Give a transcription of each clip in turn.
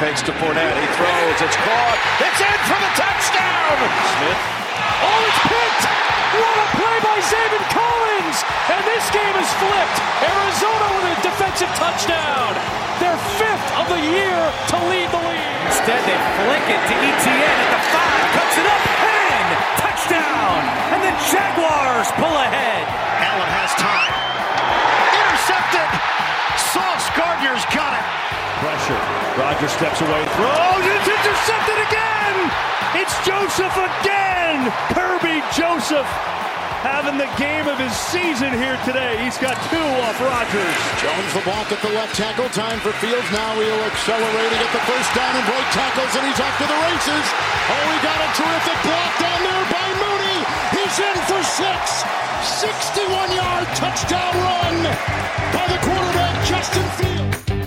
fakes to Fournette. He throws. It's caught. It's in for the touchdown. Smith. Oh, it's picked. What a play by Zaven Collins. And this game is flipped. Arizona with a defensive touchdown. Their 5th of the year to lead the league. Instead, they flick it to Etienne at the 5. Cuts it up. And touchdown. And the Jaguars pull ahead. Allen has time. Intercepted. Sauce Gardner's got it. Pressure. Rodgers steps away. Throws. It's intercepted again. It's Joseph again. Kirby Joseph having the game of his season here today. He's got 2 off Rodgers. Jones the block at the left tackle. Time for Fields. Now he'll accelerate and get the first down and break tackles, and he's off to the races. Oh, he got a terrific block down there by Mooney. He's in for 6. 61-yard touchdown run by the quarterback, Justin Fields.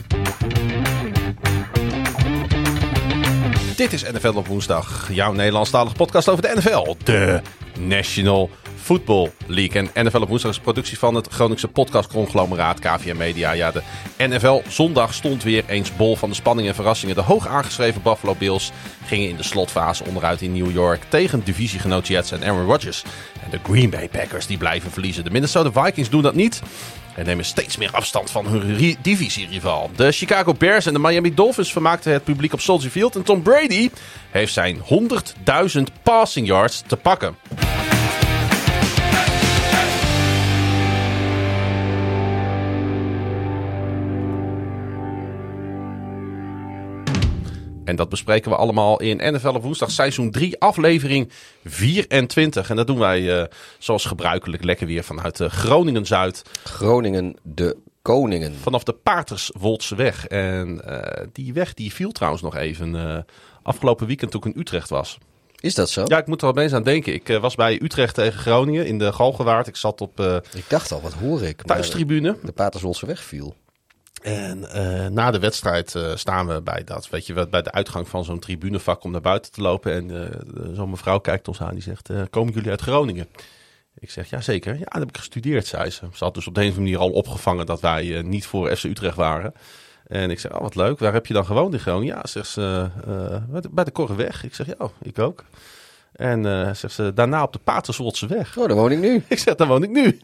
Dit is NFL op woensdag, jouw Nederlandstalige podcast over de NFL, de National Football League. En NFL op woensdag is een productie van het Groningse podcastconglomeraat KVM Media. Ja, de NFL zondag stond weer eens bol van de spanning en verrassingen. De hoog aangeschreven Buffalo Bills gingen in de slotfase onderuit in New York tegen divisiegenoot Jets en Aaron Rodgers. En de Green Bay Packers die blijven verliezen. De Minnesota Vikings doen dat niet en nemen steeds meer afstand van hun divisierival. De Chicago Bears en de Miami Dolphins vermaakten het publiek op Soldier Field. En Tom Brady heeft zijn 100.000 passing yards te pakken. En dat bespreken we allemaal in NFL op woensdag seizoen 3 aflevering 24. En dat doen wij zoals gebruikelijk lekker weer vanuit Groningen-Zuid. Groningen de Koningen. Vanaf de Paterswoldseweg. En die weg die viel trouwens nog even afgelopen weekend toen ik in Utrecht was. Is dat zo? Ja, ik moet er wel eens aan denken. Ik was bij Utrecht tegen Groningen in de Galgenwaard. Ik zat op ik dacht al, wat hoor ik? thuistribune. De Paterswoldse weg viel. En na de wedstrijd staan we bij dat, weet je, bij de uitgang van zo'n tribunevak om naar buiten te lopen. En zo'n mevrouw kijkt ons aan, die zegt, komen jullie uit Groningen? Ik zeg, ja zeker. Ja, dat heb ik gestudeerd, zei ze. Ze had dus op de een of andere manier al opgevangen dat wij niet voor FC Utrecht waren. En ik zeg, oh wat leuk, waar heb je dan gewoond in Groningen? Ja, zegt ze, bij de Korreweg. Ik zeg, ja, ik ook. En zegt ze, daarna op de Paterswoldse weg. Oh, daar woon ik nu. Ik zeg, daar woon ik nu.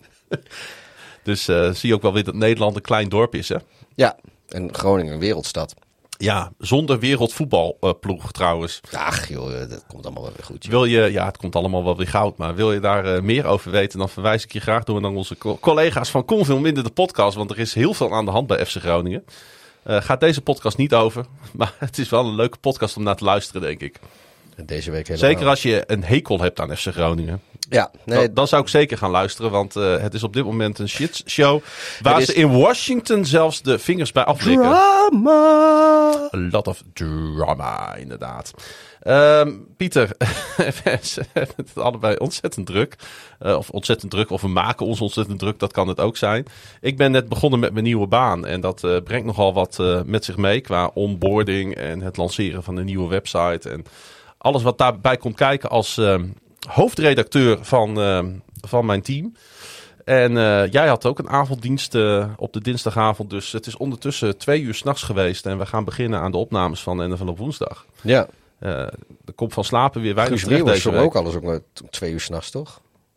Dus zie je ook wel weer dat Nederland een klein dorp is, hè? Ja, en Groningen een wereldstad. Ja, zonder wereldvoetbalploeg trouwens. Ach joh, dat komt allemaal wel weer goed. Wil je, ja, het komt allemaal wel weer goud. Maar wil je daar meer over weten, dan verwijs ik je graag door naar onze collega's van Kon Veel Minder de podcast. Want er is heel veel aan de hand bij FC Groningen. Gaat deze podcast niet over. Maar het is wel een leuke podcast om naar te luisteren, denk ik. Deze week helemaal. Zeker als je een hekel hebt aan FC Groningen. Ja, nee. Dan zou ik zeker gaan luisteren. Want het is op dit moment een shitshow. Waar ze in Washington zelfs de vingers bij aflikken. Drama! A lot of drama, inderdaad. Pieter, we hebben het allebei ontzettend druk. Of we maken ons ontzettend druk. Dat kan het ook zijn. Ik ben net begonnen met mijn nieuwe baan. En dat brengt nogal wat met zich mee. Qua onboarding en het lanceren van een nieuwe website. En alles wat daarbij komt kijken als hoofdredacteur van mijn team. En jij had ook een avonddienst op de dinsdagavond. Dus het is ondertussen 2 uur 's nachts geweest. En we gaan beginnen aan de opnames van NFL op woensdag. Ja. Er komt van slapen weer weinig Guus terecht Meeuwis deze week. ook alles ook 2 uur 's nachts, toch?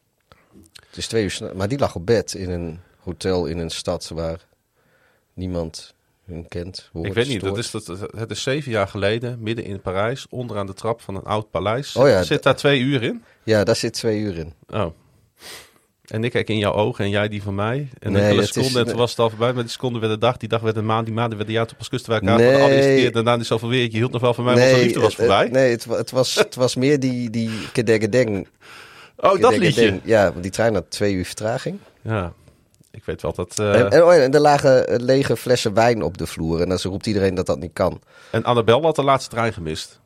Het is 2 uur 's nachts. Maar die lag op bed in een hotel in een stad waar niemand hun kent. Ik weet niet, het is 7 jaar geleden, midden in Parijs, onderaan de trap van een oud paleis. Oh ja, Zit daar 2 uur in? Ja, daar zit 2 uur in. Oh. En ik kijk in jouw ogen en jij die van mij. En Nee, enkele het is- seconden en toen was het al voorbij. Maar die seconde werd een dag, die dag werd een maand, die maanden werden jaar tot pas kusten wij elkaar Nee. voor de allereerste keer. Daarna is zoveel weer, je hield nog wel van mij, want zijn liefde was voorbij. Nee, het was meer die kedegedeng. Oh, dat liedje. Ja, want die trein had 2 uur vertraging. Ja, ik weet wel dat... En er lagen lege flessen wijn op de vloer. En dan roept iedereen dat dat niet kan. En Annabel had de laatste trein gemist.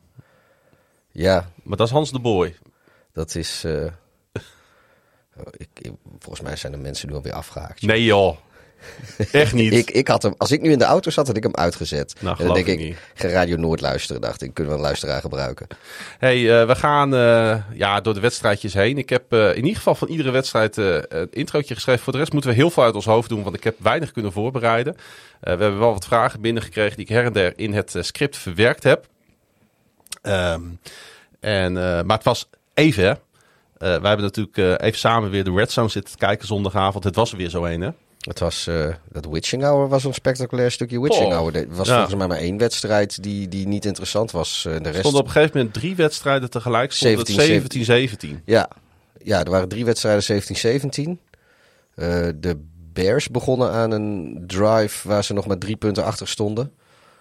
Ja, Maar dat is Hans de Boy. dat is... volgens mij zijn de mensen nu alweer afgehaakt. Nee joh. Echt niet. Ik had hem, als ik nu in de auto zat, had ik hem uitgezet. Nou, en dan denk geloof ik, ik niet. ga Radio Noord luisteren, dacht ik. Kunnen we een luisteraar gebruiken. Hey, we gaan door de wedstrijdjes heen. Ik heb in ieder geval van iedere wedstrijd een introotje geschreven. Voor de rest moeten we heel veel uit ons hoofd doen, want ik heb weinig kunnen voorbereiden. We hebben wel wat vragen binnengekregen die ik her en der in het script verwerkt heb. Maar het was even, hè. Wij hebben natuurlijk even samen weer de Red Zone zitten kijken zondagavond. Het was er weer zo een, hè. Het was, dat Witching Hour was een spectaculair stukje Witching Hour. Er was volgens mij maar 1 wedstrijd die niet interessant was. De rest... Er stonden op een gegeven moment 3 wedstrijden tegelijk. 17-17. Ja, er waren 3 wedstrijden 17-17. De Bears begonnen aan een drive waar ze nog maar 3 punten achter stonden.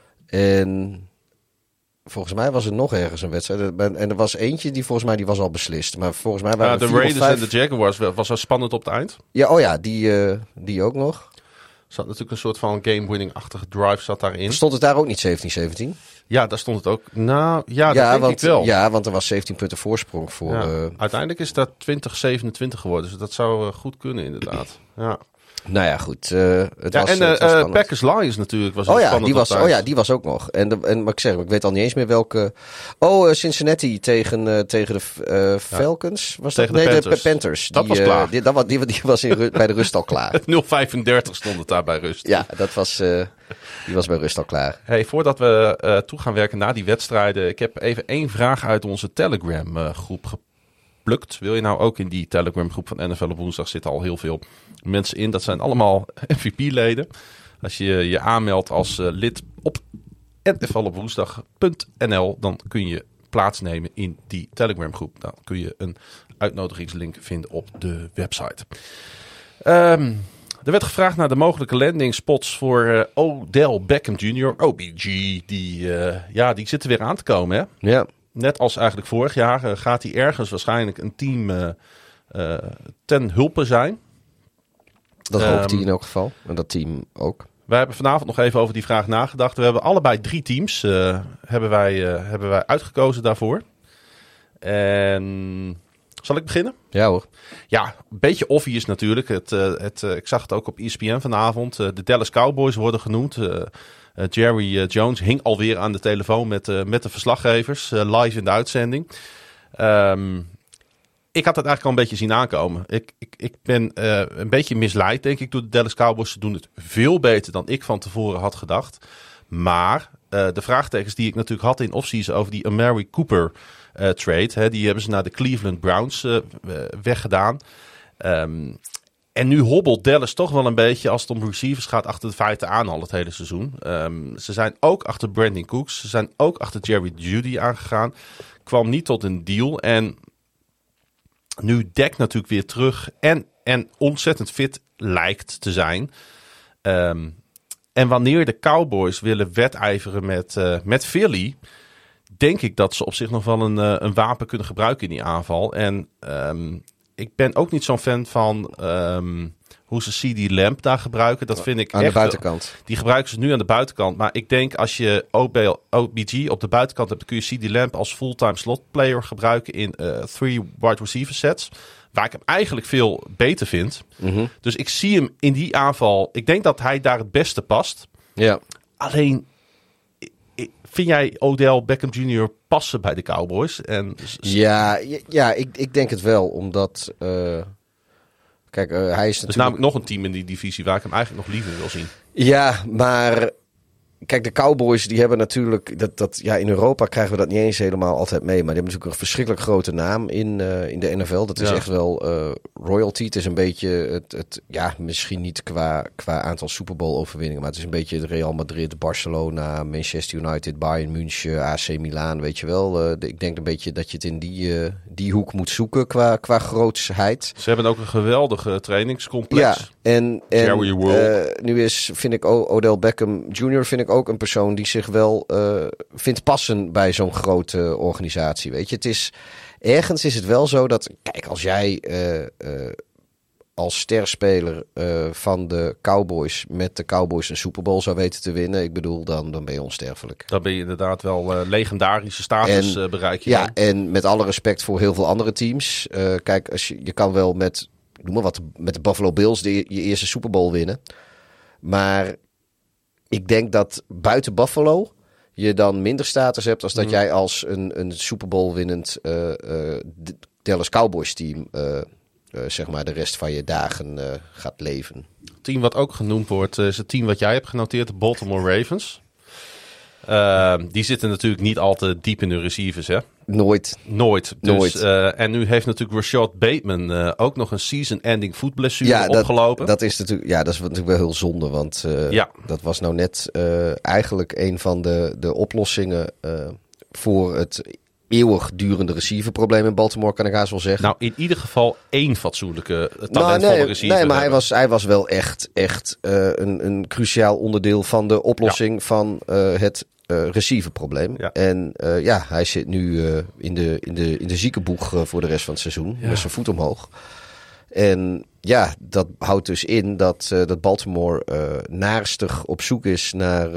En volgens mij was er nog ergens een wedstrijd. En er was eentje die volgens mij die was al beslist. Maar volgens mij waren de Raiders en de Jaguars was zo spannend op het eind. Ja, die ook nog. Er zat natuurlijk een soort van game-winning-achtige drive zat daarin. Stond het daar ook niet 17-17? Ja, daar stond het ook. Nou, ja, dat denk ik wel. Ja, want er was 17 punten voorsprong voor... Ja. Uiteindelijk is dat 20-27 geworden. Dus dat zou goed kunnen, inderdaad. Ja. Nou ja, goed. Het was spannend. Packers Lions natuurlijk was spannend. Die was ook nog. Maar ik zeg, ik weet al niet eens meer welke... Cincinnati tegen de Falcons. Was tegen dat? De Nee, Panthers. de Panthers. Dat was klaar. Die was bij de rust al klaar. 0-35 stond het daar bij rust. Ja, die was bij rust al klaar. Hey, voordat we toe gaan werken naar die wedstrijden. Ik heb even 1 vraag uit onze Telegram groep geplukt. Wil je nou ook in die Telegram groep van NFL op woensdag zitten al heel veel mensen in. Dat zijn allemaal MVP-leden. Als je je aanmeldt als lid op nflopwoensdag.nl, dan kun je plaatsnemen in die Telegram groep. Dan kun je een uitnodigingslink vinden op de website. Er werd gevraagd naar de mogelijke landing spots voor Odell Beckham Jr. OBG. Die zit er weer aan te komen, hè? Ja. Net als eigenlijk vorig jaar gaat hij ergens waarschijnlijk een team ten hulpe zijn. Dat hoopt hij in elk geval. En dat team ook. Wij hebben vanavond nog even over die vraag nagedacht. We hebben allebei 3 teams hebben wij uitgekozen daarvoor. En zal ik beginnen? Ja hoor. Ja, een beetje obvious natuurlijk. Ik zag het ook op ESPN vanavond. De Dallas Cowboys worden genoemd. Jerry Jones hing alweer aan de telefoon met de verslaggevers. Live in de uitzending. Ik had het eigenlijk al een beetje zien aankomen. Ik ben een beetje misleid, denk ik, door de Dallas Cowboys. Ze doen het veel beter dan ik van tevoren had gedacht. Maar de vraagtekens die ik natuurlijk had in offseason over die Amari Cooper trade, die hebben ze naar de Cleveland Browns weggedaan. En nu hobbelt Dallas toch wel een beetje als het om receivers gaat achter de feiten aan al het hele seizoen. Ze zijn ook achter Brandon Cooks. Ze zijn ook achter Jerry Jeudy aangegaan. Kwam niet tot een deal. En nu Dak natuurlijk weer terug en ontzettend fit lijkt te zijn. En wanneer de Cowboys willen wedijveren met Philly, denk ik dat ze op zich nog wel een wapen kunnen gebruiken in die aanval. En ik ben ook niet zo'n fan van hoe ze CD Lamb daar gebruiken. Dat vind ik aan echt de buitenkant. Die gebruiken ze nu aan de buitenkant. Maar ik denk als je OBG op de buitenkant hebt, dan kun je CD Lamb als fulltime slot player gebruiken in 3 wide receiver sets. Waar ik hem eigenlijk veel beter vind. Mm-hmm. Dus ik zie hem in die aanval. Ik denk dat hij daar het beste past. Ja. Alleen, vind jij Odell Beckham Jr. passen bij de Cowboys? Ja, ik denk het wel. Omdat, kijk, hij is natuurlijk... Er is namelijk nog een team in die divisie waar ik hem eigenlijk nog liever wil zien. Ja, maar... Kijk, de Cowboys die hebben natuurlijk... in Europa krijgen we dat niet eens helemaal altijd mee. Maar die hebben natuurlijk een verschrikkelijk grote naam in de NFL. Dat is echt wel royalty. Het is een beetje misschien niet qua aantal Super Bowl overwinningen. Maar het is een beetje het Real Madrid, Barcelona, Manchester United, Bayern München, AC Milan. Weet je wel. Ik denk een beetje dat je het in die hoek moet zoeken qua grootsheid. Ze hebben ook een geweldige trainingscomplex. Ja, en nu vind ik Odell Beckham Jr. vind ik ook een persoon die zich wel vindt passen bij zo'n grote organisatie. Weet je, ergens is het wel zo dat, kijk, als jij als sterspeler van de Cowboys met de Cowboys een Super Bowl zou weten te winnen, ik bedoel, dan ben je onsterfelijk. Dan ben je inderdaad wel legendarische status bereik je. Ja, en met alle respect voor heel veel andere teams. Kijk, je kan wel met de Buffalo Bills je eerste Super Bowl winnen. Maar ik denk dat buiten Buffalo je dan minder status hebt als dat jij als een Super Bowl winnend Dallas Cowboys team zeg maar de rest van je dagen gaat leven. Het team wat ook genoemd wordt is het team wat jij hebt genoteerd, de Baltimore Ravens. Die zitten natuurlijk niet al te diep in de receivers, hè? Nooit. Dus, en nu heeft natuurlijk Rashad Bateman ook nog een season-ending voetblessure opgelopen. Dat is natuurlijk wel heel zonde. Want dat was nou net eigenlijk een van de oplossingen voor het eeuwigdurende receiverprobleem in Baltimore, kan ik haast wel zeggen. Nou, in ieder geval één fatsoenlijke talentvolle receiver. Nee, maar hij was wel echt een cruciaal onderdeel van de oplossing van het receiverprobleem. Ja. En hij zit nu in de ziekenboeg voor de rest van het seizoen. Met zijn voet omhoog. En ja, dat houdt dus in dat Baltimore naarstig op zoek is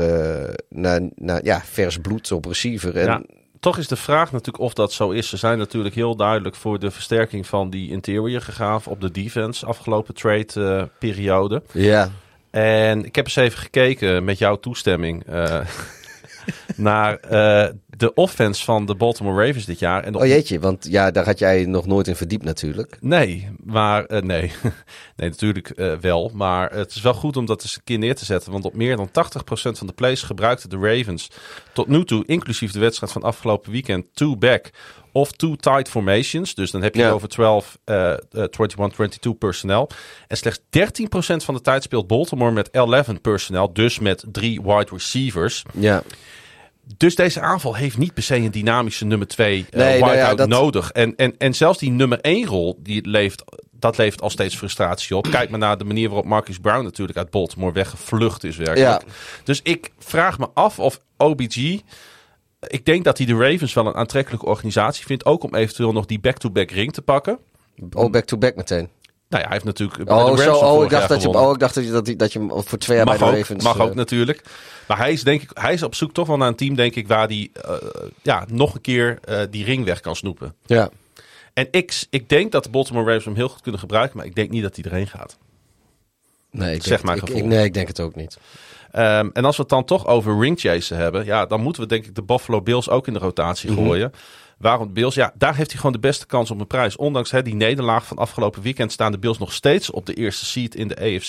naar vers bloed op receiver. En toch is de vraag natuurlijk of dat zo is. Ze zijn natuurlijk heel duidelijk voor de versterking van die interior gegaan op de defense afgelopen trade periode. Ja. En ik heb eens even gekeken met jouw toestemming naar de offense van de Baltimore Ravens dit jaar. En jeetje, want daar had jij nog nooit in verdiept natuurlijk. Nee, maar nee, natuurlijk wel. Maar het is wel goed om dat eens een keer neer te zetten. Want op meer dan 80% van de plays gebruikten de Ravens tot nu toe, inclusief de wedstrijd van afgelopen weekend, 2-back of 2-tight formations. Dus dan heb je over 21-22 personnel. En slechts 13% van de tijd speelt Baltimore met 11 personnel. Dus met 3 wide receivers. Ja. Dus deze aanval heeft niet per se een dynamische nummer 2 wideout nodig. En zelfs die nummer 1 rol, dat levert al steeds frustratie op. Kijk maar naar de manier waarop Marcus Brown natuurlijk uit Baltimore weggevlucht is werkelijk. Ja. Dus ik vraag me af of OBG... Ik denk dat hij de Ravens wel een aantrekkelijke organisatie vindt. Ook om eventueel nog die back-to-back ring te pakken. Oh, back-to-back meteen. Nou ja, hij heeft natuurlijk... Ik dacht dat je hem voor 2 jaar bij de Ravens... Mag ook natuurlijk. Maar hij is op zoek toch wel naar een team, denk ik, waar hij nog een keer die ring weg kan snoepen. Ja. En ik denk dat de Baltimore Ravens hem heel goed kunnen gebruiken, maar ik denk niet dat hij erheen gaat. Nee, ik denk het ook niet. En als we het dan toch over ringchasen hebben, dan moeten we denk ik de Buffalo Bills ook in de rotatie gooien. Waarom de Bills? Ja, daar heeft hij gewoon de beste kans op een prijs. Ondanks die nederlaag van afgelopen weekend staan de Bills nog steeds op de eerste seed in de AFC.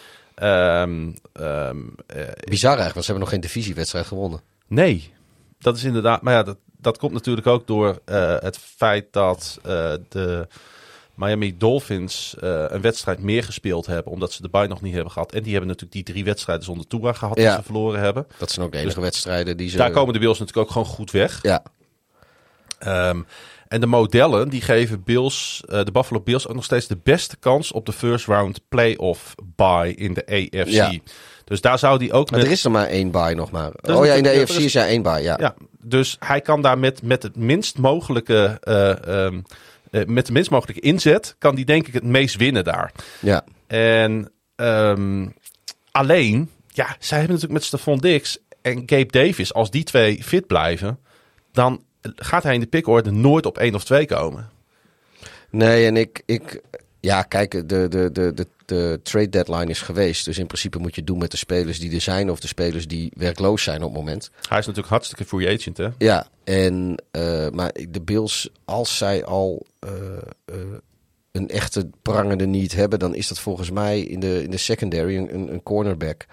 Bizar eigenlijk, want ze hebben nog geen divisiewedstrijd gewonnen. Nee, dat is inderdaad... Maar ja, dat komt natuurlijk ook door het feit dat de Miami Dolphins een wedstrijd meer gespeeld hebben, omdat ze de bye nog niet hebben gehad. En die hebben natuurlijk die 3 wedstrijden zonder Tua gehad die ze verloren hebben. Dat zijn ook de enige wedstrijden die ze... Daar komen de Bills natuurlijk ook gewoon goed weg. Ja. En de modellen die geven de Buffalo Bills ook nog steeds de beste kans op de first round playoff bye in de AFC. Ja. Dus daar zou die ook maar er is er maar 1 bye nog maar. In de AFC is 1 bye, ja. Dus hij kan daar met het minst mogelijke... met de minst mogelijke inzet kan die denk ik het meest winnen daar. Ja. En alleen, zij hebben natuurlijk met Stephon Diggs en Gabe Davis, als die 2 fit blijven, dan gaat hij in de pickorde nooit op 1 of 2 komen. Nee, en kijk, de trade deadline is geweest. Dus in principe moet je het doen met de spelers die er zijn of de spelers die werkloos zijn op het moment. Hij is natuurlijk hartstikke free agent, hè? Ja, maar de Bills, als zij al een echte prangende need hebben, dan is dat volgens mij in de secondary een cornerback.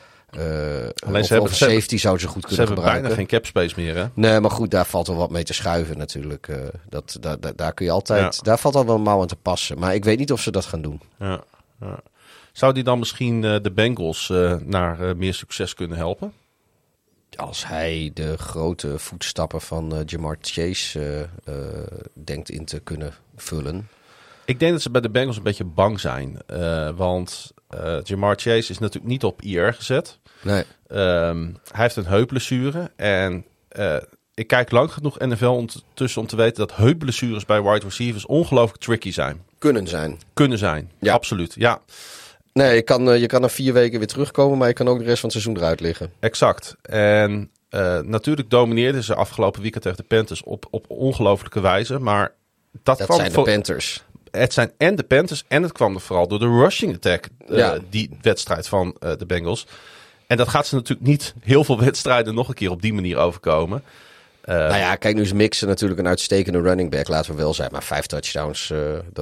Of safety zou ze goed kunnen gebruiken. Ze hebben bijna geen cap space meer, hè? Nee, maar goed, daar valt wel wat mee te schuiven natuurlijk. Daar kun je altijd... Daar valt al wel een mouw aan te passen. Maar ik weet niet of ze dat gaan doen. Ja. Zou die dan misschien de Bengals naar meer succes kunnen helpen? Als hij de grote voetstappen van Jamar Chase denkt in te kunnen vullen. Ik denk dat ze bij de Bengals een beetje bang zijn. Want Jamar Chase is natuurlijk niet op IR gezet. Nee. Hij heeft een heupblessure. En ik kijk lang genoeg NFL ondertussen om te weten dat heupblessures bij wide receivers ongelooflijk tricky zijn. Kunnen zijn. Ja. Absoluut. Ja. Nee, je kan na 4 weken weer terugkomen, maar je kan ook de rest van het seizoen eruit liggen. Exact. En natuurlijk domineerden ze afgelopen weekend tegen de Panthers op ongelooflijke wijze. Maar dat zijn de Panthers. het zijn en de Panthers en het kwam er vooral door de rushing attack. Die wedstrijd van de Bengals. En dat gaat ze natuurlijk niet heel veel wedstrijden nog een keer op die manier overkomen. Nou ja, kijk, nu is Mixon natuurlijk een uitstekende running back, laten we wel zijn. Maar 5 touchdowns,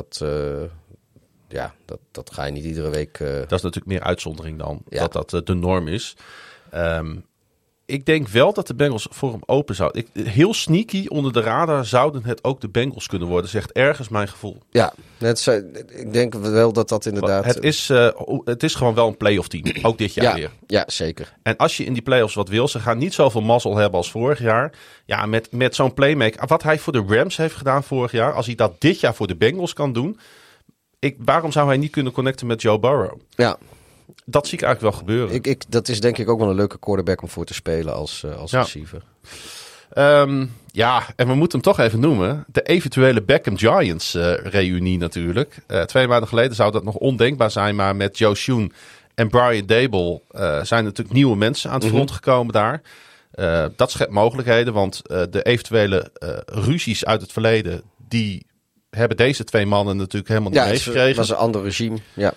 dat ga je niet iedere week... Dat is natuurlijk meer uitzondering dan dat de norm is. Ik denk wel dat de Bengals voor hem open zouden. Heel sneaky onder de radar zouden het ook de Bengals kunnen worden, zegt ergens mijn gevoel. Ja, ik denk wel dat inderdaad... Het is gewoon wel een playoff team, ook dit jaar weer. Ja, zeker. En als je in die playoffs wat wil, ze gaan niet zoveel mazzel hebben als vorig jaar. Ja, met zo'n playmaker, wat hij voor de Rams heeft gedaan vorig jaar, als hij dat dit jaar voor de Bengals kan doen, waarom zou hij niet kunnen connecten met Joe Burrow? Ja. Dat zie ik eigenlijk wel gebeuren. Dat is denk ik ook wel een leuke quarterback om voor te spelen als receiver. En we moeten hem toch even noemen. De eventuele Beckham Giants reunie natuurlijk. 2 maanden geleden zou dat nog ondenkbaar zijn. Maar met Joe Schoen en Brian Daboll zijn natuurlijk nieuwe mensen aan het front gekomen daar. Dat schept mogelijkheden. Want de eventuele ruzies uit het verleden, die hebben deze 2 mannen natuurlijk helemaal niet meegekregen. Het was een ander regime, ja.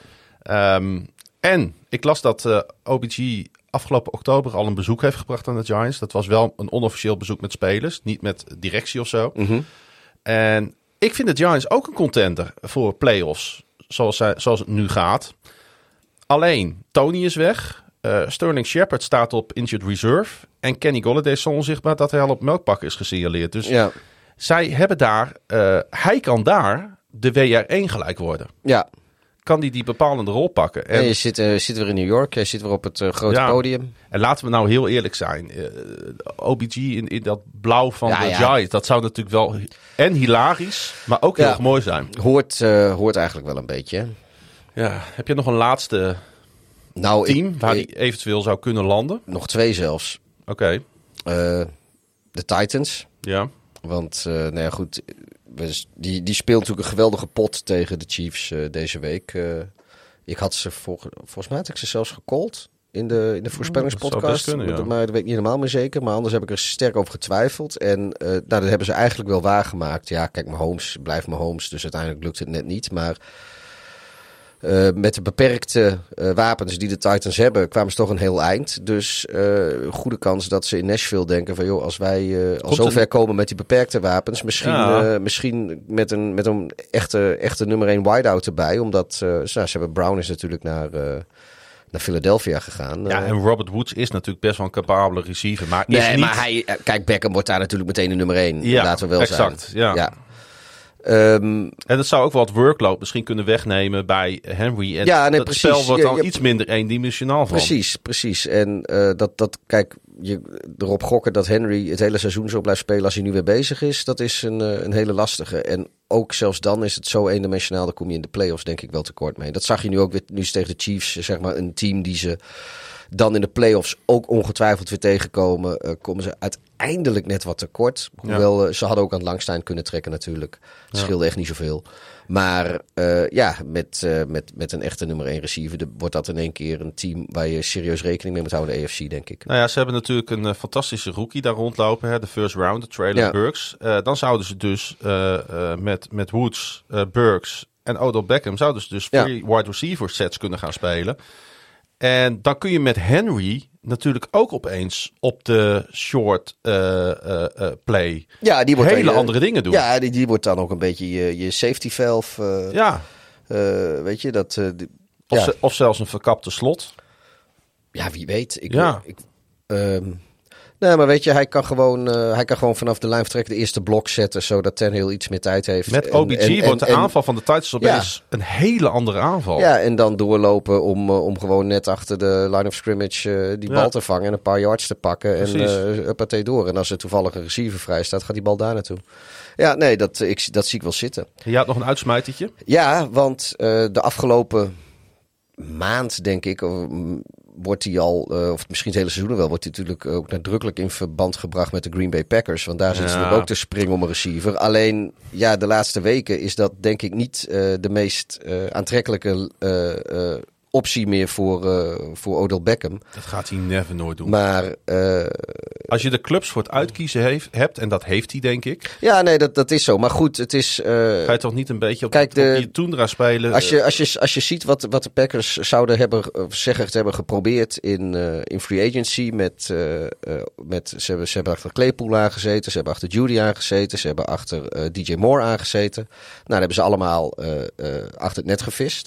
En ik las dat OBG afgelopen oktober al een bezoek heeft gebracht aan de Giants. Dat was wel een onofficieel bezoek met spelers, niet met directie of zo. Mm-hmm. En ik vind de Giants ook een contender voor playoffs, zoals het nu gaat. Alleen, Tony is weg. Sterling Shepard staat op injured reserve. En Kenny Golladay is zo onzichtbaar dat hij al op melkpakken is gesignaleerd. Dus zij hebben daar, hij kan daar de WR1 gelijk worden. Ja. Kan die bepalende rol pakken. En je zit weer in New York. Je zit weer op het grote podium. En laten we nou heel eerlijk zijn. OBG in dat blauw van de Giants. Dat zou natuurlijk wel en hilarisch, maar ook heel erg mooi zijn. Hoort eigenlijk wel een beetje. Hè? Ja. Heb je nog een laatste team waar die eventueel zou kunnen landen? Nog 2 zelfs. Oké. De Titans. Ja. Want, goed... Die speelt natuurlijk een geweldige pot tegen de Chiefs deze week. Ik had ze volgens mij had ik ze zelfs gecallt in de voorspellingspodcast. Maar dat weet ik niet helemaal meer zeker. Maar anders heb ik er sterk over getwijfeld. En dat hebben ze eigenlijk wel waargemaakt. Ja, kijk, Mahomes blijft Mahomes. Dus uiteindelijk lukt het net niet. Maar met de beperkte wapens die de Titans hebben, kwamen ze toch een heel eind. Dus goede kans dat ze in Nashville denken van, joh, als wij al zover komen met die beperkte wapens, misschien met een echte nummer 1 wideout erbij. Omdat ze hebben Brown is natuurlijk naar Philadelphia gegaan. Ja, en Robert Woods is natuurlijk best wel een capabele receiver. Maar kijk, Beckham wordt daar natuurlijk meteen de nummer 1. Ja, laten we wel exact, zijn. Ja. En dat zou ook wel het workload misschien kunnen wegnemen bij Henry. En het spel wordt dan iets minder eendimensionaal van. Precies. En kijk, je erop gokken dat Henry het hele seizoen zo blijft spelen als hij nu weer bezig is, dat is een hele lastige. En ook zelfs dan is het zo eendimensionaal, dan kom je in de playoffs denk ik wel tekort mee. Dat zag je nu ook weer, nu is tegen de Chiefs, zeg maar een team die ze dan in de playoffs ook ongetwijfeld weer tegenkomen, komen ze uiteindelijk net wat tekort. Hoewel ze hadden ook aan Langstein kunnen trekken natuurlijk. Het scheelde echt niet zoveel. Maar met een echte nummer 1 receiver wordt dat in één keer een team waar je serieus rekening mee moet houden, de AFC, denk ik. Nou ja, ze hebben natuurlijk een fantastische rookie daar rondlopen. Hè, de first round, Traylon Burks. Dan zouden ze dus met Woods, Burks en Odell Beckham zouden ze dus 3 wide receiver sets kunnen gaan spelen. En dan kun je met Henry natuurlijk ook opeens op de short play die wordt hele andere dingen doen. Ja, die wordt dan ook een beetje je safety valve. Weet je, dat... Of zelfs een verkapte slot. Ja, wie weet. Nee, maar weet je, hij kan gewoon vanaf de lijn vertrekken de eerste blok zetten, zodat Tannehill iets meer tijd heeft. Met OBG wordt de aanval van de Titans opeens een hele andere aanval. Ja, en dan doorlopen om gewoon net achter de line of scrimmage die bal te vangen en een paar yards te pakken. Precies. En uppatee door. En als er toevallig een receiver vrij staat, gaat die bal daar naartoe. Ja, nee, dat zie ik wel zitten. Je had nog een uitsmijtertje? Ja, want de afgelopen maand, denk ik, wordt hij al, of misschien het hele seizoen wel, wordt hij natuurlijk ook nadrukkelijk in verband gebracht met de Green Bay Packers. Want daar zitten ze ook te springen om een receiver. Alleen, de laatste weken is dat denk ik niet de meest aantrekkelijke optie meer voor Odell Beckham. Dat gaat hij never nooit doen. Maar als je de clubs voor het uitkiezen hebt, en dat heeft hij denk ik. Ja, nee, dat is zo. Maar goed, het is... ga je toch niet een beetje op die Tundra spelen? Als je ziet wat de Packers zouden hebben geprobeerd in free agency ze hebben achter Claypool aangezeten, ze hebben achter Judy aangezeten, ze hebben achter DJ Moore aangezeten. Nou, dan hebben ze allemaal achter het net gevist.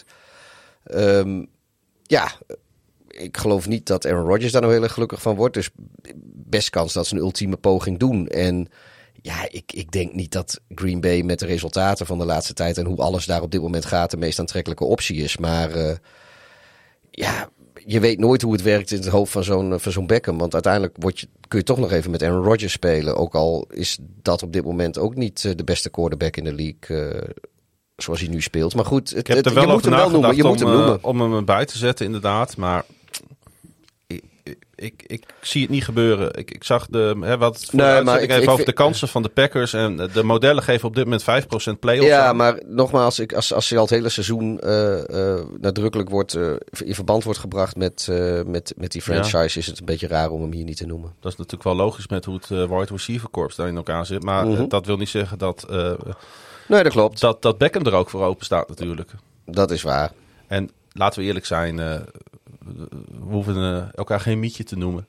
Ik geloof niet dat Aaron Rodgers daar nou heel erg gelukkig van wordt. Dus best kans dat ze een ultieme poging doen. En ja, ik denk niet dat Green Bay met de resultaten van de laatste tijd en hoe alles daar op dit moment gaat de meest aantrekkelijke optie is. Maar je weet nooit hoe het werkt in het hoofd van zo'n Beckham. Want uiteindelijk kun je toch nog even met Aaron Rodgers spelen. Ook al is dat op dit moment ook niet de beste quarterback in de league. Zoals hij nu speelt. Maar goed, ik heb er wel over nagedacht noemen. Om hem bij te zetten inderdaad. Maar ik zie het niet gebeuren. Ik zag over de kansen van de Packers. En de modellen geven op dit moment 5% play-offs. Ja, maar nogmaals, als hij al het hele seizoen nadrukkelijk in verband wordt gebracht met die franchise, is het een beetje raar om hem hier niet te noemen. Dat is natuurlijk wel logisch met hoe het wide receiver corps daar in elkaar zit. Maar dat wil niet zeggen dat... nee, dat klopt. Dat Beckham er ook voor open staat natuurlijk. Dat is waar. En laten we eerlijk zijn, we hoeven elkaar geen mietje te noemen.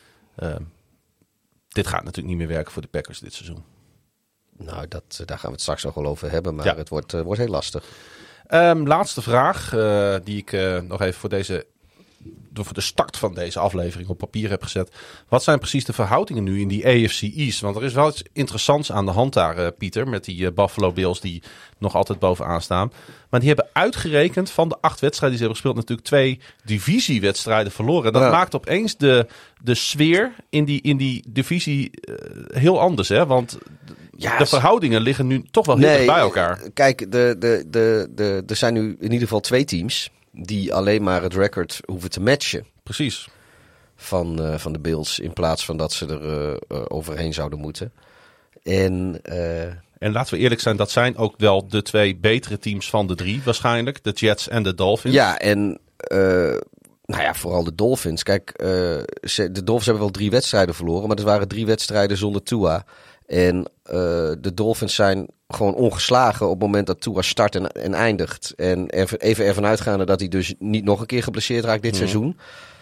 Dit gaat natuurlijk niet meer werken voor de Packers dit seizoen. Nou, daar gaan we het straks nog wel over hebben, maar het wordt heel lastig. Laatste vraag die ik nog even voor de start van deze aflevering op papier heb gezet. Wat zijn precies de verhoudingen nu in die AFC East? Want er is wel iets interessants aan de hand daar, Pieter, met die Buffalo Bills die nog altijd bovenaan staan. Maar die hebben uitgerekend van de 8 wedstrijden die ze hebben gespeeld natuurlijk 2 divisiewedstrijden verloren. Dat maakt opeens de sfeer in die divisie heel anders, hè? Want de verhoudingen liggen nu toch wel heel dicht bij elkaar. Kijk, er zijn nu in ieder geval 2 teams die alleen maar het record hoeven te matchen. Precies. Van de Bills, in plaats van dat ze er overheen zouden moeten. En laten we eerlijk zijn, dat zijn ook wel de 2 betere teams van de 3 waarschijnlijk. De Jets en de Dolphins. Ja, en vooral de Dolphins. Kijk, de Dolphins hebben wel 3 wedstrijden verloren, maar dat waren 3 wedstrijden zonder Tua. En de Dolphins zijn gewoon ongeslagen op het moment dat Tua start en eindigt. En even ervan uitgaande dat hij dus niet nog een keer geblesseerd raakt dit seizoen.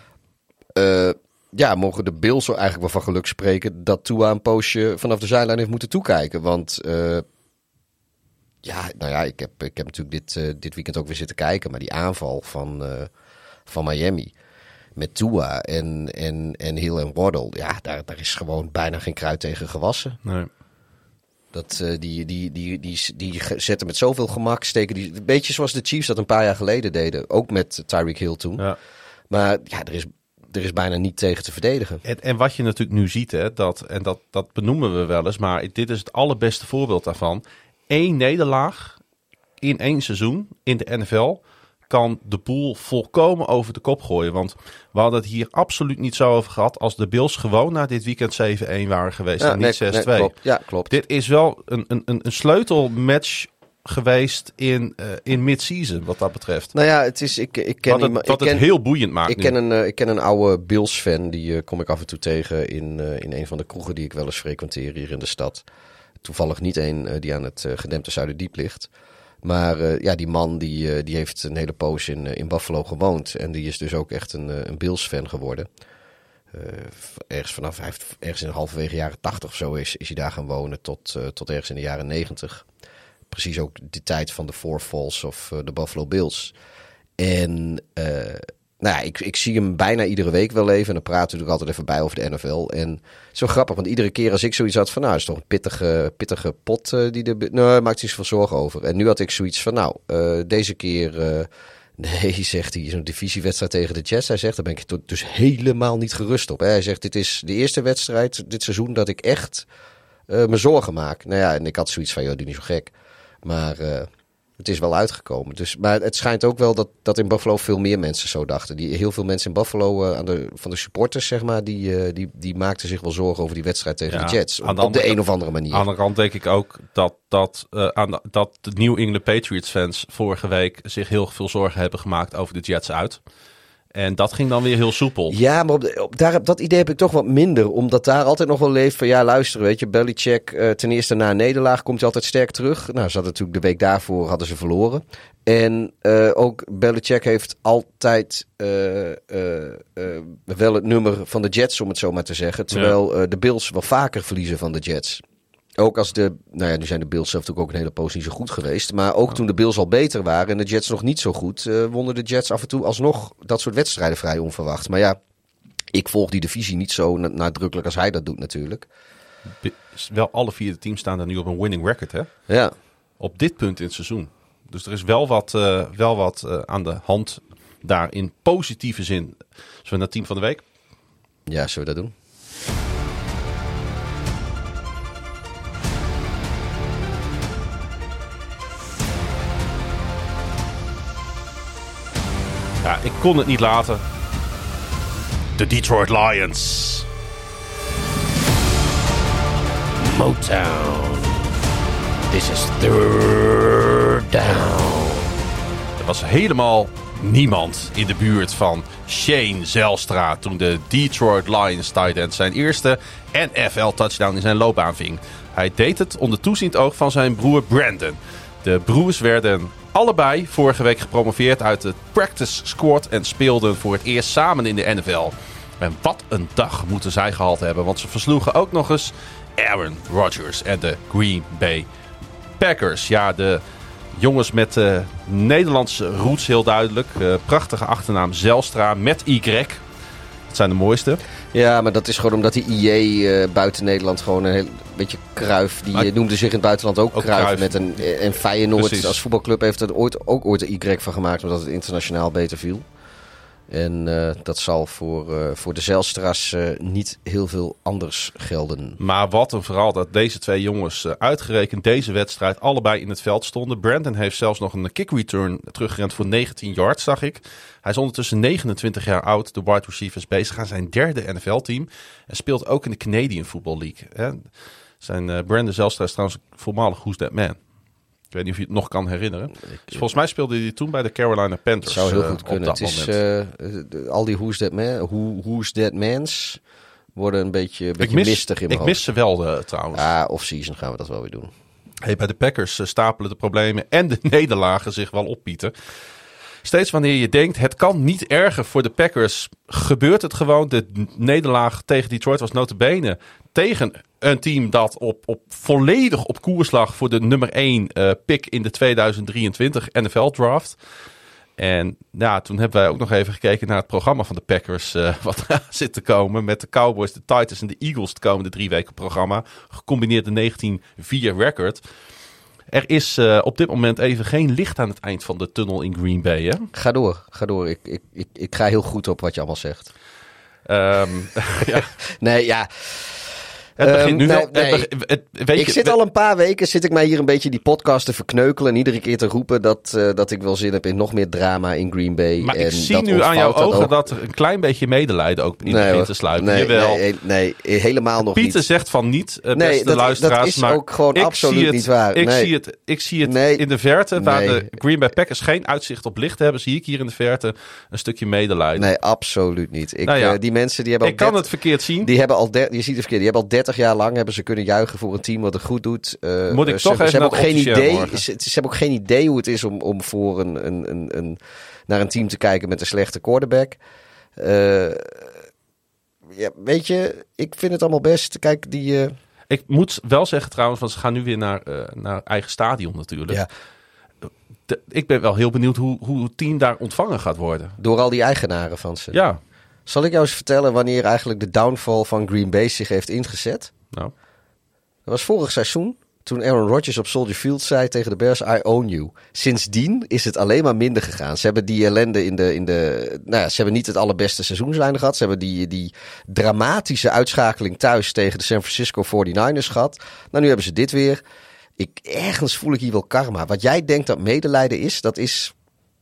Mogen de Bills er eigenlijk wel van geluk spreken dat Tua een poosje vanaf de zijlijn heeft moeten toekijken. Want ik heb natuurlijk dit weekend ook weer zitten kijken. Maar die aanval van Miami met Tua en Hill en Waddle, daar is gewoon bijna geen kruid tegen gewassen. Nee. Die zetten met zoveel gemak, steken die een beetje zoals de Chiefs dat een paar jaar geleden deden. Ook met Tyreek Hill toen. Ja. Maar er is bijna niet tegen te verdedigen. En wat je natuurlijk nu ziet, hè, dat benoemen we wel eens, maar dit is het allerbeste voorbeeld daarvan. 1 nederlaag in 1 seizoen in de NFL kan de boel volkomen over de kop gooien. Want we hadden het hier absoluut niet zo over gehad als de Bills gewoon na dit weekend 7-1 waren geweest en niet 6-2. Klopt. Ja, klopt. Dit is wel een sleutelmatch geweest in mid-season wat dat betreft. Nou ja, het is het heel boeiend maakt. Ik ken een oude Bills-fan, die kom ik af en toe tegen in een van de kroegen die ik wel eens frequenteer hier in de stad. Toevallig niet een die aan het gedempte Zuiderdiep ligt. Maar die man die heeft een hele poos in Buffalo gewoond. En die is dus ook echt een Bills-fan geworden. Ergens in halverwege jaren 80 of zo is hij daar gaan wonen tot ergens in de jaren 90. Precies ook de tijd van de Four Falls of de Buffalo Bills. En ik zie hem bijna iedere week wel even. En dan praten we natuurlijk altijd even bij over de NFL. En zo grappig, want iedere keer als ik zoiets had van... is toch een pittige pot maakt hij zich veel zorgen over. En nu had ik zoiets van, deze keer... nee, zegt hij, zo'n divisiewedstrijd tegen de Jets. Hij zegt, daar ben ik dus helemaal niet gerust op. Hè. Hij zegt, dit is de eerste wedstrijd dit seizoen dat ik echt me zorgen maak. Nou ja, en ik had zoiets van, joh, doe niet zo gek. Maar... het is wel uitgekomen. Dus, maar het schijnt ook wel dat in Buffalo veel meer mensen zo dachten. Heel veel mensen in Buffalo, van de supporters, zeg maar, die maakten zich wel zorgen over die wedstrijd tegen de Jets. Op de een of andere manier. Aan de andere kant denk ik ook dat de New England Patriots fans vorige week zich heel veel zorgen hebben gemaakt over de Jets uit. En dat ging dan weer heel soepel. Ja, maar dat idee heb ik toch wat minder. Omdat daar altijd nog wel leeft van... Ja, luister, weet je, Belichick ten eerste na een nederlaag komt hij altijd sterk terug. Nou, ze hadden natuurlijk de week daarvoor hadden ze verloren. En ook Belichick heeft altijd wel het nummer van de Jets, om het zo maar te zeggen. Terwijl de Bills wel vaker verliezen van de Jets. Ook als nu zijn de Bills zelf natuurlijk ook een hele poos niet zo goed geweest. Maar ook toen de Bills al beter waren en de Jets nog niet zo goed, wonnen de Jets af en toe alsnog dat soort wedstrijden vrij onverwacht. Maar ja, ik volg die divisie niet zo nadrukkelijk als hij dat doet natuurlijk. Wel alle 4 teams staan er nu op een winning record, hè? Ja. Op dit punt in het seizoen. Dus er is wel wat aan de hand daar in positieve zin. Zullen we naar team van de week? Ja, zullen we dat doen? Ja, ik kon het niet laten. De Detroit Lions. Motown. This is third down. Er was helemaal niemand in de buurt van Shane Zelstra toen de Detroit Lions tight end zijn eerste NFL-touchdown in zijn loopbaan ving. Hij deed het onder toeziend oog van zijn broer Brandon. De broers werden allebei vorige week gepromoveerd uit de practice squad en speelden voor het eerst samen in de NFL. En wat een dag moeten zij gehad hebben, want ze versloegen ook nog eens Aaron Rodgers en de Green Bay Packers. Ja, de jongens met Nederlandse roots heel duidelijk. Prachtige achternaam Zelstra met Y. Dat zijn de mooiste. Ja, maar dat is gewoon omdat die IE buiten Nederland gewoon een beetje Cruijff. Die noemde zich in het buitenland ook Cruijff. En Feyenoord precies. Als voetbalclub heeft er ooit een Y van gemaakt, omdat het internationaal beter viel. En dat zal voor de Zelstra's niet heel veel anders gelden. Maar wat een verhaal dat deze 2 jongens uitgerekend deze wedstrijd allebei in het veld stonden. Brandon heeft zelfs nog een kick return teruggerend voor 19 yards, zag ik. Hij is ondertussen 29 jaar oud, de wide receivers bezig aan zijn 3e NFL-team. En speelt ook in de Canadian Football League. Hè. Zijn Brandon Zelstra is trouwens voormalig Who's That Man. Ik weet niet of je het nog kan herinneren. Dus volgens mij speelde hij toen bij de Carolina Panthers. Zou heel goed kunnen. Het is al die Who's That Mans worden een beetje mistig in mijn hoofd. Ik mis ze wel trouwens. Off-season gaan we dat wel weer doen. Hey, bij de Packers stapelen de problemen en de nederlagen zich wel op, Pieter. Steeds wanneer je denkt, het kan niet erger voor de Packers, gebeurt het gewoon. De nederlaag tegen Detroit was nota bene tegen een team dat volledig op koers lag voor de nummer 1 pick in de 2023 NFL draft. En ja, toen hebben wij ook nog even gekeken naar het programma van de Packers. Wat er zit te komen met de Cowboys, de Titans en de Eagles het komende 3 weken programma. Gecombineerd de 19-4 record. Er is op dit moment even geen licht aan het eind van de tunnel in Green Bay. Hè? Ga door. Ik ga heel goed op wat je allemaal zegt. Ja. Nee, ja. Het begint nu ik zit al een paar weken mij hier een beetje die podcast te verkneukelen en iedere keer te roepen dat ik wel zin heb in nog meer drama in Green Bay. Maar en ik zie nu aan jouw ogen dat er een klein beetje medelijden ook in begint te sluipen. Nee, helemaal nog Pieter niet. Zegt van niet, beste luisteraars. Dat is maar ook gewoon absoluut niet waar. Ik zie het in de verte, waar de Green Bay Packers geen uitzicht op licht hebben, zie ik hier in de verte een stukje medelijden. Nee, absoluut niet. Die mensen die hebben ik kan het verkeerd zien. Die hebben je ziet het verkeerd. Die hebben al 30 jaar lang hebben ze kunnen juichen voor een team wat het goed doet. Moet ik toch even naar het officieel ze hebben ook geen idee hoe het is om voor naar een team te kijken met een slechte quarterback. Ja, weet je, ik vind het allemaal best. Kijk, Ik moet wel zeggen trouwens, want ze gaan nu weer naar eigen stadion natuurlijk. Ja. Ik ben wel heel benieuwd hoe het team daar ontvangen gaat worden. Door al die eigenaren van ze. Ja. Zal ik jou eens vertellen wanneer eigenlijk de downfall van Green Bay zich heeft ingezet? Nou. Dat was vorig seizoen, toen Aaron Rodgers op Soldier Field zei tegen de Bears, I own you. Sindsdien is het alleen maar minder gegaan. Ze hebben die ellende ze hebben niet het allerbeste seizoenslijnen gehad. Ze hebben die dramatische uitschakeling thuis tegen de San Francisco 49ers gehad. Nou, nu hebben ze dit weer. ergens voel ik hier wel karma. Wat jij denkt dat medelijden is, dat is...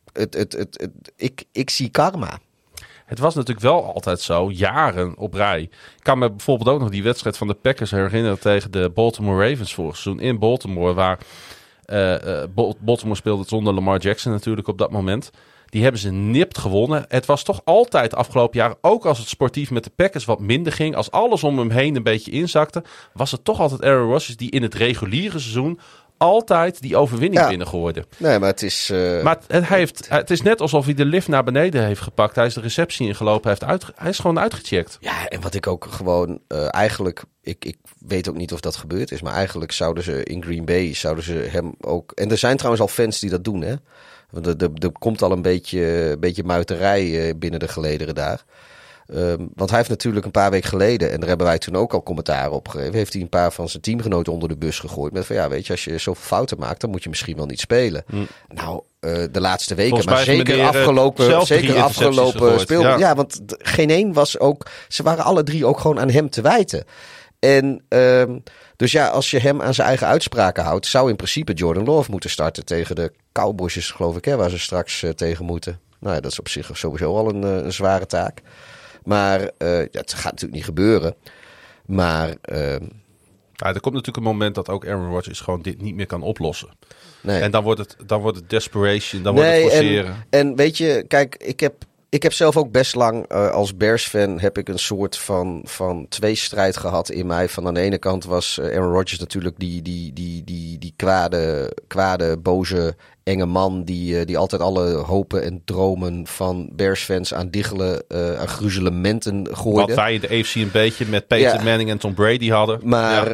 Ik zie karma. Het was natuurlijk wel altijd zo, jaren op rij. Ik kan me bijvoorbeeld ook nog die wedstrijd van de Packers herinneren tegen de Baltimore Ravens vorig seizoen in Baltimore, waar Baltimore speelde zonder Lamar Jackson natuurlijk op dat moment. Die hebben ze nipt gewonnen. Het was toch altijd de afgelopen jaren, ook als het sportief met de Packers wat minder ging, als alles om hem heen een beetje inzakte, was het toch altijd Aaron Rodgers die in het reguliere seizoen altijd die overwinning binnengooide. Nee, maar het is... Maar het is net alsof hij de lift naar beneden heeft gepakt. Hij is de receptie ingelopen. Hij is gewoon uitgecheckt. Ja, en wat ik ook gewoon eigenlijk... Ik weet ook niet of dat gebeurd is. Maar eigenlijk zouden ze in Green Bay... zouden ze hem ook... En er zijn trouwens al fans die dat doen, hè. Want er komt al een beetje muiterij binnen de gelederen daar. Want hij heeft natuurlijk een paar weken geleden, en daar hebben wij toen ook al commentaar op gegeven, heeft hij een paar van zijn teamgenoten onder de bus gegooid. Met van ja, weet je, als je zoveel fouten maakt, dan moet je misschien wel niet spelen. Nou, de laatste weken, volgens maar zeker afgelopen speel. Ja, want geen één was ook, ze waren alle drie ook gewoon aan hem te wijten. En dus ja, als je hem aan zijn eigen uitspraken houdt, zou in principe Jordan Love moeten starten tegen de Cowboys, geloof ik, hè, waar ze straks tegen moeten. Nou ja, dat is op zich sowieso al een zware taak. Maar het gaat natuurlijk niet gebeuren. Maar... er komt natuurlijk een moment dat ook Aaron Rodgers gewoon dit niet meer kan oplossen. Nee. En dan wordt het desperation, dan wordt het forceren. En weet je, kijk, ik heb zelf ook best lang als Bears-fan heb ik een soort van tweestrijd gehad in mij. Van aan de ene kant was Aaron Rodgers natuurlijk die kwade, boze, enge man die altijd alle hopen en dromen van Bears-fans aan diggelen, aan gruzelementen gooide. Wat wij in de AFC een beetje met Peyton Manning en Tom Brady hadden. Maar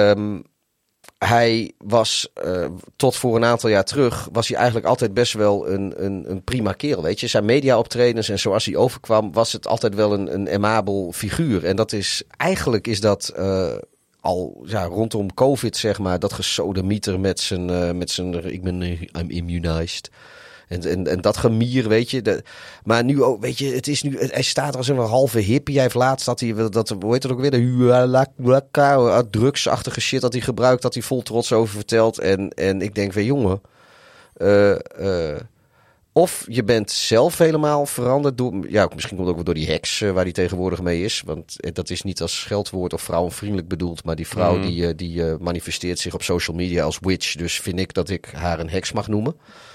hij was tot voor een aantal jaar terug, was hij eigenlijk altijd best wel een prima kerel. Weet je, zijn media-optredens en zoals hij overkwam, was het altijd wel een amabel figuur. En dat is eigenlijk al rondom COVID, zeg maar, dat gesodemieter met zijn I'm immunized. En dat gemier, weet je. Maar nu ook, weet je, hij staat als een halve hippie. Hij heeft laatst hoe heet het ook weer? De drugsachtige shit dat hij gebruikt, dat hij vol trots over vertelt. En ik denk weer, jongen, of je bent zelf helemaal veranderd. Misschien komt het ook wel door die heks waar hij tegenwoordig mee is. Want dat is niet als scheldwoord of vrouwenvriendelijk bedoeld. Maar die vrouw die manifesteert zich op social media als witch. Dus vind ik dat ik haar een heks mag noemen.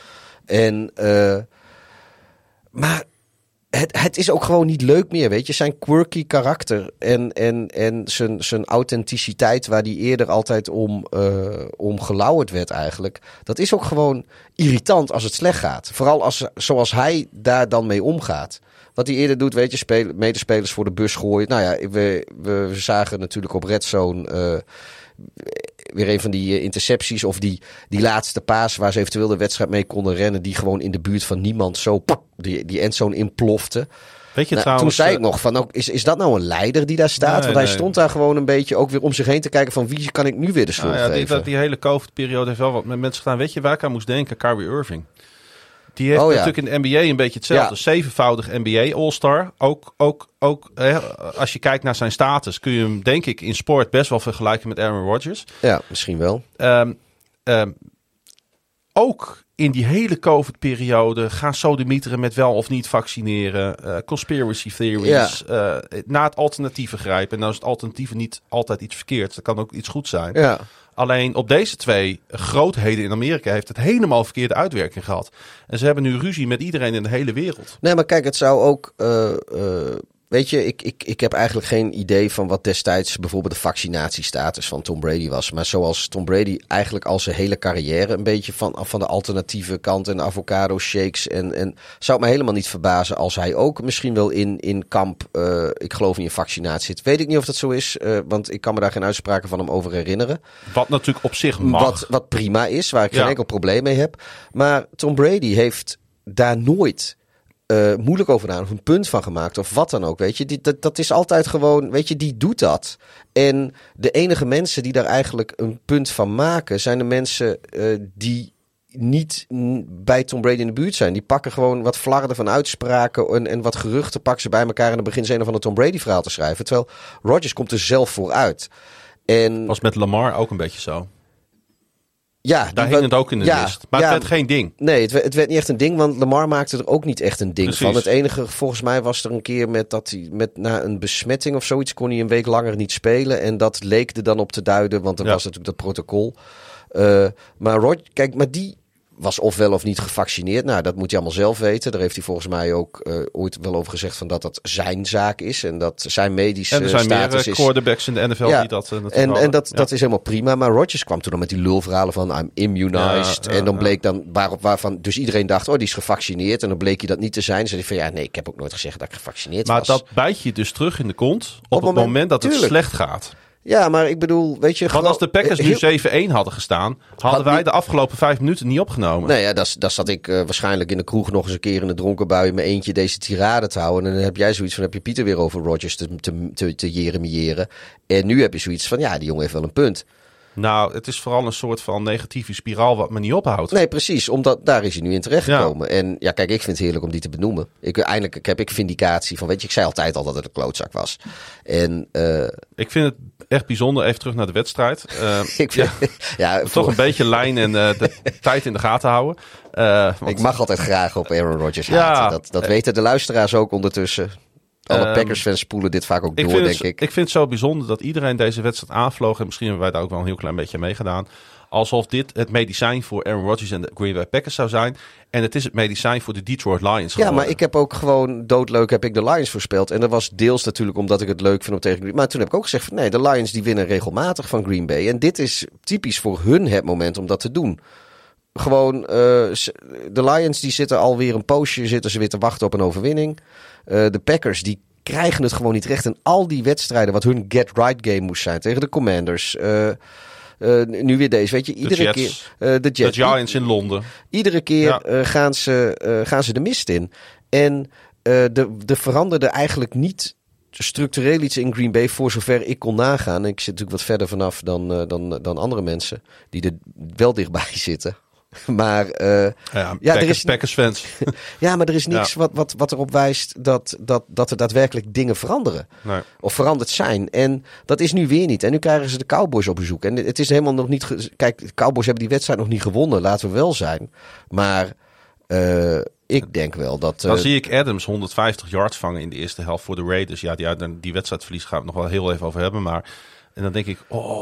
Maar het is ook gewoon niet leuk meer, weet je. Zijn quirky karakter en zijn authenticiteit, waar die eerder altijd om gelauwerd werd eigenlijk. Dat is ook gewoon irritant als het slecht gaat. Vooral zoals hij daar dan mee omgaat. Wat hij eerder doet, weet je, medespelers voor de bus gooien. Nou ja, we zagen natuurlijk op Red Zone weer een van die intercepties of die laatste paas waar ze eventueel de wedstrijd mee konden rennen, die gewoon in de buurt van niemand zo die endzone inplofte. Weet je, trouwens, toen zei ik nog van, is dat nou een leider die daar staat? Want hij stond daar gewoon een beetje ook weer om zich heen te kijken van wie kan ik nu weer de schuld geven. Die hele COVID-periode heeft wel wat met mensen gedaan. Weet je waar ik aan moest denken? Kyrie Irving. Die heeft natuurlijk in de NBA een beetje hetzelfde. 7-voudig NBA All-Star. Ook als je kijkt naar zijn status, kun je hem denk ik in sport best wel vergelijken met Aaron Rodgers. Ja, misschien wel. Ook in die hele COVID-periode gaan sodemieteren met wel of niet vaccineren. Conspiracy theories. Naar het alternatieve grijpen. En nou is het alternatieve niet altijd iets verkeerds. Dat kan ook iets goed zijn. Ja. Alleen op deze twee grootheden in Amerika heeft het helemaal verkeerde uitwerking gehad. En ze hebben nu ruzie met iedereen in de hele wereld. Nee, maar kijk, het zou ook... weet je, ik heb eigenlijk geen idee van wat destijds bijvoorbeeld de vaccinatiestatus van Tom Brady was. Maar zoals Tom Brady eigenlijk al zijn hele carrière een beetje van de alternatieve kant en avocado shakes. En zou het me helemaal niet verbazen als hij ook misschien wel in kamp, ik geloof in je vaccinatie zit. Weet ik niet of dat zo is, want ik kan me daar geen uitspraken van hem over herinneren. Wat natuurlijk op zich mag. Wat prima is, waar ik geen enkel probleem mee heb. Maar Tom Brady heeft daar nooit moeilijk over gedaan of een punt van gemaakt of wat dan ook, weet je. Dat is altijd gewoon, weet je, die doet dat. En de enige mensen die daar eigenlijk een punt van maken, zijn de mensen die niet bij Tom Brady in de buurt zijn. Die pakken gewoon wat flarden van uitspraken en wat geruchten pakken ze bij elkaar en dan beginnen ze een of ander Tom Brady verhaal te schrijven. Terwijl Rodgers komt er zelf voor uit. En was met Lamar ook een beetje zo. Ja, Daar hing het ook in de mist. Maar het werd geen ding. Nee, het werd niet echt een ding, want Lamar maakte er ook niet echt een ding van. Het enige, volgens mij was er een keer dat hij na een besmetting of zoiets kon hij een week langer niet spelen. En dat leek er dan op te duiden, want er was natuurlijk dat protocol. Maar die was ofwel of niet gevaccineerd. Nou, dat moet hij allemaal zelf weten. Daar heeft hij volgens mij ook ooit wel over gezegd van dat zijn zaak is. En dat zijn medische status is. En er zijn meer quarterbacks in de NFL die dat natuurlijk en dat is helemaal prima. Maar Rodgers kwam toen dan met die lulverhalen van I'm immunized. En dan bleek dan waarvan dus iedereen dacht, die is gevaccineerd. En dan bleek hij dat niet te zijn. Zei hij van ik heb ook nooit gezegd dat ik gevaccineerd was. Maar dat bijt je dus terug in de kont op het moment dat het slecht gaat. Ja, maar ik bedoel, weet je... Want als de Packers nu 7-1 hadden gestaan, hadden wij de afgelopen 5 minuten niet opgenomen. Nee, daar zat ik waarschijnlijk in de kroeg nog eens een keer in de dronken bui in mijn eentje deze tirade te houden. En dan heb jij zoiets van, heb je Pieter weer over Rodgers te jeremiëren. En nu heb je zoiets van, die jongen heeft wel een punt. Nou, het is vooral een soort van negatieve spiraal wat me niet ophoudt. Nee, precies. Omdat daar is hij nu in terechtgekomen. Ja. En kijk, ik vind het heerlijk om die te benoemen. Eindelijk heb ik vindicatie van, ik zei altijd al dat het een klootzak was. En ik vind het echt bijzonder, even terug naar de wedstrijd. Toch een beetje lijn en de tijd in de gaten houden. Ik mag altijd graag op Aaron Rodgers haten. Dat weten de luisteraars ook ondertussen. Alle Packers-fans spoelen dit vaak ook door, denk ik. Ik vind het zo bijzonder dat iedereen deze wedstrijd aanvloog. En misschien hebben wij daar ook wel een heel klein beetje mee gedaan. Alsof dit het medicijn voor Aaron Rodgers en de Green Bay Packers zou zijn. En het is het medicijn voor de Detroit Lions geworden. Ja, maar ik heb ook gewoon doodleuk de Lions voorspeld. En dat was deels natuurlijk omdat ik het leuk vind om tegen Green Bay. Maar toen heb ik ook gezegd van de Lions die winnen regelmatig van Green Bay. En dit is typisch voor hun het moment om dat te doen. Gewoon, de Lions die zitten alweer een poosje weer te wachten op een overwinning. De Packers die krijgen het gewoon niet recht. En al die wedstrijden wat hun get-right game moest zijn tegen de Commanders. Nu weer deze, weet je. Iedere keer de Jets. De Giants in Londen. Iedere keer gaan ze de mist in. En er veranderde eigenlijk niet structureel iets in Green Bay voor zover ik kon nagaan. Ik zit natuurlijk wat verder vanaf dan andere mensen die er wel dichtbij zitten. Maar er is Packers fans. Ja, maar er is niks wat erop wijst dat er daadwerkelijk dingen veranderen. Nee. Of veranderd zijn. En dat is nu weer niet. En nu krijgen ze de Cowboys op bezoek. En het is helemaal nog niet... Kijk, de Cowboys hebben die wedstrijd nog niet gewonnen. Laten we wel zijn. Maar ik denk wel dat... Dan zie ik Adams 150 yards vangen in de eerste helft voor de Raiders. Ja, die wedstrijdverlies gaan we het nog wel heel even over hebben. Maar en dan denk ik...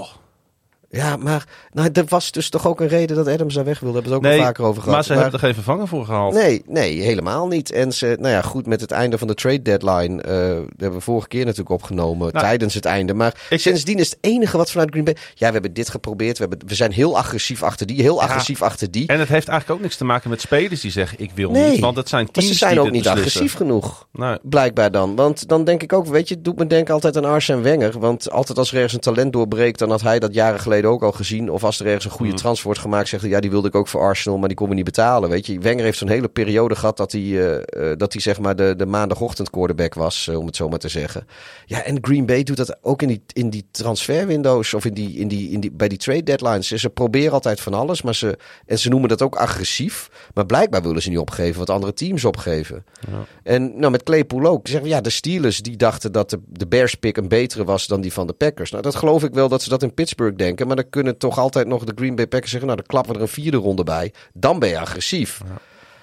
Ja, maar er was dus toch ook een reden dat Adams daar weg wilde. Daar hebben we het ook al vaker over gehad. Maar ze hebben er geen vervanger voor gehaald. Nee, helemaal niet. En goed, met het einde van de trade deadline, dat hebben we vorige keer natuurlijk opgenomen, tijdens het einde. Maar sindsdien is het enige wat vanuit Green Bay... Ja, we hebben dit geprobeerd. We zijn heel agressief achter die, En het heeft eigenlijk ook niks te maken met spelers die zeggen, ik wil niet. Want het zijn teams ze zijn die ook niet beslissen. Agressief genoeg. Nee. Blijkbaar dan. Want dan denk ik ook, weet je, het doet me denken altijd aan Arsène Wenger. Want altijd als er ergens een talent doorbreekt, dan had hij dat jaren geleden ook al gezien. Of als er ergens een goede transfer wordt gemaakt, zegt hij, die wilde ik ook voor Arsenal, maar die kon me niet betalen. Weet je, Wenger heeft zo'n hele periode gehad dat hij zeg maar de maandagochtend quarterback was, om het zo maar te zeggen. Ja, en Green Bay doet dat ook in die transferwindows of bij die trade deadlines. Ze proberen altijd van alles, maar ze noemen dat ook agressief. Maar blijkbaar willen ze niet opgeven wat andere teams opgeven. Ja. En met Claypool ook. Zeggen we, de Steelers die dachten dat de Bears pick een betere was dan die van de Packers. Nou, dat geloof ik wel dat ze dat in Pittsburgh denken, maar dan kunnen toch altijd nog de Green Bay Packers zeggen, dan klappen we er een 4e ronde bij. Dan ben je agressief. Ja.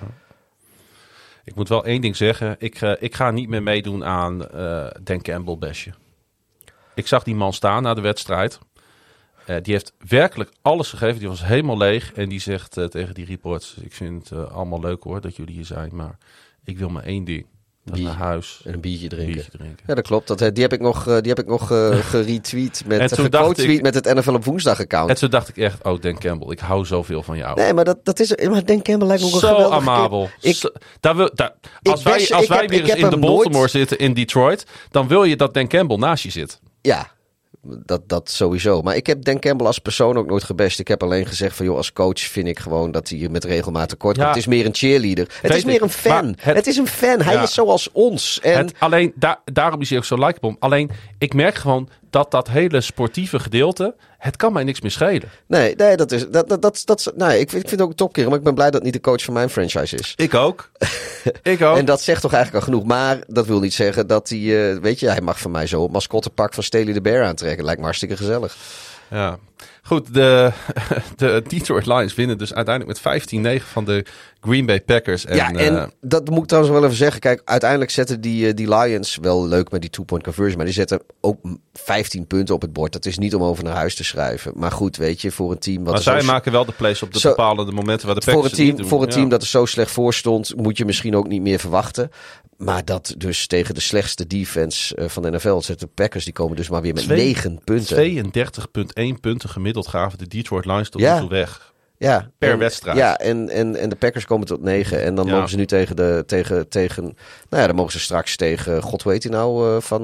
Ik moet wel één ding zeggen. Ik ga niet meer meedoen aan Dan Campbell basje. Ik zag die man staan na de wedstrijd. Die heeft werkelijk alles gegeven. Die was helemaal leeg. En die zegt tegen die reports, ik vind het allemaal leuk hoor dat jullie hier zijn. Maar ik wil maar één ding. Naar huis. En een biertje drinken. Ja, dat klopt. Die heb ik nog geretweet met het NFL op woensdag account. En toen dacht ik echt, Dan Campbell, ik hou zoveel van jou. Nee, maar maar Dan Campbell lijkt me ook zo amabel. Als wij weer eens in de Baltimore zitten in Detroit, dan wil je dat Dan Campbell naast je zit. Ja. Dat sowieso. Maar ik heb Dan Campbell als persoon ook nooit gebest. Ik heb alleen gezegd van, als coach vind ik gewoon dat hij hier met regelmaat tekort komt. Het is meer een cheerleader. Het is meer een fan. Het is een fan. Hij is zoals ons. En alleen, daarom is hij ook zo likeable. Alleen, ik merk gewoon dat hele sportieve gedeelte, het kan mij niks meer schelen. Nee, dat is... ik vind het ook een topkerel, maar ik ben blij dat het niet de coach van mijn franchise is. Ik ook. En dat zegt toch eigenlijk al genoeg. Maar dat wil niet zeggen dat hij... hij mag van mij zo een mascottepak van Staley the Bear aantrekken. Lijkt me hartstikke gezellig. Ja. Goed, de Detroit Lions winnen dus uiteindelijk met 15-9 van de Green Bay Packers. En dat moet ik trouwens wel even zeggen. Kijk, uiteindelijk zetten die Lions wel leuk met die 2-point conversion. Maar die zetten ook 15 punten op het bord. Dat is niet om over naar huis te schrijven. Maar goed, weet je, voor een team... Maar zij maken wel de plays op de bepaalde momenten waar de Packers het niet doen. Voor een team dat er zo slecht voor stond, moet je misschien ook niet meer verwachten. Maar dat dus tegen de slechtste defense van de NFL zetten de Packers, die komen dus maar weer met 9 punten. 32,1 punten gemiddeld gaven de Detroit Lions tot nu toe weg. Ja, per wedstrijd. Ja, en de Packers komen tot 9. En dan mogen ze nu tegen nou ja, dan mogen ze straks tegen, god weet hij nou, van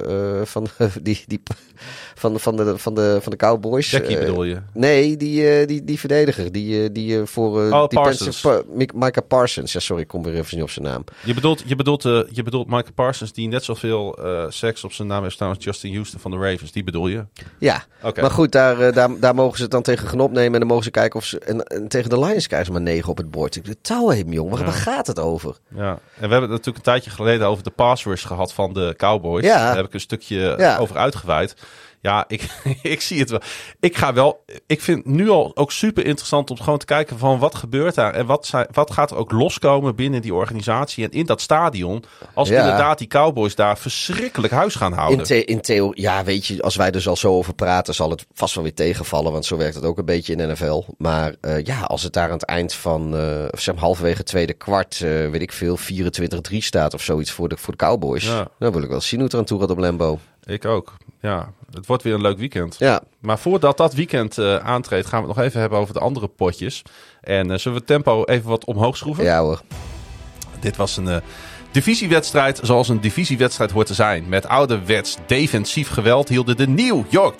de Cowboys. Jackie bedoel je? Nee, die verdediger. Die voor Parsons. Micah Parsons. Ja, sorry, ik kom weer even niet op zijn naam. Je bedoelt Micah Parsons, die net zoveel seks op zijn naam heeft staan als Justin Houston van de Ravens. Die bedoel je? Ja, okay. Maar goed, daar mogen ze het dan tegen gaan opnemen. En dan mogen ze kijken of ze... En tegen de Lions krijgen ze maar 9 op het bord. Ik de touw heen, jongen. Waar gaat het over? Ja, en we hebben het natuurlijk een tijdje geleden over de pass rush gehad van de Cowboys. Ja. Daar heb ik een stukje over uitgeweid. Ja, ik zie het wel. Ik vind het nu al ook super interessant om gewoon te kijken van wat gebeurt daar. En wat gaat er ook loskomen binnen die organisatie en in dat stadion. Als inderdaad die Cowboys daar verschrikkelijk huis gaan houden. In theorie, ja, weet je, als wij dus al zo over praten, zal het vast wel weer tegenvallen. Want zo werkt het ook een beetje in de NFL. Maar als het daar aan het eind van, zeg maar halverwege tweede kwart, weet ik veel, 24-3 staat of zoiets voor de Cowboys. Ja. Dan wil ik wel zien hoe het er aan toe gaat op Lambeau. Ik ook, ja. Het wordt weer een leuk weekend. Ja. Maar voordat dat weekend aantreedt, gaan we het nog even hebben over de andere potjes. En zullen we het tempo even wat omhoog schroeven? Ja hoor. Dit was een divisiewedstrijd zoals een divisiewedstrijd hoort te zijn. Met ouderwets defensief geweld hielden de New York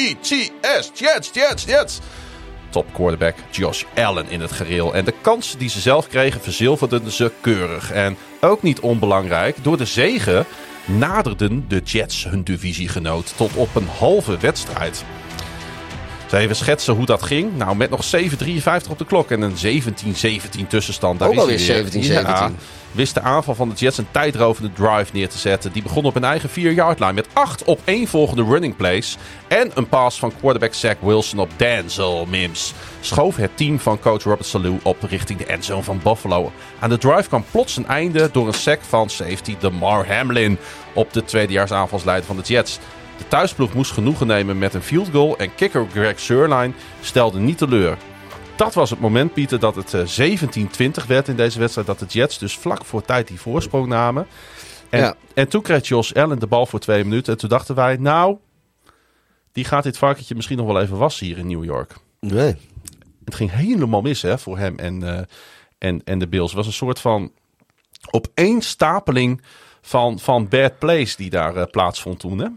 Jets top quarterback Josh Allen in het gereel. En de kansen die ze zelf kregen verzilverden ze keurig. En ook niet onbelangrijk, door de zege naderden de Jets hun divisiegenoot tot op een halve wedstrijd. Zal even schetsen hoe dat ging? Nou, met nog 7:53 op de klok en een 17-17 tussenstand. Daar ook alweer 17-17. Ja, wist de aanval van de Jets een tijdrovende drive neer te zetten. Die begon op hun eigen 4-yard line met 8 opeenvolgende running plays. En een pass van quarterback Zach Wilson op Denzel Mims. Schoof het team van coach Robert Saleh op richting de endzone van Buffalo. Aan de drive kwam plots een einde door een sack van safety Damar Hamlin op de tweedejaars aanvalsleider van de Jets. De thuisploeg moest genoegen nemen met een field goal en kicker Greg Zuerlein stelde niet teleur. Dat was het moment, Pieter, dat het 17-20 werd in deze wedstrijd. Dat de Jets dus vlak voor tijd die voorsprong namen. En toen kreeg Josh Allen de bal voor 2 minuten. En toen dachten wij, nou, die gaat dit varkentje misschien nog wel even wassen hier in New York. Nee. Het ging helemaal mis voor hem en de Bills. Het was een soort van opeenstapeling van bad plays die daar plaatsvond toen, hè?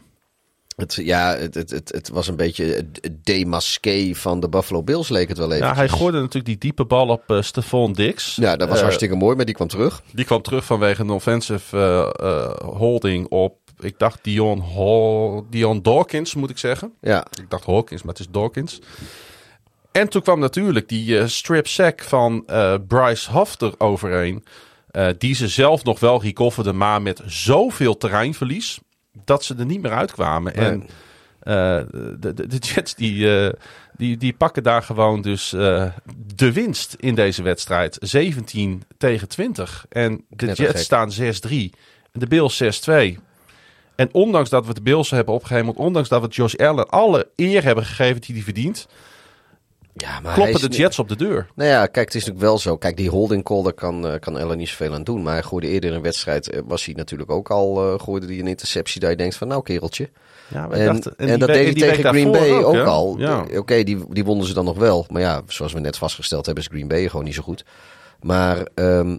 Het was een beetje het démasqué van de Buffalo Bills, leek het wel even. Ja, hij gooide natuurlijk die diepe bal op Stephon Diggs. Ja, dat was hartstikke mooi, maar die kwam terug. Die kwam terug vanwege een offensive holding op, ik dacht Dion Dawkins, moet ik zeggen. Ja. Ik dacht Hawkins, maar het is Dawkins. En toen kwam natuurlijk die strip sack van Bryce Hofter overheen. Die ze zelf nog wel recoverden, maar met zoveel terreinverlies dat ze er niet meer uitkwamen. Nee. En de Jets die pakken daar gewoon dus de winst in deze wedstrijd. 17-20. En de Jets staan 6-3. En de Bills 6-2. En ondanks dat we de Bills hebben opgehemeld, ondanks dat we Josh Allen alle eer hebben gegeven die hij verdient, maar kloppen de Jets op de deur. Nou ja, kijk, het is natuurlijk wel zo. Kijk, die holding call, daar kan Allen niet zoveel aan doen. Maar hij gooide eerder in een wedstrijd, was hij natuurlijk ook al, gooide hij een interceptie dat je denkt van, nou kereltje. Ja, en dat deed hij tegen Green Bay ook al. Ja. Oké, die wonnen ze dan nog wel. Maar ja, zoals we net vastgesteld hebben, is Green Bay gewoon niet zo goed. Maar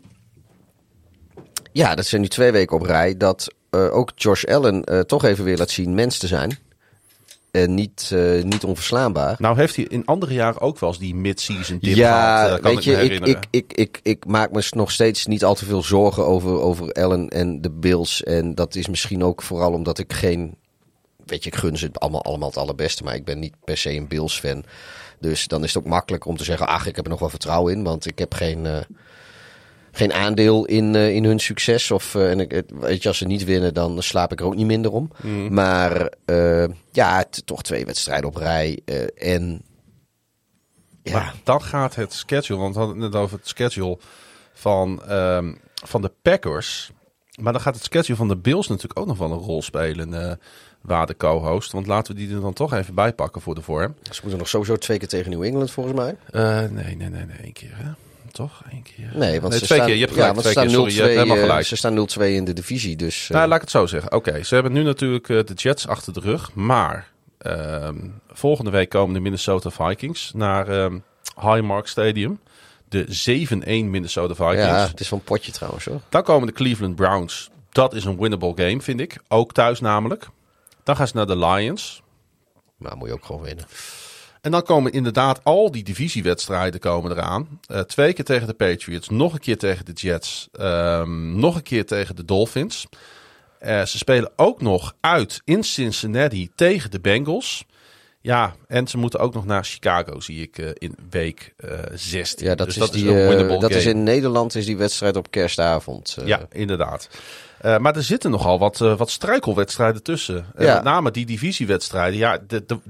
dat zijn nu 2 weken op rij dat ook Josh Allen toch even weer laat zien mens te zijn. En niet onverslaanbaar. Nou heeft hij in andere jaren ook wel eens die mid-season dip gehad. Weet je, ik maak me nog steeds niet al te veel zorgen over Allen en de Bills. En dat is misschien ook vooral omdat ik geen... Weet je, ik gun ze allemaal het allerbeste, maar ik ben niet per se een Bills fan. Dus dan is het ook makkelijk om te zeggen, ik heb er nog wel vertrouwen in. Want ik heb geen aandeel in hun succes. Weet je, als ze niet winnen, dan slaap ik er ook niet minder om. Maar toch 2 wedstrijden op rij. Maar dan gaat het schedule, want we hadden het net over het schedule van de Packers. Maar dan gaat het schedule van de Bills natuurlijk ook nog wel een rol spelen, waar de co-host. Want laten we die er dan toch even bij pakken voor de vorm. Ze moeten nog sowieso 2 keer tegen New England, volgens mij. Nee, 1 keer hè? Toch? 1 keer? Nee, want 2 keer. Je hebt gelijk. 2 keer. Sorry, je hebt helemaal gelijk. Ze staan 0-2 in de divisie, dus... Nou, laat ik het zo zeggen. Oké, ze hebben nu natuurlijk de Jets achter de rug. Maar volgende week komen de Minnesota Vikings naar Highmark Stadium. De 7-1 Minnesota Vikings. Ja, het is wel een potje trouwens hoor. Dan komen de Cleveland Browns. Dat is een winnable game, vind ik. Ook thuis namelijk. Dan gaan ze naar de Lions. Nou, moet je ook gewoon winnen. En dan komen inderdaad al die divisiewedstrijden komen eraan. 2 keer tegen de Patriots. Nog een keer tegen de Jets. Nog een keer tegen de Dolphins. Ze spelen ook nog uit in Cincinnati tegen de Bengals. Ja, en ze moeten ook nog naar Chicago, zie ik, in week 16. Ja, dat is in Nederland is die wedstrijd op kerstavond. Ja, inderdaad. Maar er zitten nogal wat struikelwedstrijden tussen. Ja. Met name die divisiewedstrijden. Ja,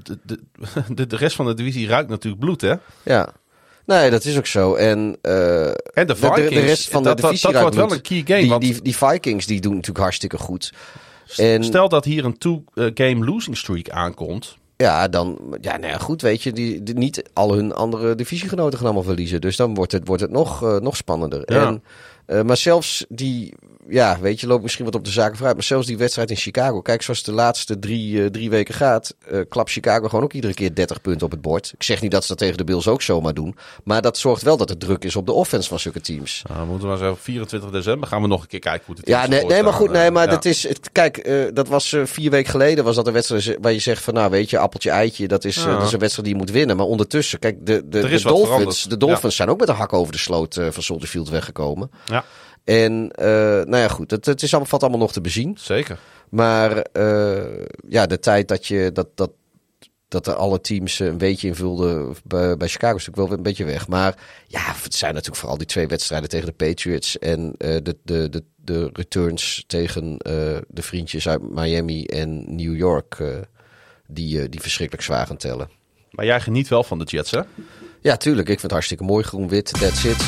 de rest van de divisie ruikt natuurlijk bloed, hè? Ja. Nee, dat is ook zo. En de Vikings, de rest van de divisie dat wordt wel een key game. Die Vikings die doen natuurlijk hartstikke goed. Stel dat hier een 2-game losing streak aankomt. Ja, dan... Ja, nou ja, goed, weet je. Niet al hun andere divisiegenoten gaan allemaal verliezen. Dus dan wordt het nog spannender. Ja. Maar zelfs die... Ja, weet je, loopt misschien wat op de zaken vooruit. Maar zelfs die wedstrijd in Chicago. Kijk, zoals de laatste drie weken gaat... klapt Chicago gewoon ook iedere keer 30 punten op het bord. Ik zeg niet dat ze dat tegen de Bills ook zomaar doen. Maar dat zorgt wel dat het druk is op de offense van zulke teams. Nou, moeten we maar zo 24 december gaan we nog een keer kijken hoe het ja, nee, maar goed. Nee, maar dat is... Kijk, dat was 4 weken geleden was dat een wedstrijd waar je zegt van... Nou, weet je, appeltje, eitje. Dat is een wedstrijd die je moet winnen. Maar ondertussen, kijk, de Dolphins zijn ook met een hak over de sloot van Soldier Field weggekomen. Ja. En nou ja, goed, het valt allemaal nog te bezien. Zeker. Maar de tijd dat er alle teams een beetje invulden bij Chicago is natuurlijk wel een beetje weg. Maar ja, het zijn natuurlijk vooral die 2 wedstrijden tegen de Patriots en de returns tegen de vriendjes uit Miami en New York die verschrikkelijk zwaar gaan tellen. Maar jij geniet wel van de Jets, hè? Ja, tuurlijk. Ik vind het hartstikke mooi. Groen-wit, that's it.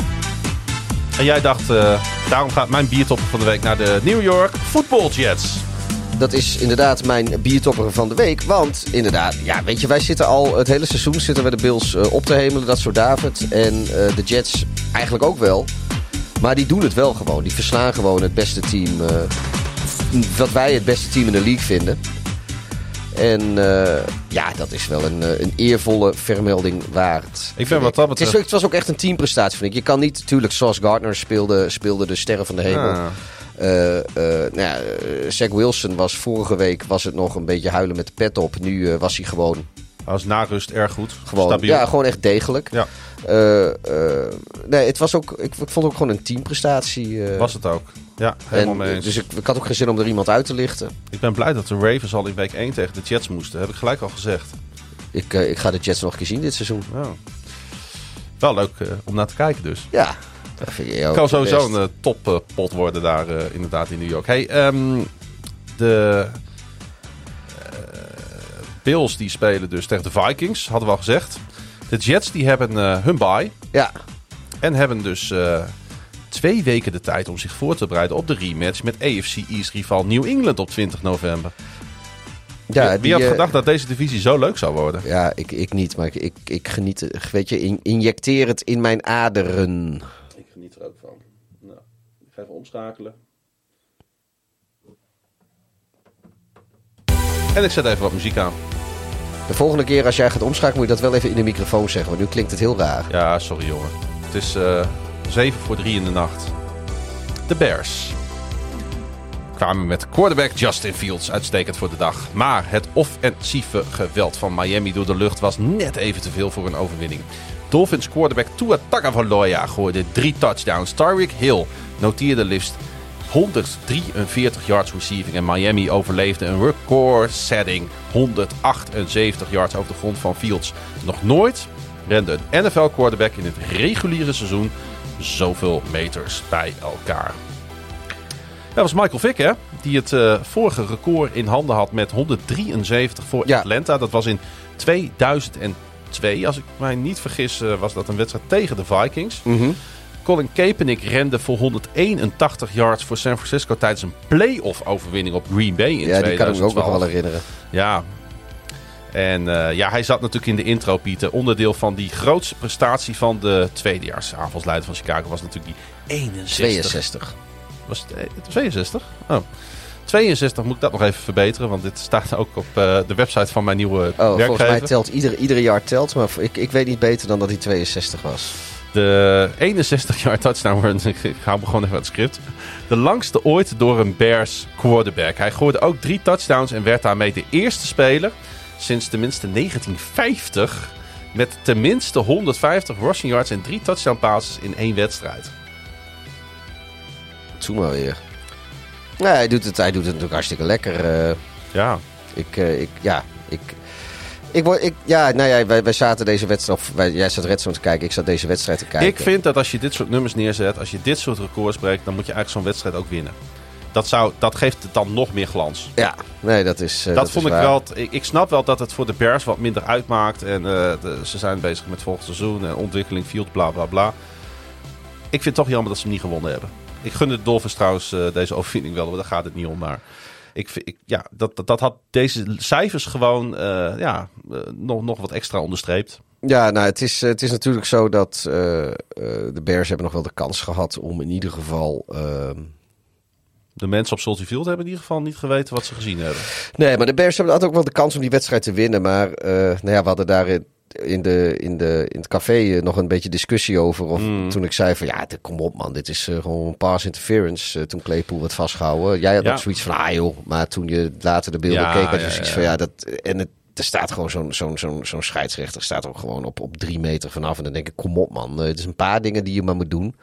En jij dacht, daarom gaat mijn biertopper van de week naar de New York Football Jets. Dat is inderdaad mijn biertopper van de week. Want inderdaad, ja, weet je, wij zitten al het hele seizoen zitten we de Bills op te hemelen. Dat zo David. En de Jets eigenlijk ook wel. Maar die doen het wel gewoon. Die verslaan gewoon het beste team. Wat wij het beste team in de league vinden. En dat is wel een eervolle vermelding waard. Ik vind wat dat betreft... Het was ook echt een teamprestatie, vind ik. Je kan niet, natuurlijk, Sauce Gardner speelde de sterren van de hemel. Zach Wilson was vorige week het nog een beetje huilen met de pet op. Nu was hij gewoon... Hij was na rust erg goed. Gewoon, stabiel. Ja, gewoon echt degelijk. Ja. Het was ook... Ik vond ook gewoon een teamprestatie. Was het ook. Ja, helemaal mee eens. Dus ik had ook geen zin om er iemand uit te lichten. Ik ben blij dat de Ravens al in week 1 tegen de Jets moesten. Heb ik gelijk al gezegd. Ik ga de Jets nog een keer zien dit seizoen. Oh. Wel leuk om naar te kijken dus. Ja. Dat vind ik ook kan sowieso een toppot worden daar inderdaad in New York. Hey, de Bills die spelen dus tegen de Vikings, hadden we al gezegd. De Jets die hebben hun bye. Ja. En hebben dus 2 weken de tijd om zich voor te bereiden op de rematch met AFC East rival New England op 20 november. Ja, wie had gedacht dat deze divisie zo leuk zou worden? Ja, ik niet, maar ik geniet. Weet je, injecteer het in mijn aderen. Ik geniet er ook van. Nou, ik ga even omschakelen. En ik zet even wat muziek aan. De volgende keer als jij gaat omschakelen moet je dat wel even in de microfoon zeggen. Want nu klinkt het heel raar. Ja, sorry jongen. Het is 2:45 in de nacht. De Bears kwamen met quarterback Justin Fields uitstekend voor de dag. Maar het offensieve geweld van Miami door de lucht was net even te veel voor een overwinning. Dolphins quarterback Tua Tagovailoa gooide 3 touchdowns. Tyreek Hill noteerde liefst 143 yards receiving en Miami overleefde een record-setting 178 yards over de grond van Fields. Nog nooit rende een NFL-quarterback in het reguliere seizoen zoveel meters bij elkaar. Dat was Michael Vick, hè? Die het vorige record in handen had met 173 voor Atlanta. Dat was in 2002. Als ik mij niet vergis, was dat een wedstrijd tegen de Vikings. Mm-hmm. Colin Kaepernick rende voor 181 yards voor San Francisco tijdens een playoff overwinning op Green Bay in 2012. Die kan ik me ook nog wel herinneren. Ja. En hij zat natuurlijk in de intro, Pieter. Onderdeel van die grootste prestatie van de tweedejaars aanvalsleider van Chicago was natuurlijk die 62. Was het 62? Oh. 62 moet ik dat nog even verbeteren, want dit staat ook op de website van mijn nieuwe werkgever. Volgens mij telt iedere jaar telt, maar ik weet niet beter dan dat hij 62 was. De 61-yard touchdown, ik hou me gewoon even aan het script. De langste ooit door een Bears quarterback. Hij gooide ook 3 touchdowns en werd daarmee de eerste speler sinds tenminste 1950 met tenminste 150 rushing yards en 3 touchdown passes in 1 wedstrijd. Toen maar weer. Nou, hij doet het natuurlijk hartstikke lekker. Wij zaten deze wedstrijd, of jij zat Redstone te kijken, ik zat deze wedstrijd te kijken. Ik vind dat als je dit soort nummers neerzet, als je dit soort records breekt, dan moet je eigenlijk zo'n wedstrijd ook winnen. Dat geeft het dan nog meer glans. Ja, nee, dat is dat vond is ik waar. wel. Ik snap wel dat het voor de Bears wat minder uitmaakt. En ze zijn bezig met volgend seizoen en ontwikkeling, field, bla bla bla. Ik vind het toch jammer dat ze hem niet gewonnen hebben. Ik gun de Dolphins trouwens deze overwinning wel, maar daar gaat het niet om. Maar dat had deze cijfers gewoon nog wat extra onderstreept. Ja, nou, het is natuurlijk zo dat de Bears hebben nog wel de kans gehad om in ieder geval... De mensen op Soldier Field hebben in ieder geval niet geweten wat ze gezien hebben. Nee, maar de Bears hadden ook wel de kans om die wedstrijd te winnen. Maar we hadden daar in het café nog een beetje discussie over. Of toen ik zei van kom op man, dit is gewoon pass interference. Toen Claypool werd vastgehouden. Jij had ook zoiets van joh. Maar toen je later de beelden keek, had je zoiets van er staat gewoon zo'n scheidsrechter staat ook gewoon op 3 meter vanaf. En dan denk ik, kom op man. Het is een paar dingen die je maar moet doen.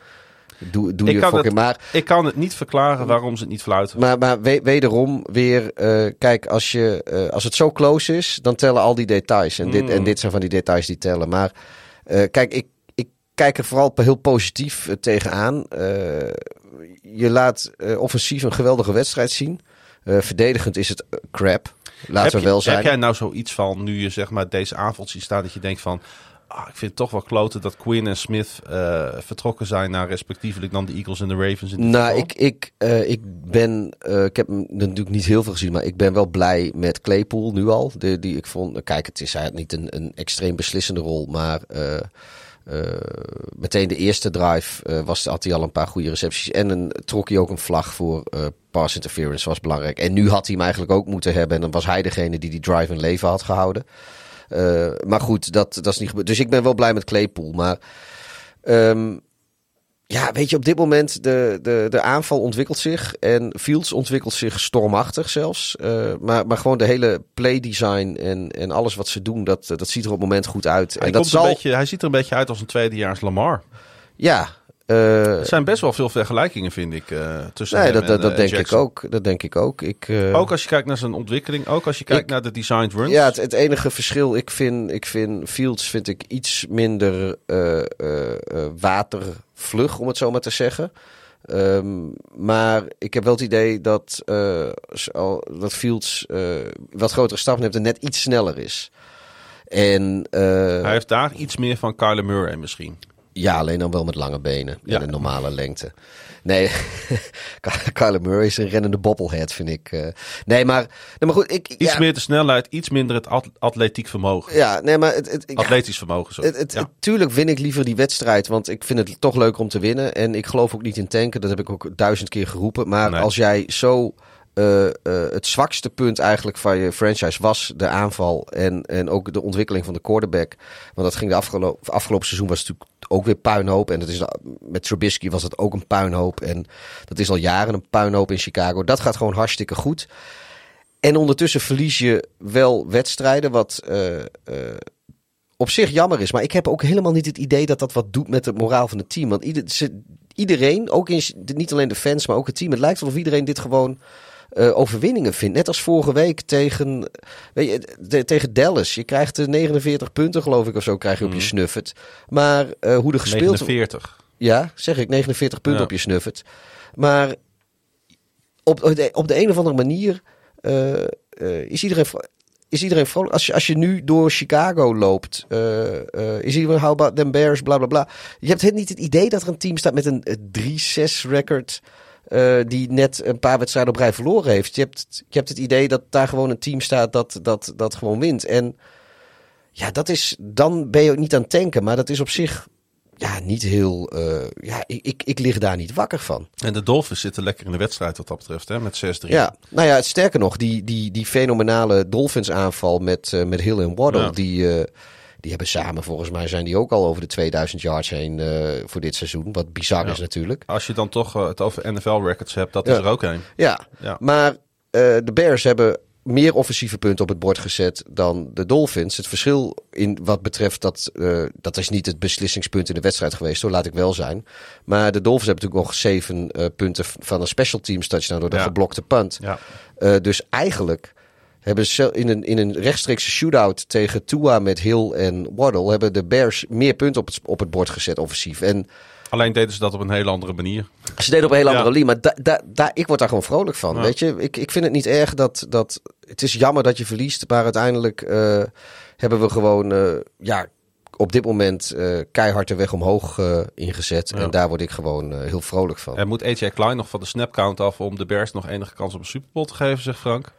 Ik kan het niet verklaren waarom ze het niet fluiten. Maar wederom weer, kijk, als het zo close is, dan tellen al die details. En dit zijn van die details die tellen. Maar kijk, ik kijk er vooral heel positief tegenaan. Je laat offensief een geweldige wedstrijd zien. Verdedigend is het crap. Laten we wel zijn. Heb jij nou zoiets van, nu je zeg maar deze avond ziet staan, dat je denkt van... ik vind het toch wel kloten dat Quinn en Smith vertrokken zijn naar respectievelijk dan de Eagles en de Ravens. Ik heb natuurlijk niet heel veel gezien, maar ik ben wel blij met Claypool nu al. Die ik vond, kijk, hij had niet een extreem beslissende rol, maar meteen de eerste drive had hij al een paar goede recepties en trok hij ook een vlag voor pass interference, was belangrijk. En nu had hij hem eigenlijk ook moeten hebben en dan was hij degene die drive in leven had gehouden. Maar goed, dat is niet gebeurd. Dus ik ben wel blij met Claypool. Maar weet je, op dit moment de aanval ontwikkelt zich. En Fields ontwikkelt zich stormachtig zelfs. Maar gewoon de hele playdesign en alles wat ze doen, dat ziet er op het moment goed uit. Hij ziet er een beetje uit als een tweedejaars Lamar. Ja. Er zijn best wel veel vergelijkingen, vind ik, tussen hem en dat denk Jackson. ik ook. Dat denk ik ook. Ook als je kijkt naar zijn ontwikkeling, ook als je kijkt naar de designed runs. Ja, het enige verschil, ik vind Fields iets minder watervlug, om het zo maar te zeggen. Maar ik heb wel het idee dat Fields wat grotere stap neemt en net iets sneller is. En hij heeft daar iets meer van Kyler Murray misschien. Ja, alleen dan wel met lange benen en een normale lengte. Nee, Kyler Murray is een rennende bobblehead, vind ik. Nee, maar goed. Iets meer de snelheid, iets minder het atletiek vermogen. Ja, nee, maar atletisch vermogen, sorry. Tuurlijk win ik liever die wedstrijd, want ik vind het toch leuk om te winnen. En ik geloof ook niet in tanken, dat heb ik ook 1000 keer geroepen. Maar als jij zo... het zwakste punt eigenlijk van je franchise was de aanval en ook de ontwikkeling van de quarterback. Want dat ging de afgelopen seizoen was natuurlijk ook weer puinhoop. En met Trubisky was dat ook een puinhoop. En dat is al jaren een puinhoop in Chicago. Dat gaat gewoon hartstikke goed. En ondertussen verlies je wel wedstrijden, wat op zich jammer is. Maar ik heb ook helemaal niet het idee dat dat wat doet met de moraal van het team. Want iedereen, ook niet alleen de fans, maar ook het team. Het lijkt wel of iedereen dit gewoon... overwinningen vindt. Net als vorige week tegen Dallas. Je krijgt 49 punten, geloof ik, of zo, krijg je op je snuffert. Maar hoe er gespeeld... 49. Ja, zeg ik, 49 punten op je snuffert. Maar op de een of andere manier is iedereen vrolijk. Als je nu door Chicago loopt, is iedereen how about them Bears, bla bla bla. Je hebt niet het idee dat er een team staat met een 3-6 record die net een paar wedstrijden op rij verloren heeft. Je hebt het idee dat daar gewoon een team staat dat gewoon wint. En ja, dan ben je ook niet aan het tanken, maar dat is op zich niet heel... ik lig daar niet wakker van. En de Dolphins zitten lekker in de wedstrijd wat dat betreft, hè, met 6-3. Ja, nou ja, sterker nog, die fenomenale Dolphins aanval met Hill en Waddle, die hebben samen, volgens mij zijn die ook al over de 2000 yards heen voor dit seizoen. Wat bizar is natuurlijk. Als je dan toch het over NFL records hebt, dat is er ook een. Ja. Maar de Bears hebben meer offensieve punten op het bord gezet dan de Dolphins. Het verschil in wat betreft dat is niet het beslissingspunt in de wedstrijd geweest, hoor, laat ik wel zijn. Maar de Dolphins hebben natuurlijk nog 7 punten van een special teams touchdown door de geblokte punt. Ja. Dus eigenlijk hebben ze in een rechtstreekse shootout tegen Tua met Hill en Waddle hebben de Bears meer punten op het bord gezet offensief. En alleen deden ze dat op een hele andere manier. Ze deden op een hele andere manier, maar ik word daar gewoon vrolijk van. Ja. Weet je, ik vind het niet erg dat het is jammer dat je verliest, maar uiteindelijk hebben we gewoon op dit moment keihard de weg omhoog ingezet. Ja. En daar word ik gewoon heel vrolijk van. En moet AJ Klein nog van de snapcount af om de Bears nog enige kans op een Super Bowl te geven, zegt Frank?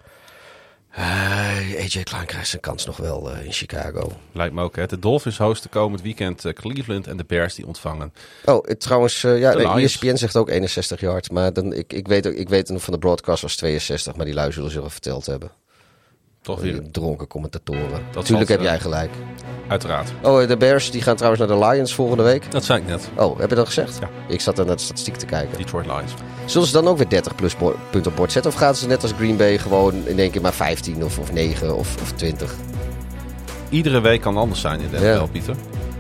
AJ Klein krijgt zijn kans nog wel in Chicago. Lijkt me ook, hè. De Dolphins hosten komend weekend Cleveland en de Bears die ontvangen. Oh, trouwens, ESPN zegt ook 61 yards. Maar ik weet van de broadcast was 62, maar die lui zullen ze verteld hebben. Toch weer dronken commentatoren. Natuurlijk heb jij gelijk. Uiteraard. Oh, de Bears die gaan trouwens naar de Lions volgende week. Dat zei ik net. Oh, heb je dat gezegd? Ja. Ik zat naar de statistiek te kijken. Detroit Lions. Zullen ze dan ook weer 30 plus punten op bord zetten? Of gaan ze net als Green Bay gewoon in één keer maar 15 of 9 of 20? Iedere week kan anders zijn in de NFL, Pieter.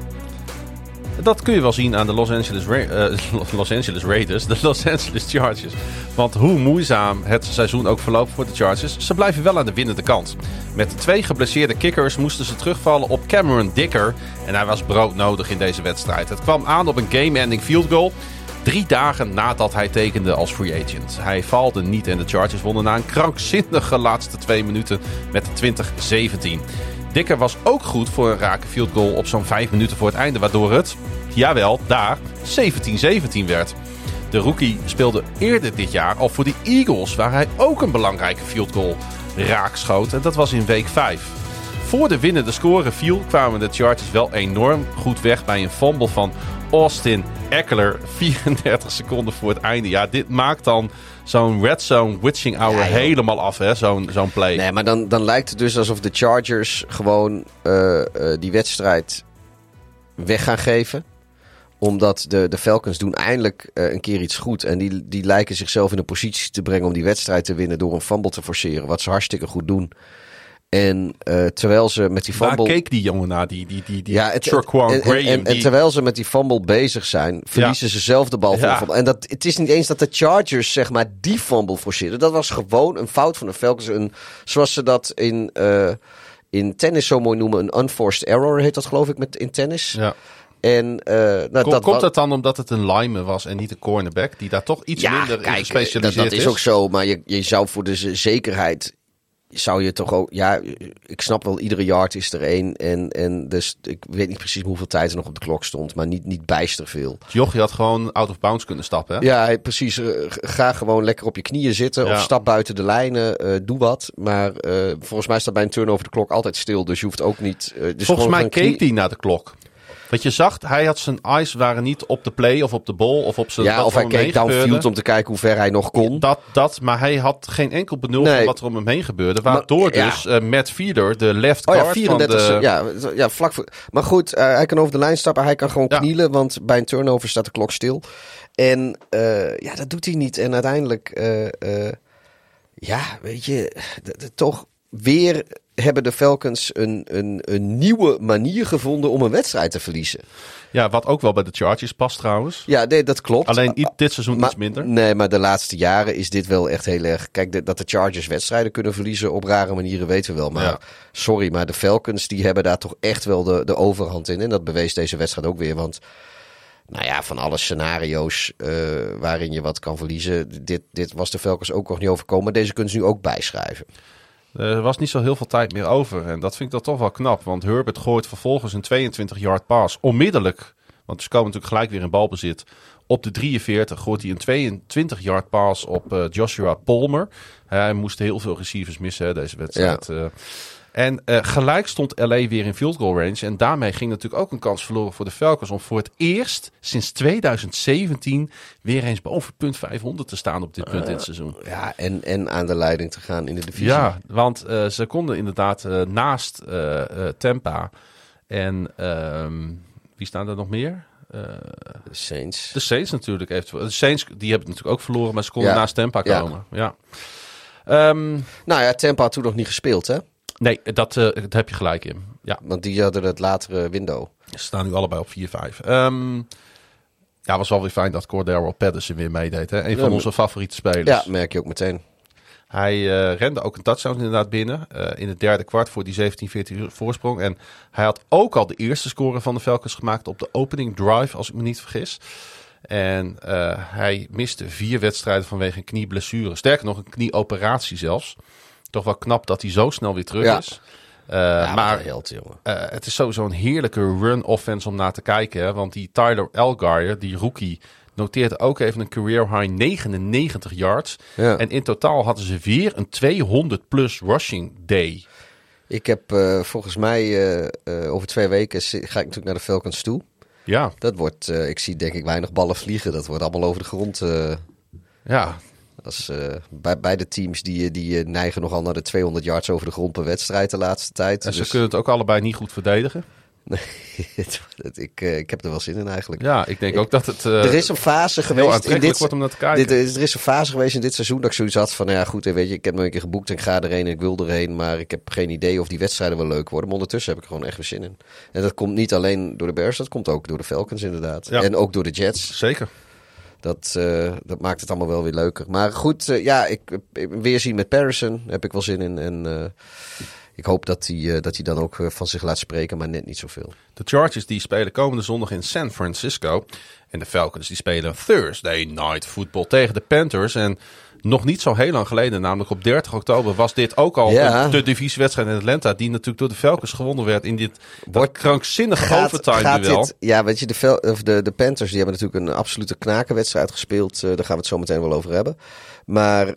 Dat kun je wel zien aan de Los Angeles Raiders, de Los Angeles Chargers. Want hoe moeizaam het seizoen ook verloopt voor de Chargers, ze blijven wel aan de winnende kant. Met 2 geblesseerde kickers moesten ze terugvallen op Cameron Dicker. En hij was broodnodig in deze wedstrijd. Het kwam aan op een game-ending field goal 3 dagen nadat hij tekende als free agent. Hij faalde niet en de Chargers wonnen na een krankzinnige laatste 2 minuten met 20-17. Dicker was ook goed voor een rake field goal op zo'n 5 minuten voor het einde, waardoor het, jawel, daar 17-17 werd. De rookie speelde eerder dit jaar al voor de Eagles, waar hij ook een belangrijke field goal raak schoot. En dat was in week 5. Voor de winnende score viel, kwamen de Chargers wel enorm goed weg bij een fumble van Austin Ekeler 34 seconden voor het einde. Ja, dit maakt dan zo'n red zone witching hour helemaal af, hè? Zo'n play. Nee, maar dan lijkt het dus alsof de Chargers gewoon die wedstrijd weg gaan geven. Omdat de Falcons doen eindelijk een keer iets goed. En die lijken zichzelf in een positie te brengen om die wedstrijd te winnen door een fumble te forceren. Wat ze hartstikke goed doen. En terwijl ze met die fumble... Waar keek die jongen naar? Shaquan Graham. En terwijl ze met die fumble bezig zijn, verliezen ze zelf de bal voor fumble. En het is niet eens dat de Chargers, zeg maar, die fumble forceren. Dat was gewoon een fout van de Falcons. Zoals ze dat in tennis zo mooi noemen, een unforced error heet dat, geloof ik, in tennis. Ja. En, komt het dan omdat het een lineman was en niet een cornerback, die daar toch iets minder in gespecialiseerd is? Dat is ook zo, maar je zou voor de zekerheid... Zou je toch ook... Ja, ik snap wel, iedere yard is er 1. En dus ik weet niet precies hoeveel tijd er nog op de klok stond. Maar niet bijster veel. Jochie had gewoon out of bounds kunnen stappen, hè? Ja, precies. Ga gewoon lekker op je knieën zitten. Ja. Of stap buiten de lijnen. Doe wat. Maar volgens mij staat bij een turnover de klok altijd stil. Dus je hoeft ook niet... Dus volgens mij keek hij naar de klok. Wat je zag, hij had zijn eyes waren niet op de play of op de ball of op zijn... Ja, of hij keek downfield om te kijken hoe ver hij nog kon. Maar hij had geen enkel benul van wat er om hem heen gebeurde. Waardoor Matt Feeder, de left guard 34, van de... Ja, vlak voor... Maar goed, hij kan over de lijn stappen. Hij kan gewoon knielen, want bij een turnover staat de klok stil. En dat doet hij niet. En uiteindelijk... weet je, toch weer... hebben de Falcons een nieuwe manier gevonden om een wedstrijd te verliezen. Ja, wat ook wel bij de Chargers past trouwens. Ja, nee, dat klopt. Alleen dit seizoen iets minder. Nee, maar de laatste jaren is dit wel echt heel erg... Kijk, dat de Chargers wedstrijden kunnen verliezen op rare manieren weten we wel. Maar sorry, maar de Falcons die hebben daar toch echt wel de overhand in. En dat bewees deze wedstrijd ook weer, want... Nou ja, van alle scenario's waarin je wat kan verliezen. Dit was de Falcons ook nog niet overkomen. Deze kunnen ze nu ook bijschrijven. Er was niet zo heel veel tijd meer over. En dat vind ik dan toch wel knap. Want Herbert gooit vervolgens een 22-yard pass. Onmiddellijk, want ze komen natuurlijk gelijk weer in balbezit. Op de 43 gooit hij een 22-yard pass op Joshua Palmer. Hij moest heel veel receivers missen deze wedstrijd. Ja. En gelijk stond LA weer in field goal range. En daarmee ging natuurlijk ook een kans verloren voor de Falcons om voor het eerst sinds 2017 weer eens boven punt 500 te staan op dit punt dit seizoen. Ja, en aan de leiding te gaan in de divisie. Ja, want ze konden inderdaad naast Tampa en wie staan er nog meer? De Saints. De Saints natuurlijk eventueel. De Saints die hebben het natuurlijk ook verloren, maar ze konden naast Tampa komen. Ja. Nou ja, Tampa had toen nog niet gespeeld, hè? Nee, dat heb je gelijk in. Ja. Want die hadden het latere window. Ze staan nu allebei op 4-5. Ja, was wel weer fijn dat Cordero Patterson weer meedeed. Hè? Een van onze favoriete spelers. Ja, merk je ook meteen. Hij rende ook een touchdown inderdaad binnen. In het derde kwart voor die 17-14 voorsprong. En hij had ook al de eerste score van de Falcons gemaakt op de opening drive, als ik me niet vergis. En hij miste 4 wedstrijden vanwege een knieblessure. Sterker nog, een knieoperatie zelfs. Toch wel knap dat hij zo snel weer terug is. Maar held, jongen. Het is sowieso een heerlijke run-offense om naar te kijken. Hè? Want die Tyler Allgeier, die rookie, noteerde ook even een career high 99 yards. Ja. En in totaal hadden ze weer een 200-plus rushing day. Ik heb volgens mij over 2 weken ga ik natuurlijk naar de Falcons toe. Ja. Dat wordt, ik zie denk ik weinig ballen vliegen. Dat wordt allemaal over de grond. Ja. Als, bij de teams die neigen nogal naar de 200 yards over de grond per wedstrijd de laatste tijd. En ze kunnen het ook allebei niet goed verdedigen. Nee, ik heb er wel zin in eigenlijk. Ja, ik denk ook dat het er is een fase geweest in dit wordt om naar te kijken. Er is een fase geweest in dit seizoen dat ik zoiets had van, nou ja goed, weet je, ik heb nog een keer geboekt en ik ga erheen en ik wil erheen, maar ik heb geen idee of die wedstrijden wel leuk worden. Maar ondertussen heb ik er gewoon echt weer zin in. En dat komt niet alleen door de Bears, dat komt ook door de Falcons inderdaad. Ja. En ook door de Jets. Zeker. Dat maakt het allemaal wel weer leuker. Maar goed, ik weer zien met Patterson heb ik wel zin in. En ik hoop dat hij dan ook van zich laat spreken, maar net niet zoveel. De Chargers die spelen komende zondag in San Francisco. En de Falcons die spelen Thursday Night Football tegen de Panthers. En nog niet zo heel lang geleden, namelijk op 30 oktober, was dit ook al de divisiewedstrijd in Atlanta. Die natuurlijk door de Falcons gewonnen werd in dit krankzinnige overtime duel. Ja, weet je, de Panthers die hebben natuurlijk een absolute knakenwedstrijd gespeeld. Daar gaan we het zo meteen wel over hebben. Maar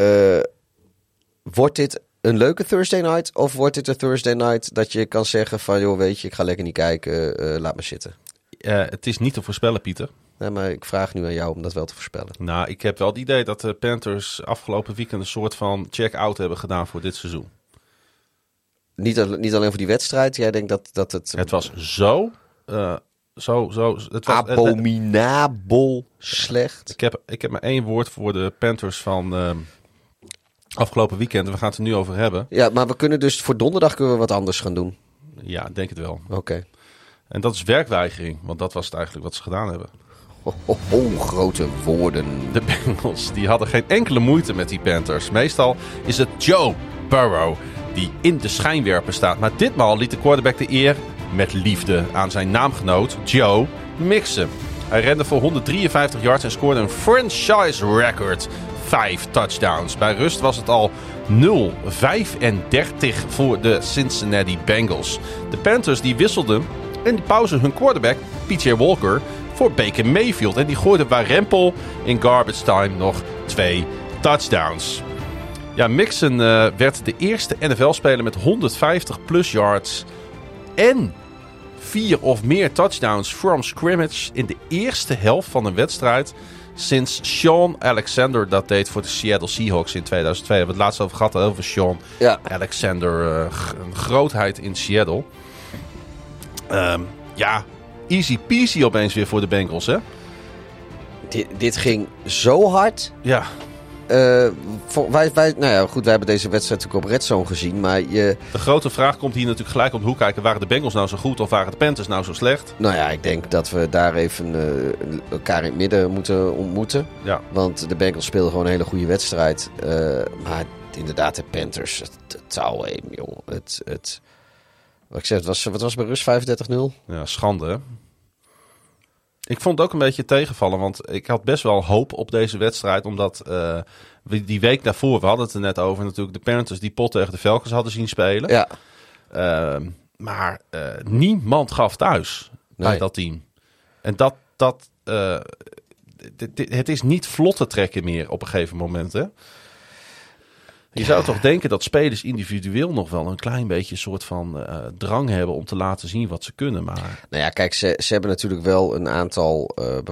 wordt dit een leuke Thursday night? Of wordt dit een Thursday night dat je kan zeggen van, joh, weet je, ik ga lekker niet kijken, laat me zitten. Het is niet te voorspellen, Pieter. Nee, maar ik vraag nu aan jou om dat wel te voorspellen. Nou, ik heb wel het idee dat de Panthers afgelopen weekend een soort van check-out hebben gedaan voor dit seizoen. Niet alleen voor die wedstrijd. Jij denkt dat het... Het was zo... het was abominabel slecht. Ik heb maar 1 woord voor de Panthers van afgelopen weekend. We gaan het er nu over hebben. Ja, maar we kunnen dus voor donderdag kunnen we wat anders gaan doen. Ja, denk het wel. Oké. En dat is werkweigering, want dat was het eigenlijk wat ze gedaan hebben. Grote woorden. De Bengals die hadden geen enkele moeite met die Panthers. Meestal is het Joe Burrow die in de schijnwerper staat. Maar ditmaal liet de quarterback de eer met liefde aan zijn naamgenoot Joe Mixon. Hij rende voor 153 yards en scoorde een franchise record 5 touchdowns. Bij rust was het al 0-35 voor de Cincinnati Bengals. De Panthers die wisselden in de pauze hun quarterback PJ Walker voor Baker Mayfield. En die gooide bij rempel in garbage time nog 2 touchdowns. Ja, Mixon werd de eerste NFL-speler met 150 plus yards en 4 of meer touchdowns from scrimmage in de eerste helft van een wedstrijd sinds Sean Alexander dat deed voor de Seattle Seahawks in 2002. We hebben het laatst over gehad, over Sean Alexander, een grootheid in Seattle. Easy peasy opeens weer voor de Bengals, hè? Dit ging zo hard. Ja. Wij hebben deze wedstrijd natuurlijk op Red Zone gezien, maar de grote vraag komt hier natuurlijk gelijk om de hoek kijken. Waren de Bengals nou zo goed of waren de Panthers nou zo slecht? Nou ja, ik denk dat we daar even elkaar in het midden moeten ontmoeten. Ja. Want de Bengals speelden gewoon een hele goede wedstrijd. Maar inderdaad, de Panthers, het touwheem, jongen. Wat ik zeg, wat was bij rust 35-0? Ja, schande, hè? Ik vond het ook een beetje tegenvallen, want ik had best wel hoop op deze wedstrijd. Omdat die week daarvoor, we hadden het er net over natuurlijk, de Panthers die pot tegen de Falcons hadden zien spelen. Ja. Maar niemand gaf thuis bij dat team. En het is niet vlot te trekken meer op een gegeven moment, hè? Je zou toch denken dat spelers individueel nog wel een klein beetje een soort van drang hebben om te laten zien wat ze kunnen. Maar... Nou ja, kijk, ze hebben natuurlijk wel een aantal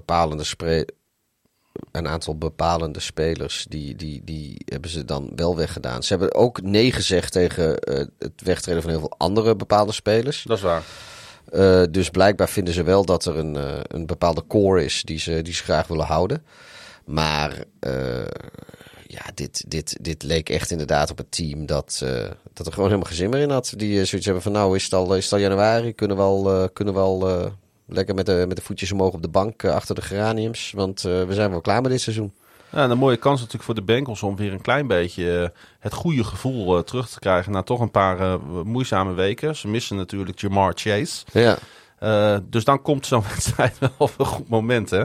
bepalende spelers. Die hebben ze dan wel weggedaan. Ze hebben ook nee gezegd tegen het wegtreden van heel veel andere bepaalde spelers. Dat is waar. Dus blijkbaar vinden ze wel dat er een bepaalde core is die ze graag willen houden. Maar dit leek echt inderdaad op het team dat er gewoon helemaal geen zin meer in had. Die zoiets hebben van nou is het al januari, kunnen we al lekker met de voetjes omhoog op de bank achter de geraniums. Want we zijn wel klaar met dit seizoen. Ja, een mooie kans natuurlijk voor de Bengals om weer een klein beetje het goede gevoel terug te krijgen na toch een paar moeizame weken. Ze missen natuurlijk Jamar Chase. Ja. Dus dan komt zo'n wedstrijd wel op een goed moment, hè?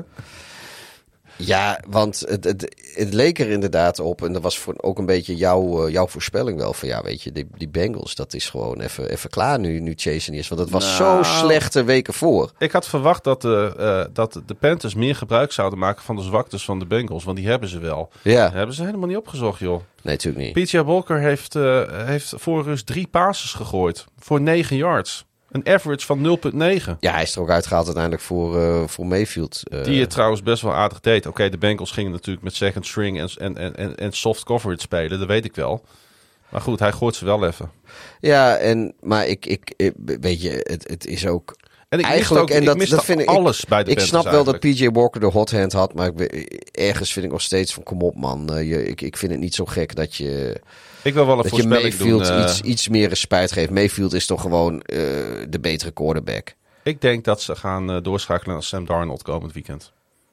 Ja, want het leek er inderdaad op. En dat was ook een beetje jouw voorspelling wel. Van ja, weet je, die Bengals, dat is gewoon even klaar nu Chase niet is. Want het was zo slechte weken voor. Ik had verwacht dat de Panthers meer gebruik zouden maken van de zwaktes van de Bengals. Want die hebben ze wel. Ja. Dat hebben ze helemaal niet opgezocht, joh. Nee, natuurlijk niet. PJ Walker heeft voor rust 3 passes gegooid. Voor 9 yards. Een average van 0,9. Ja, hij is er ook uitgehaald uiteindelijk voor Mayfield. Die het trouwens best wel aardig deed. Oké, de Bengals gingen natuurlijk met second string en soft coverage spelen. Dat weet ik wel. Maar goed, hij gooit ze wel even. Ja, maar ik weet je, het is ook... En ik eigenlijk, miste ook, dat vind ik alles bij de Ik Panthers snap wel eigenlijk. dat PJ Walker de hot hand had, maar ergens vind ik nog steeds van kom op man. Ik vind het niet zo gek dat je... Ik wil wel een voorspelling Mayfield doen. iets meer respijt geeft. Mayfield is toch gewoon de betere quarterback. Ik denk dat ze gaan doorschakelen naar Sam Darnold komend weekend.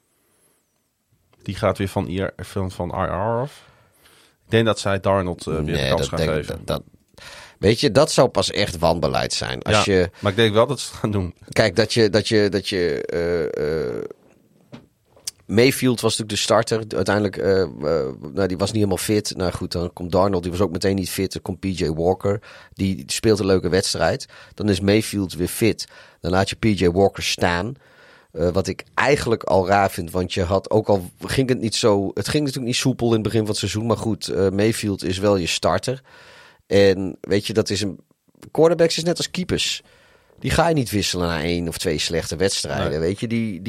Die gaat weer van IR af. Ik denk dat zij Darnold weer de kans gaan geven. Weet je, dat zou pas echt wanbeleid zijn. Als je, maar ik denk wel dat ze het gaan doen. Kijk, dat je Mayfield was natuurlijk de starter. Uiteindelijk, die was niet helemaal fit. Nou goed, dan komt Darnold, die was ook meteen niet fit. Dan komt PJ Walker, die speelt een leuke wedstrijd. Dan is Mayfield weer fit. Dan laat je PJ Walker staan. Wat ik eigenlijk al raar vind, want je had ook al ging het niet zo... Het ging natuurlijk niet soepel in het begin van het seizoen. Maar goed, Mayfield is wel je starter. En weet je, dat is quarterbacks is net als keepers. Die ga je niet wisselen na 1 of 2 slechte wedstrijden. Nee. Weet je,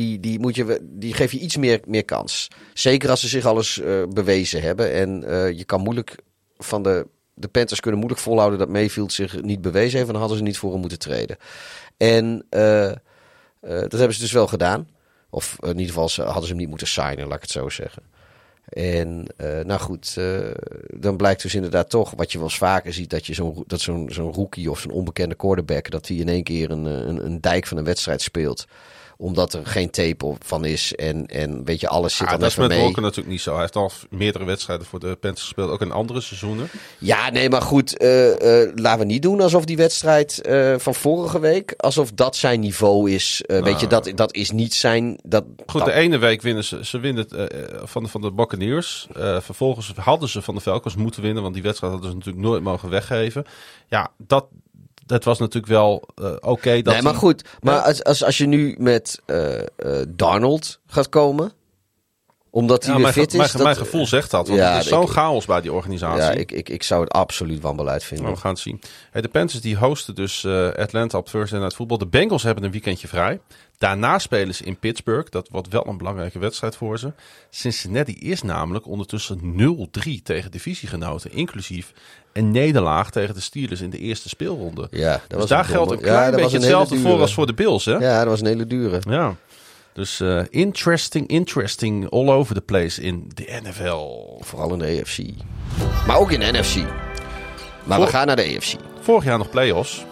die geef je iets meer kans. Zeker als ze zich alles bewezen hebben. En je kan moeilijk van de Panthers kunnen moeilijk volhouden dat Mayfield zich niet bewezen heeft. En dan hadden ze niet voor hem moeten treden. En dat hebben ze dus wel gedaan. Of in ieder geval hadden ze hem niet moeten signen, laat ik het zo zeggen. En nou goed, dan blijkt dus inderdaad toch, wat je wel eens vaker ziet, dat je zo'n rookie of zo'n onbekende quarterback, dat hij in één keer een dijk van een wedstrijd speelt. Omdat er geen tape van is en weet je, alles zit dan dat is met mee. Walker natuurlijk niet zo. Hij heeft al meerdere wedstrijden voor de Panthers gespeeld, ook in andere seizoenen. Ja, nee, maar goed, laten we niet doen alsof die wedstrijd van vorige week, alsof dat zijn niveau is. Weet je, dat is niet zijn... Goed, de ene week winnen ze winnen van de Buccaneers. Vervolgens hadden ze van de Falcons moeten winnen, want die wedstrijd hadden ze natuurlijk nooit mogen weggeven. Ja, dat was natuurlijk wel oké. Nee, maar goed. Maar als je nu met Darnold gaat komen, omdat hij weer fit is... Mijn gevoel zegt dat. Want het is zo'n chaos bij die organisatie. Ja, ik zou het absoluut wanbeleid vinden. Maar we gaan het zien. De Panthers die hosten dus Atlanta op Thursday Night Football. De Bengals hebben een weekendje vrij. Daarna spelen ze in Pittsburgh. Dat wordt wel een belangrijke wedstrijd voor ze. Cincinnati is namelijk ondertussen 0-3 tegen divisiegenoten. Inclusief een nederlaag tegen de Steelers in de eerste speelronde. Ja, dus daar geldt een klein beetje hetzelfde voor als voor de Bills, hè? Ja, dat was een hele dure. Ja. Dus interesting all over the place in de NFL. Vooral in de AFC. Maar ook in de NFC. Maar we gaan naar de AFC. Vorig jaar nog playoffs.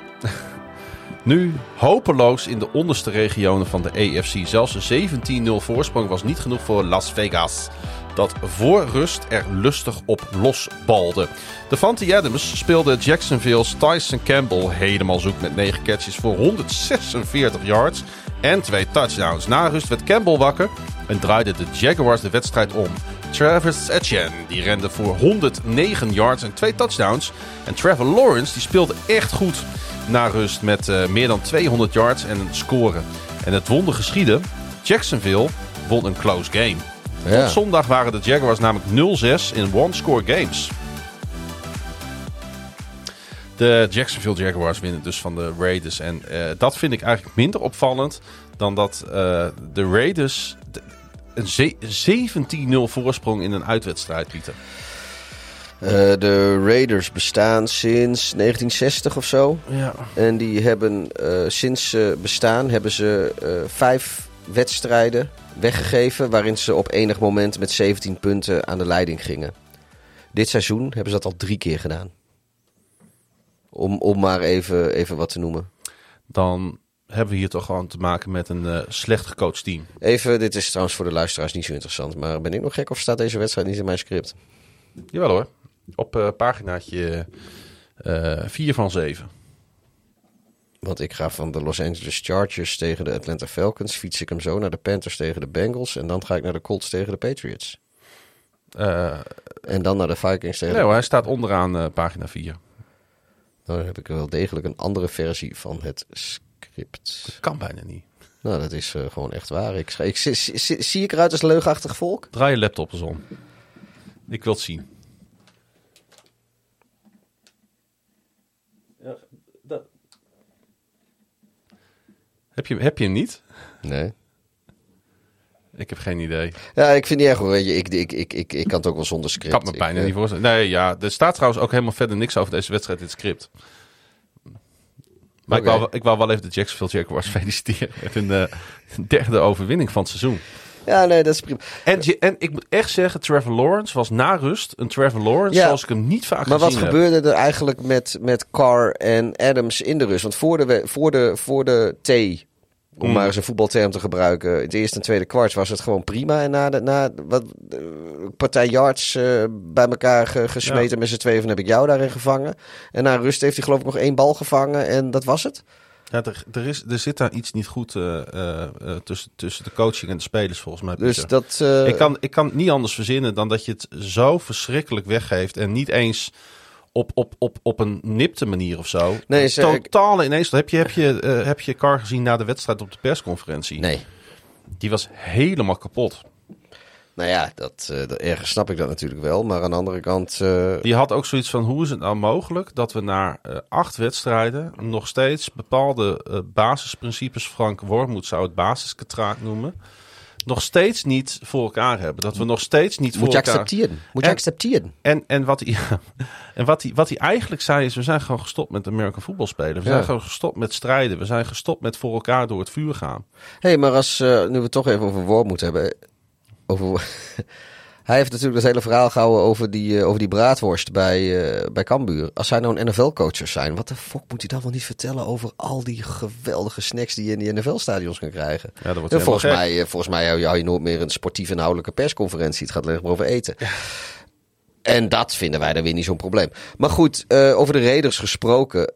Nu hopeloos in de onderste regionen van de AFC. Zelfs een 17-0 voorsprong was niet genoeg voor Las Vegas. dat voor rust er lustig op losbalde. Davante Adams speelde Jacksonville's Tyson Campbell helemaal zoek met 9 catches voor 146 yards en 2 touchdowns. Na rust werd Campbell wakker en draaiden de Jaguars de wedstrijd om. Travis Etienne die rende voor 109 yards en 2 touchdowns. En Trevor Lawrence die speelde echt goed na rust met meer dan 200 yards en een score. En het wonder geschiedde. Jacksonville won een close game. Ja. Tot zondag waren de Jaguars namelijk 0-6 in one-score games. De Jacksonville Jaguars winnen dus van de Raiders. En dat vind ik eigenlijk minder opvallend dan dat de Raiders een 17-0 voorsprong in een uitwedstrijd bieden. De Raiders bestaan sinds 1960 of zo. Ja. En die hebben sinds ze bestaan hebben ze 5 wedstrijden weggegeven waarin ze op enig moment met 17 punten aan de leiding gingen. Dit seizoen hebben ze dat al 3 keer gedaan. Om maar even wat te noemen. Dan hebben we hier toch gewoon te maken met een slecht gecoacht team. Even, dit is trouwens voor de luisteraars niet zo interessant. Maar ben ik nog gek of staat deze wedstrijd niet in mijn script? Jawel hoor. Op paginaatje 4 van 7. Want ik ga van de Los Angeles Chargers tegen de Atlanta Falcons. Fiets ik hem zo naar de Panthers tegen de Bengals. En dan ga ik naar de Colts tegen de Patriots. En dan naar de Vikings tegen Nee hoor, hij staat onderaan pagina 4. Dan heb ik wel degelijk een andere versie van het script. Dat kan bijna niet. Nou, dat is gewoon echt waar. Zie ik eruit als leugenachtig volk? Draai je laptop eens om. Ik wil het zien. Ja, Heb je hem niet? Nee. Ik heb geen idee. Ja, ik vind niet erg hoor. Weet je, ik kan het ook wel zonder script. Ik kan me bijna niet voorstellen. Nee, ja, er staat trouwens ook helemaal verder niks over deze wedstrijd in het script. Maar Okay. ik wou wel even de Jacksonville Jaguars feliciteren met hun derde overwinning van het seizoen. Ja, nee, dat is prima. En ik moet echt zeggen, Trevor Lawrence was na rust een Trevor Lawrence zoals ik hem niet vaak gezien heb. Maar wat gebeurde er eigenlijk met Carr en Adams in de rust? Want voor de T, om maar eens een voetbalterm te gebruiken, het eerste en tweede kwart was het gewoon prima. En na partij yards bij elkaar gesmeten met z'n tweeën, van heb ik jou daarin gevangen. En na rust heeft hij geloof ik nog 1 bal gevangen en dat was het. Ja, er zit daar iets niet goed tussen de coaching en de spelers volgens mij. Dus dat, ik kan niet anders verzinnen dan dat je het zo verschrikkelijk weggeeft en niet eens op een nipte manier of zo. Nee, totaal ineens. Heb je Carr gezien na de wedstrijd op de persconferentie? Nee. Die was helemaal kapot. Nou ja, ergens snap ik dat natuurlijk wel. Maar aan de andere kant... Die had ook zoiets van, hoe is het nou mogelijk dat we na 8 wedstrijden nog steeds bepaalde basisprincipes, Frank Wormoed zou het basisgetraag noemen, nog steeds niet voor elkaar hebben. Dat we nog steeds niet voor elkaar... Moet je accepteren. En wat hij eigenlijk zei is, we zijn gewoon gestopt met American voetbal spelen. We zijn gewoon gestopt met strijden. We zijn gestopt met voor elkaar door het vuur gaan. Hé, maar als nu we het toch even over Wormoed hebben... Hij heeft natuurlijk het hele verhaal gehouden over die braadworst bij Cambuur. Als hij nou een NFL-coach zou zijn, wat de fuck moet hij dan wel niet vertellen over al die geweldige snacks die je in die NFL-stadions kan krijgen? Ja, dat wordt volgens mij hou je nooit meer een sportief inhoudelijke persconferentie. Het gaat alleen maar over eten. Ja. En dat vinden wij dan weer niet zo'n probleem. Maar goed, over de Raiders gesproken...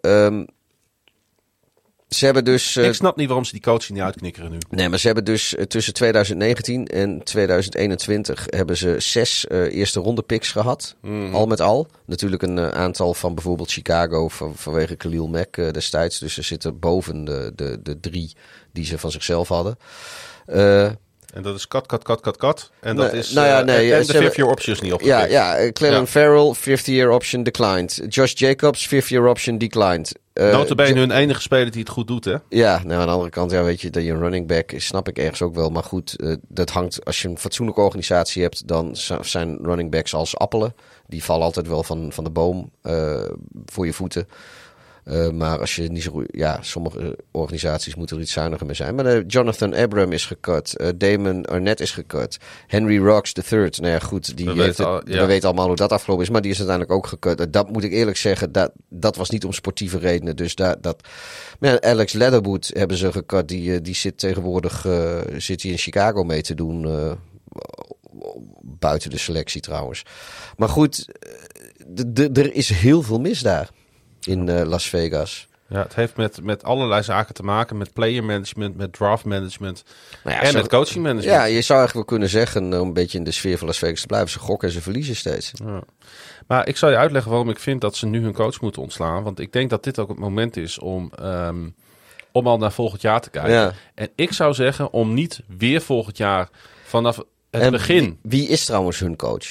Ze hebben dus, ik snap niet waarom ze die coaching niet uitknikkeren nu. Nee, maar ze hebben dus tussen 2019 en 2021 hebben ze 6 eerste ronde picks gehad. Al met al. Natuurlijk een aantal van bijvoorbeeld Chicago vanwege Khalil Mack destijds. Dus ze zitten boven de 3 die ze van zichzelf hadden. En dat is cut. En dat is en de 5-year options niet opgepikt. Ja, Clellan Farrell, 5th-year option declined. Josh Jacobs, 5th-year option declined. Notabene hun enige speler die het goed doet, hè? Ja, nou aan de andere kant, ja, weet je, dat je een running back is, snap ik ergens ook wel. Maar goed, dat hangt, als je een fatsoenlijke organisatie hebt, dan zijn running backs als appelen. Die vallen altijd wel van de boom voor je voeten. Maar als je niet zo... Ja, sommige organisaties moeten er iets zuiniger mee zijn. Maar Jonathan Abram is gekut. Damon Arnett is gekut. Henry Rocks III. Nou ja, goed. We weten allemaal hoe dat afgelopen is. Maar die is uiteindelijk ook gekut. Dat moet ik eerlijk zeggen. Dat was niet om sportieve redenen. Dus Maar Alex Leatherwood hebben ze gekut. Die zit tegenwoordig zit hij in Chicago mee te doen. buiten de selectie trouwens. Maar goed, er is heel veel mis daar in Las Vegas. Ja, het heeft met allerlei zaken te maken. Met player management, met draft management en met coaching management. Ja, je zou eigenlijk wel kunnen zeggen, een beetje in de sfeer van Las Vegas te blijven. Ze gokken en ze verliezen steeds. Ja. Maar ik zal je uitleggen waarom ik vind dat ze nu hun coach moeten ontslaan. Want ik denk dat dit ook het moment is om al naar volgend jaar te kijken. Ja. En ik zou zeggen om niet weer volgend jaar vanaf het begin... Wie is trouwens hun coach?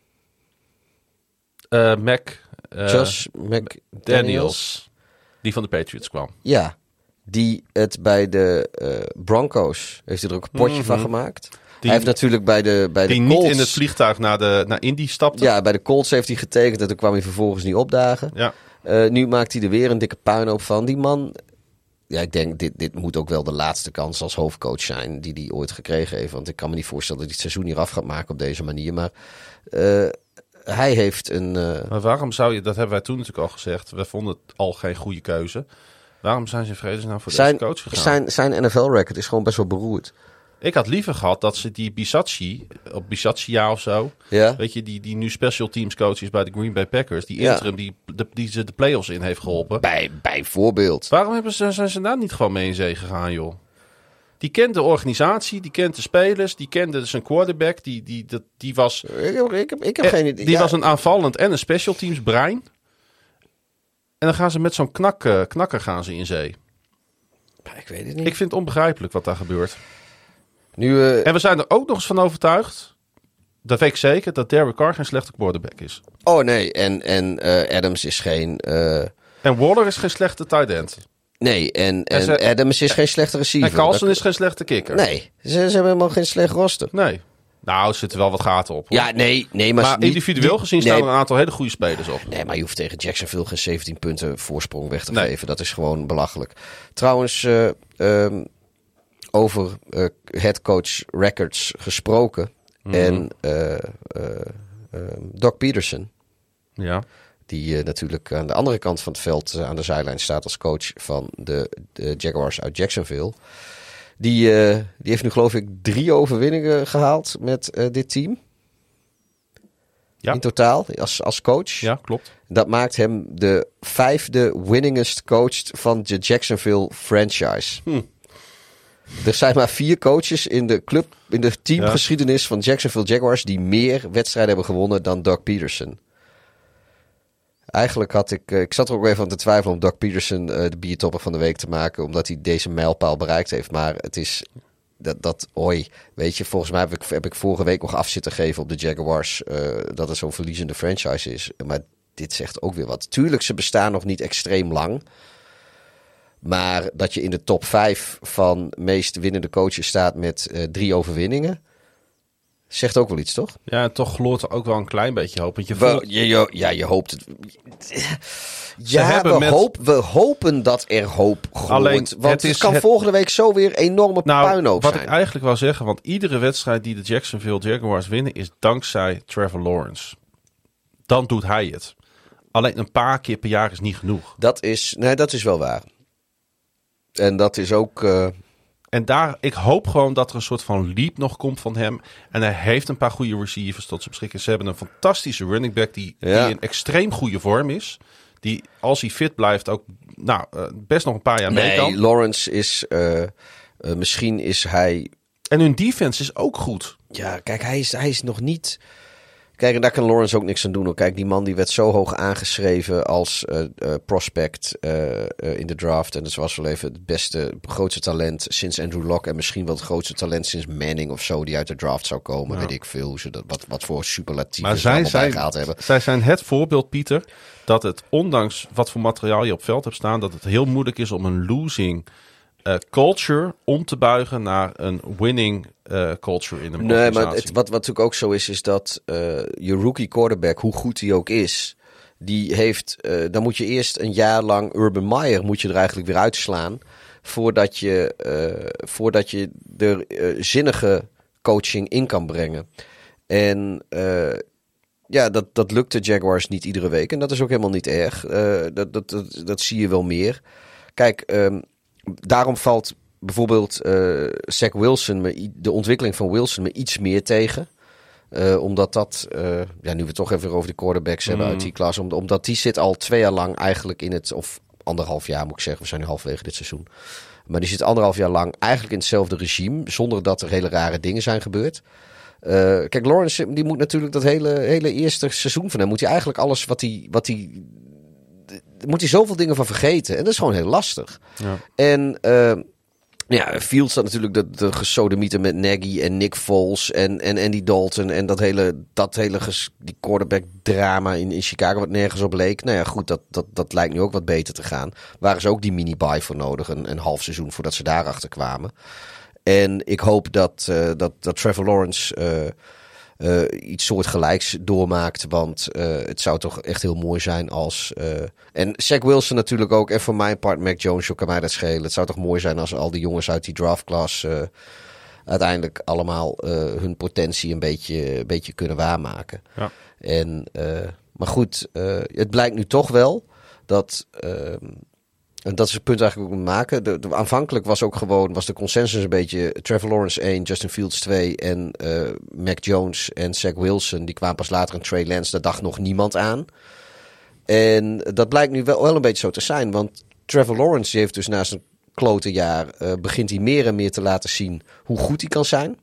Josh McDaniels. Die van de Patriots kwam. Ja, die het bij de Broncos heeft hij er ook een potje van gemaakt. Hij heeft natuurlijk bij de Colts... Die niet in het vliegtuig naar Indy stapte. Ja, bij de Colts heeft hij getekend en toen kwam hij vervolgens niet opdagen. Ja. Nu maakt hij er weer een dikke puinhoop van. Die man... Ja, ik denk, dit moet ook wel de laatste kans als hoofdcoach zijn die hij ooit gekregen heeft. Want ik kan me niet voorstellen dat hij het seizoen hier af gaat maken op deze manier. Maar hij heeft een... Maar waarom zou je... Dat hebben wij toen natuurlijk al gezegd. We vonden het al geen goede keuze. Waarom zijn ze in vredesnaam voor deze coach gegaan? Zijn NFL-record is gewoon best wel beroerd. Ik had liever gehad dat ze die Bisaccia of zo... Ja? Weet je, die nu special teams coach is bij de Green Bay Packers. Die interim die ze de playoffs in heeft geholpen. Bijvoorbeeld. Waarom zijn ze daar niet gewoon mee in zee gegaan, joh? Die kent de organisatie, die kent de spelers, die kende zijn quarterback. Die was... Ik heb geen idee. Die was een aanvallend en een special teams brein. En dan gaan ze met zo'n knakker gaan ze in zee. Ik weet het niet. Ik vind het onbegrijpelijk wat daar gebeurt. Nu, en we zijn er ook nog eens van overtuigd, dat weet ik zeker, dat Derek Carr geen slechte quarterback is. Oh nee, en Adams is geen... En Waller is geen slechte tight end. Nee, en Adams is geen slechte receiver. En Carlson is geen slechte kicker. Nee, ze hebben helemaal geen slecht roster. Nee. Nou, er zitten wel wat gaten op. Hoor. Ja, nee. Maar individueel gezien staan er een aantal hele goede spelers op. Nee, maar je hoeft tegen Jacksonville geen 17 punten voorsprong weg te geven. Dat is gewoon belachelijk. Trouwens, over headcoach records gesproken. En Doc Peterson. Ja. Die natuurlijk aan de andere kant van het veld aan de zijlijn staat als coach van de Jaguars uit Jacksonville. Die heeft nu geloof ik 3 overwinningen gehaald met dit team. Ja. In totaal, als coach. Ja, klopt. Dat maakt hem de 5e winningest coach van de Jacksonville franchise. Er zijn maar 4 coaches in de teamgeschiedenis van Jacksonville Jaguars die meer wedstrijden hebben gewonnen dan Doc Peterson. Eigenlijk had ik zat er ook even aan te twijfelen om Doc Peterson de biertopper van de week te maken, omdat hij deze mijlpaal bereikt heeft. Maar het is weet je, volgens mij heb ik vorige week nog af zitten geven op de Jaguars dat het zo'n verliezende franchise is. Maar dit zegt ook weer wat. Tuurlijk, ze bestaan nog niet extreem lang. Maar dat je in de top 5 van meest winnende coaches staat met 3 overwinningen, zegt ook wel iets, toch? Ja, en toch gloort er ook wel een klein beetje hoop. Want je hoopt het. We hopen dat er hoop gloort. Want het kan volgende week zo weer enorme puinhoop zijn. Wat ik eigenlijk wil zeggen, want iedere wedstrijd die de Jacksonville Jaguars winnen is dankzij Trevor Lawrence. Dan doet hij het. Alleen een paar keer per jaar is niet genoeg. Dat is wel waar. En dat is ook... En ik hoop gewoon dat er een soort van leap nog komt van hem. En hij heeft een paar goede receivers tot zijn beschikking. Ze hebben een fantastische running back die in extreem goede vorm is. Die, als hij fit blijft, ook best nog een paar jaar mee kan. Nee, Lawrence is... misschien is hij... En hun defense is ook goed. Ja, kijk, hij is nog niet... Kijk, en daar kan Lawrence ook niks aan doen. Hoor. Kijk, die man die werd zo hoog aangeschreven als prospect in de draft. En dat was wel even het grootste talent sinds Andrew Luck. En misschien wel het grootste talent sinds Manning of zo die uit de draft zou komen. Ja. Weet ik veel, wat voor superlatieven ze allemaal bijgehaald hebben. Zij zijn het voorbeeld, Pieter, dat het ondanks wat voor materiaal je op veld hebt staan, dat het heel moeilijk is om een losing culture om te buigen naar een winning culture in een organisatie. Nee, maar wat natuurlijk ook zo is dat je rookie quarterback, hoe goed hij ook is, die heeft, dan moet je eerst een jaar lang Urban Meyer moet je er eigenlijk weer uitslaan voordat je er zinnige coaching in kan brengen. En dat lukt de Jaguars niet iedere week en dat is ook helemaal niet erg. Dat zie je wel meer. Kijk, daarom valt bijvoorbeeld Zach Wilson, de ontwikkeling van Wilson, me iets meer tegen. Omdat dat, nu we het toch even over de quarterbacks hebben uit die klas. Omdat die zit al 2 jaar lang eigenlijk in het, of 1,5 jaar moet ik zeggen. We zijn nu halverwege dit seizoen. Maar die zit 1,5 jaar lang eigenlijk in hetzelfde regime. Zonder dat er hele rare dingen zijn gebeurd. Kijk, Lawrence die moet natuurlijk dat hele eerste seizoen van hem. Moet hij eigenlijk alles moet hij zoveel dingen van vergeten. En dat is gewoon heel lastig. Ja. En Fields had natuurlijk de gesodemieten met Nagy en Nick Foles en Andy Dalton. En die quarterback drama in Chicago wat nergens op leek. Nou ja, goed, dat lijkt nu ook wat beter te gaan. Waren ze ook die mini-bye voor nodig. Een half seizoen voordat ze daarachter kwamen. En ik hoop dat Trevor Lawrence iets soortgelijks doormaakt. Want het zou toch echt heel mooi zijn als... en Zach Wilson natuurlijk ook. En voor mijn part Mac Jones, kan mij dat schelen. Het zou toch mooi zijn als al die jongens uit die draftclass... uiteindelijk allemaal hun potentie een beetje kunnen waarmaken. Ja. Maar goed, het blijkt nu toch wel dat... en dat is het punt eigenlijk ook maken. Aanvankelijk was de consensus een beetje Trevor Lawrence 1, Justin Fields 2 en Mac Jones en Zach Wilson. Die kwamen pas later in Trey Lance. Daar dacht nog niemand aan. En dat blijkt nu wel een beetje zo te zijn. Want Trevor Lawrence die heeft dus na zijn klote jaar... begint hij meer en meer te laten zien hoe goed hij kan zijn.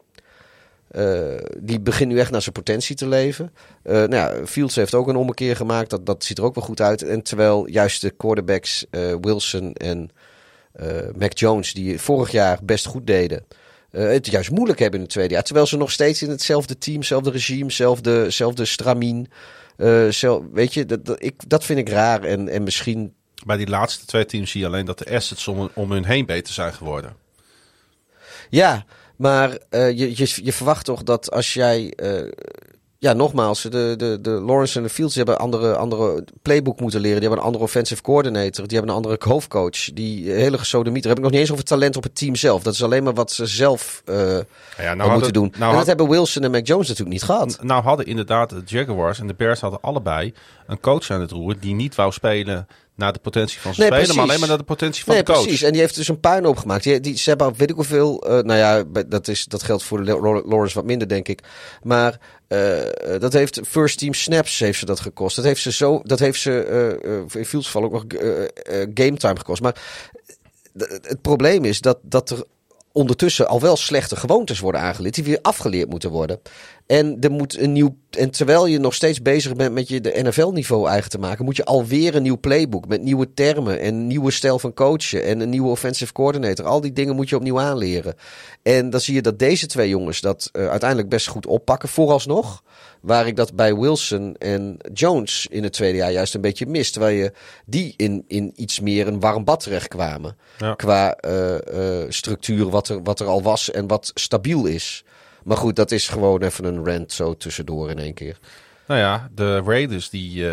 Die begint nu echt naar zijn potentie te leven. Fields heeft ook een ommekeer gemaakt. Dat ziet er ook wel goed uit. En terwijl juist de quarterbacks Wilson en Mac Jones... die vorig jaar best goed deden... het juist moeilijk hebben in het tweede jaar. Terwijl ze nog steeds in hetzelfde team, hetzelfde regime... zelfde stramien. Weet je, dat vind ik raar. En misschien... Bij die laatste 2 teams zie je alleen dat de assets om hun heen beter zijn geworden. Ja... Maar je verwacht toch dat als jij... nogmaals, de Lawrence en de Fields die hebben een andere playbook moeten leren. Die hebben een andere offensive coordinator. Die hebben een andere hoofdcoach. Die hele gesodemieter. Heb ik nog niet eens over talent op het team zelf. Dat is alleen maar wat ze zelf moeten doen. En dat hebben Wilson en Mac Jones natuurlijk niet gehad. Nou hadden inderdaad de Jaguars en de Bears hadden allebei een coach aan het roer die niet wou spelen... naar de potentie van zijn spelen, maar alleen maar naar de potentie van de coach. Precies. En die heeft dus een puinhoop gemaakt. Ze hebben weet ik hoeveel... dat geldt voor de Lawrence wat minder, denk ik. Maar dat heeft first team snaps heeft ze dat gekost. Dat heeft ze in Fields geval ook nog game time gekost. Maar het probleem is dat er ondertussen al wel slechte gewoontes worden aangeleerd die weer afgeleerd moeten worden. En er moet en terwijl je nog steeds bezig bent met je de NFL-niveau eigen te maken, moet je alweer een nieuw playbook met nieuwe termen en een nieuwe stijl van coachen en een nieuwe offensive coordinator. Al die dingen moet je opnieuw aanleren. En dan zie je dat deze 2 jongens dat uiteindelijk best goed oppakken, vooralsnog. Waar ik dat bij Wilson en Jones in het tweede jaar juist een beetje mist. Terwijl je die in iets meer een warm bad terechtkwamen. Ja. Qua structuur, wat er al was en wat stabiel is. Maar goed, dat is gewoon even een rant zo tussendoor in één keer. Nou ja, de Raiders die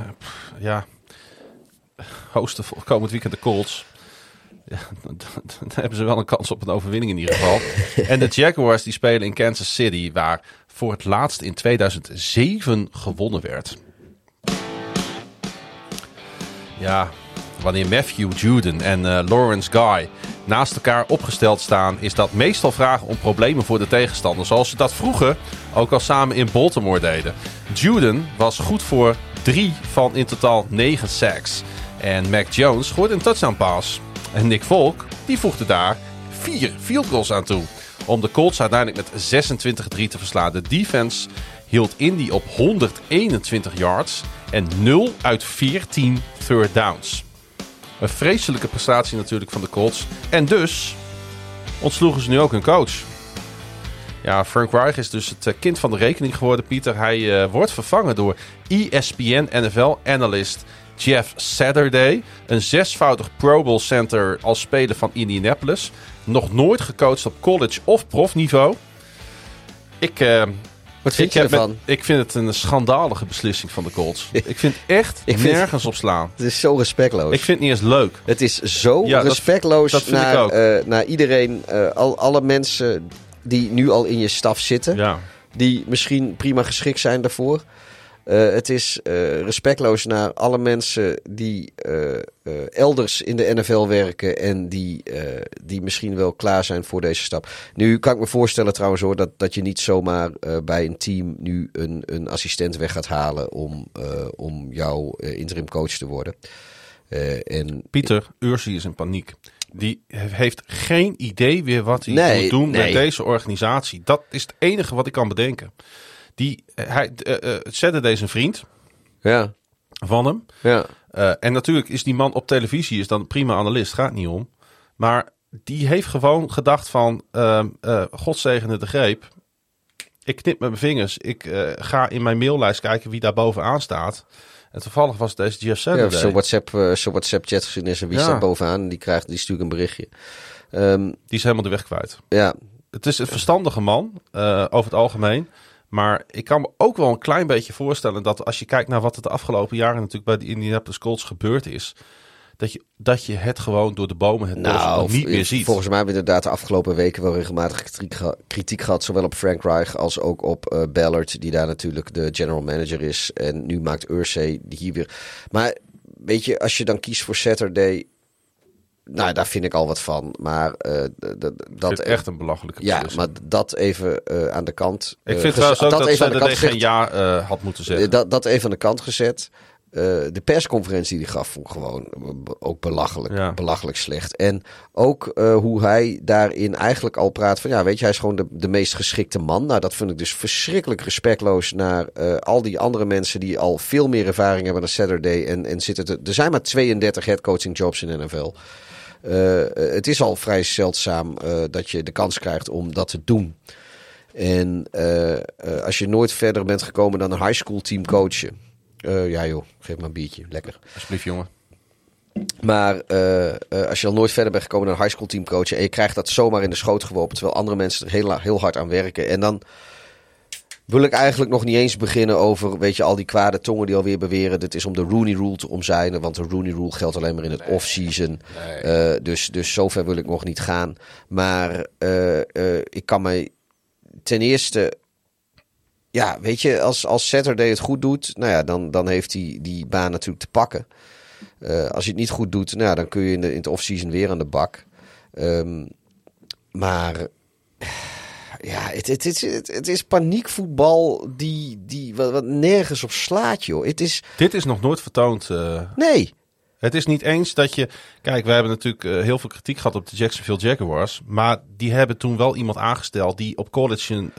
hosten komend weekend de Colts. Ja, dan hebben ze wel een kans op een overwinning in ieder geval. En de Jaguars die spelen in Kansas City, waar voor het laatst in 2007 gewonnen werd. Ja, wanneer Matthew Judon en Lawrence Guy naast elkaar opgesteld staan, is dat meestal vragen om problemen voor de tegenstander. Zoals ze dat vroeger ook al samen in Baltimore deden. Judon was goed voor 3 van in totaal 9 sacks. En Mac Jones scoorde een touchdown pass. En Nick Folk die voegde daar 4 field goals aan toe. Om de Colts uiteindelijk met 26-3 te verslaan. De defense hield Indy op 121 yards en 0 uit 14 third downs. Een vreselijke prestatie natuurlijk van de Colts. En dus ontsloegen ze nu ook hun coach. Ja, Frank Reich is dus het kind van de rekening geworden, Pieter. Hij wordt vervangen door ESPN NFL-analyst Jeff Saturday. Een 6-voudig Pro Bowl center als speler van Indianapolis. Nog nooit gecoacht op college of profniveau. Wat vind je ervan? Ik vind het een schandalige beslissing van de Colts. Ik vind echt nergens op slaan. Het is zo respectloos. Ik vind het niet eens leuk. Het is zo respectloos dat vind ik ook. Naar iedereen. Alle mensen die nu al in je staf zitten. Ja. Die misschien prima geschikt zijn daarvoor. Het is respectloos naar alle mensen die elders in de NFL werken en die misschien wel klaar zijn voor deze stap. Nu kan ik me voorstellen trouwens hoor, dat je niet zomaar bij een team nu een assistent weg gaat halen om jouw interim coach te worden. Pieter Ursi is in paniek. Die heeft geen idee weer wat hij moet doen met deze organisatie. Dat is het enige wat ik kan bedenken. Saturday is een vriend van hem. Ja. En natuurlijk is die man op televisie is dan een prima analist. Gaat niet om. Maar die heeft gewoon gedacht van... God zegene de greep. Ik knip met mijn vingers. Ik ga in mijn maillijst kijken wie daar bovenaan staat. En toevallig was het deze Jeff Saturday. Ja, zo'n WhatsApp-chat gezien is en wie staat bovenaan. Die stuurt een berichtje. Die is helemaal de weg kwijt. Ja. Het is een verstandige man, over het algemeen. Maar ik kan me ook wel een klein beetje voorstellen dat als je kijkt naar wat er de afgelopen jaren natuurlijk bij de Indianapolis Colts gebeurd is, dat je het gewoon door de bomen niet meer ziet. Volgens mij hebben we inderdaad de afgelopen weken wel regelmatig kritiek gehad. Zowel op Frank Reich als ook op Ballard, die daar natuurlijk de general manager is. En nu maakt Irsay die hier weer. Maar weet je, als je dan kiest voor Saturday, nou, daar vind ik al wat van. Maar dat echt een belachelijke beslissing. Ja, maar dat even aan de kant. Ik vind trouwens ook dat Saturday geen ja had moeten zeggen. Dat even aan de kant gezet. De persconferentie die gaf vond ik gewoon ook belachelijk. Ja. Belachelijk slecht. En ook hoe hij daarin eigenlijk al praat van... ja, weet je, hij is gewoon de meest geschikte man. Nou, dat vind ik dus verschrikkelijk respectloos naar al die andere mensen... die al veel meer ervaring hebben dan Saturday. En zitten er zijn maar 32 headcoaching jobs in de NFL. Het is al vrij zeldzaam dat je de kans krijgt om dat te doen. En als je nooit verder bent gekomen dan een high school team coachen... ja joh, geef maar een biertje. Lekker. Alsjeblieft, jongen. Maar als je al nooit verder bent gekomen dan een high school team coachen... en je krijgt dat zomaar in de schoot geworpen... terwijl andere mensen er heel hard aan werken... en dan wil ik eigenlijk nog niet eens beginnen over... weet je, al die kwade tongen die alweer beweren... dit is om de Rooney Rule te omzeilen... want de Rooney Rule geldt alleen maar in het off-season. Nee. Dus zover wil ik nog niet gaan. Maar ik kan mij ten eerste... Ja, weet je, als Saturday het goed doet, nou ja, dan heeft hij die baan natuurlijk te pakken. Als je het niet goed doet, nou ja, dan kun je in het off-season weer aan de bak. Maar ja, het is paniekvoetbal die wat nergens op slaat, joh. Dit is nog nooit vertoond. Nee. Het is niet eens dat je... Kijk, we hebben natuurlijk heel veel kritiek gehad op de Jacksonville Jaguars. Maar die hebben toen wel iemand aangesteld die op college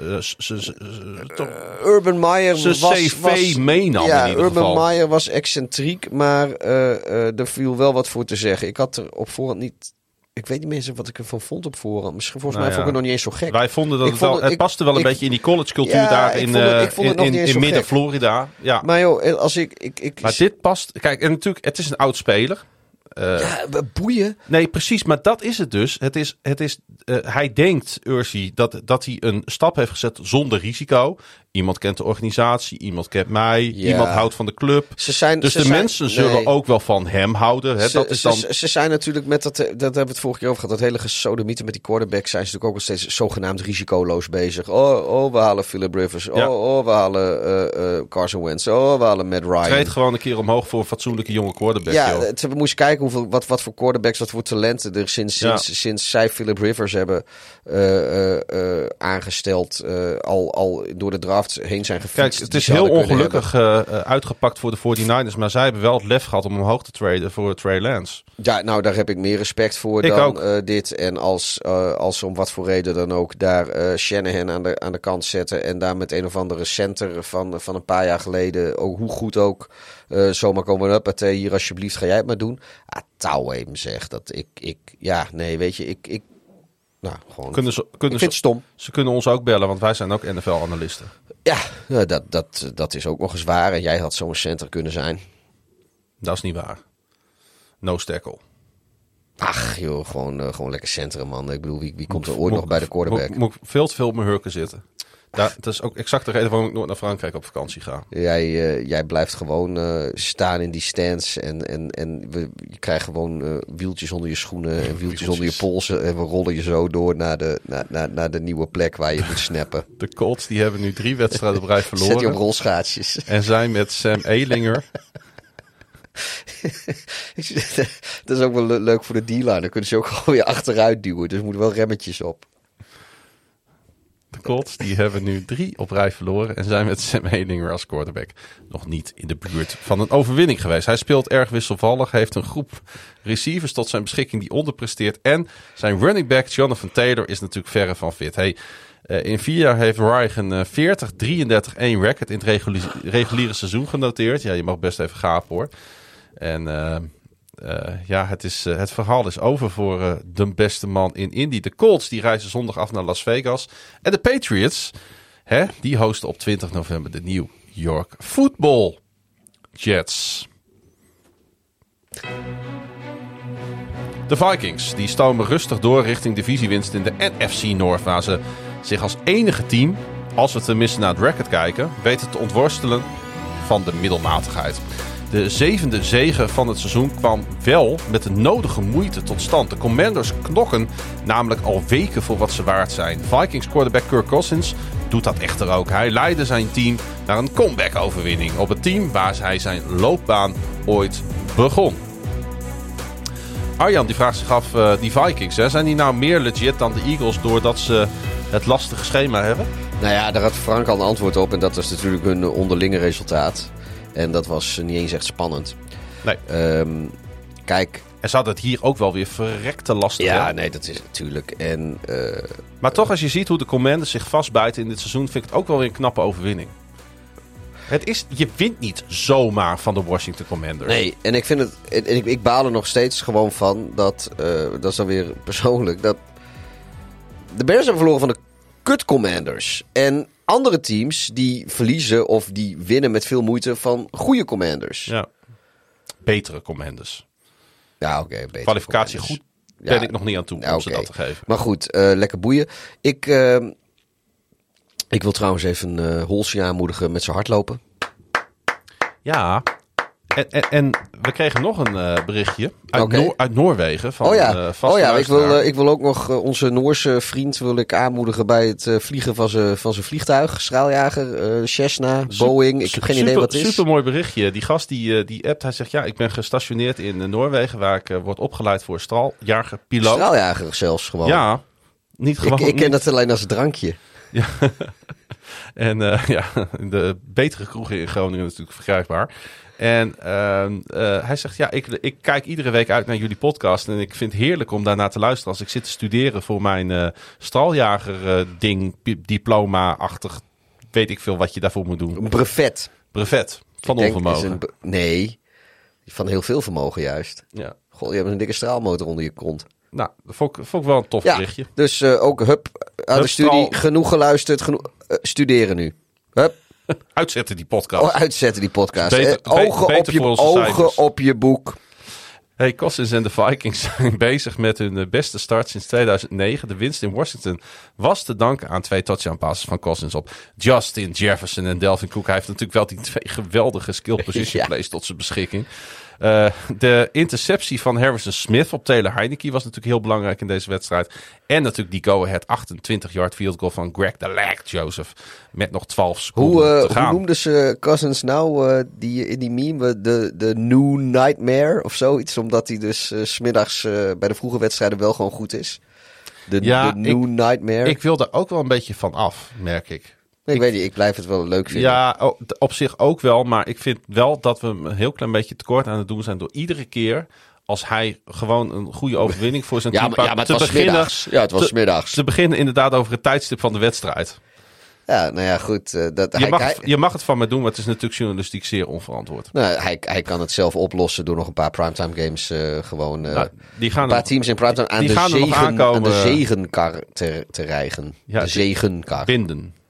Urban Meyer was CV meenam in ieder Urban geval. Meyer was excentriek, maar er viel wel wat voor te zeggen. Ik had er op voorhand niet... Ik weet niet meer wat ik ervan vond op voorhand. Misschien volgens mij vond ik het nog niet eens zo gek. Wij vonden dat het paste wel een beetje in die collegecultuur daar in midden-Florida. Ja. Maar joh, als maar dit past... Kijk, en natuurlijk, het is een oud speler. Boeien. Nee, precies. Maar dat is het dus. Hij denkt, Irsay, dat hij een stap heeft gezet zonder risico. Iemand kent de organisatie, iemand kent mij, iemand houdt van de club. Mensen zullen ook wel van hem houden. Hè? Ze zijn natuurlijk met dat hebben we het vorige keer over gehad, dat hele gesodemieten met die quarterbacks zijn ze natuurlijk ook nog steeds zogenaamd risicoloos bezig. Oh, we halen Philip Rivers. We halen Carson Wentz. We halen Matt Ryan. Treed gewoon een keer omhoog voor een fatsoenlijke jonge quarterback. Ja, we moesten kijken wat voor quarterbacks, wat voor talenten er sinds zij Philip Rivers hebben aangesteld, al door de draft heen zijn gefietst. Kijk, het is heel ongelukkig uitgepakt voor de 49ers, maar zij hebben wel het lef gehad om omhoog te traden voor Trey Lance. Ja, nou daar heb ik meer respect voor dan dit. En als ze om wat voor reden dan ook daar Shanahan aan de kant zetten en daar met een of andere center van een paar jaar geleden, ook hoe goed ook, zomaar komen up. Hier alsjeblieft, ga jij het maar doen. Touw hem zegt dat weet je, nou, gewoon. Ik vind het stom. Ze kunnen ons ook bellen, want wij zijn ook NFL-analisten. Ja, dat is ook nog eens waar. En jij had zo'n center kunnen zijn. Dat is niet waar. No tackle. Ach joh, gewoon lekker centeren, man. Ik bedoel, wie komt er ooit nog bij de quarterback? Moet veel te veel op mijn hurken zitten. Dat is ook exact de reden waarom ik nooit naar Frankrijk op vakantie ga. Jij blijft gewoon staan in die stands en je krijgt gewoon wieltjes onder je schoenen en wieltjes onder je polsen. En we rollen je zo door naar de nieuwe plek waar je moet snappen. De Colts die hebben nu 3 wedstrijden op rij verloren. Zet je op rolschaatsjes. En zijn met Sam Ehlinger. Dat is ook wel leuk voor de D-line. Dan kunnen ze ook gewoon weer achteruit duwen. Dus er moeten wel remmetjes op. De Colts die hebben nu 3 op rij verloren en zijn met Sam Ehlinger als quarterback nog niet in de buurt van een overwinning geweest. Hij speelt erg wisselvallig, heeft een groep receivers tot zijn beschikking die onderpresteert. En zijn running back Jonathan Taylor is natuurlijk verre van fit. In 4 jaar heeft Reich een 40-33-1 record in het reguliere seizoen genoteerd. Ja, je mag best even gapen hoor. En het verhaal is over voor de beste man in Indy. De Colts die reizen zondag af naar Las Vegas. En de Patriots, die hosten op 20 november de New York Football Jets. De Vikings die stomen rustig door richting divisiewinst in de NFC North. Waar ze zich als enige team, als we tenminste naar het record kijken, weten te ontworstelen van de middelmatigheid. De 7e zege van het seizoen kwam wel met de nodige moeite tot stand. De Commanders knokken namelijk al weken voor wat ze waard zijn. Vikings quarterback Kirk Cousins doet dat echter ook. Hij leidde zijn team naar een comeback-overwinning op het team waar hij zijn loopbaan ooit begon. Arjan die vraagt zich af, die Vikings, zijn die nou meer legit dan de Eagles doordat ze het lastige schema hebben? Nou ja, daar had Frank al een antwoord op en dat was natuurlijk hun onderlinge resultaat. En dat was niet eens echt spannend. Nee. Kijk. En ze hadden het hier ook wel weer verrekte lastig. Ja, hè? nee, dat is natuurlijk. Maar toch, als je ziet hoe de Commanders zich vastbijten in dit seizoen, vind ik het ook wel weer een knappe overwinning. Je wint niet zomaar van de Washington Commanders. Nee, en ik vind het. Ik baal er nog steeds gewoon van dat is dan weer persoonlijk. Dat de Bears hebben verloren van de kut Commanders. En andere teams die verliezen of die winnen met veel moeite van goede Commanders. Ja. Betere Commanders. Ja, oké. Betere kwalificatie Commanders. Goed ben ik nog niet aan toe om ze dat te geven. Maar goed, lekker boeien. Ik wil trouwens even Holsje aanmoedigen met zijn hardlopen. Ja. En we kregen nog een berichtje uit Noorwegen. Van, ik wil ook nog onze Noorse vriend aanmoedigen bij het vliegen van zijn vliegtuig. Straaljager, Cessna, Boeing. Ik heb geen idee wat het is. Supermooi berichtje. Die gast die appt, hij zegt ik ben gestationeerd in Noorwegen waar ik word opgeleid voor straaljagerpiloot. Straaljager zelfs gewoon. Ja, niet gewoon. Ik ken dat alleen als drankje. Ja. En de betere kroegen in Groningen natuurlijk verkrijgbaar. En hij zegt, ik kijk iedere week uit naar jullie podcast. En ik vind het heerlijk om daarna te luisteren als ik zit te studeren voor mijn straaljager-ding, diploma-achtig. Weet ik veel wat je daarvoor moet doen. Een brevet. Brevet van onvermogen. Nee, van heel veel vermogen juist. Ja. God, je hebt een dikke straalmotor onder je kont. Nou, dat vond ik wel een tof berichtje. Dus ook aan de studie, genoeg geluisterd, studeren nu. Hup. Uitzetten die podcast. Uitzetten die podcast. Beter ogen op je boek. Hey, Cousins en de Vikings zijn bezig met hun beste start sinds 2009. De winst in Washington was te danken aan 2 touchdown passes van Cousins op Justin Jefferson en Delvin Cook. Hij heeft natuurlijk wel die 2 geweldige skill position plays tot zijn beschikking. De interceptie van Harrison Smith op Taylor Heineke was natuurlijk heel belangrijk in deze wedstrijd. En natuurlijk die go-ahead 28-yard field goal van Greg the Lag Joseph. Met nog 12 seconden te gaan. Hoe noemden ze Cousins nou in die meme? De New Nightmare of zoiets? Omdat hij dus 's middags bij de vroege wedstrijden wel gewoon goed is. De New Nightmare. Ik wil daar ook wel een beetje van af, merk ik. Ik weet niet, ik blijf het wel leuk vinden. Ja, op zich ook wel. Maar ik vind wel dat we hem een heel klein beetje tekort aan het doen zijn door iedere keer, als hij gewoon een goede overwinning voor zijn team maar het was middags. Ja, het was middags. Te beginnen inderdaad over het tijdstip van de wedstrijd. Ja, nou ja, goed. Je mag het van me doen, maar het is natuurlijk journalistiek zeer onverantwoord. Nou, hij kan het zelf oplossen door nog een paar primetime games gewoon... die gaan een paar teams in primetime aan de zegenkar te rijgen. Ja, de zegenkar. Binden.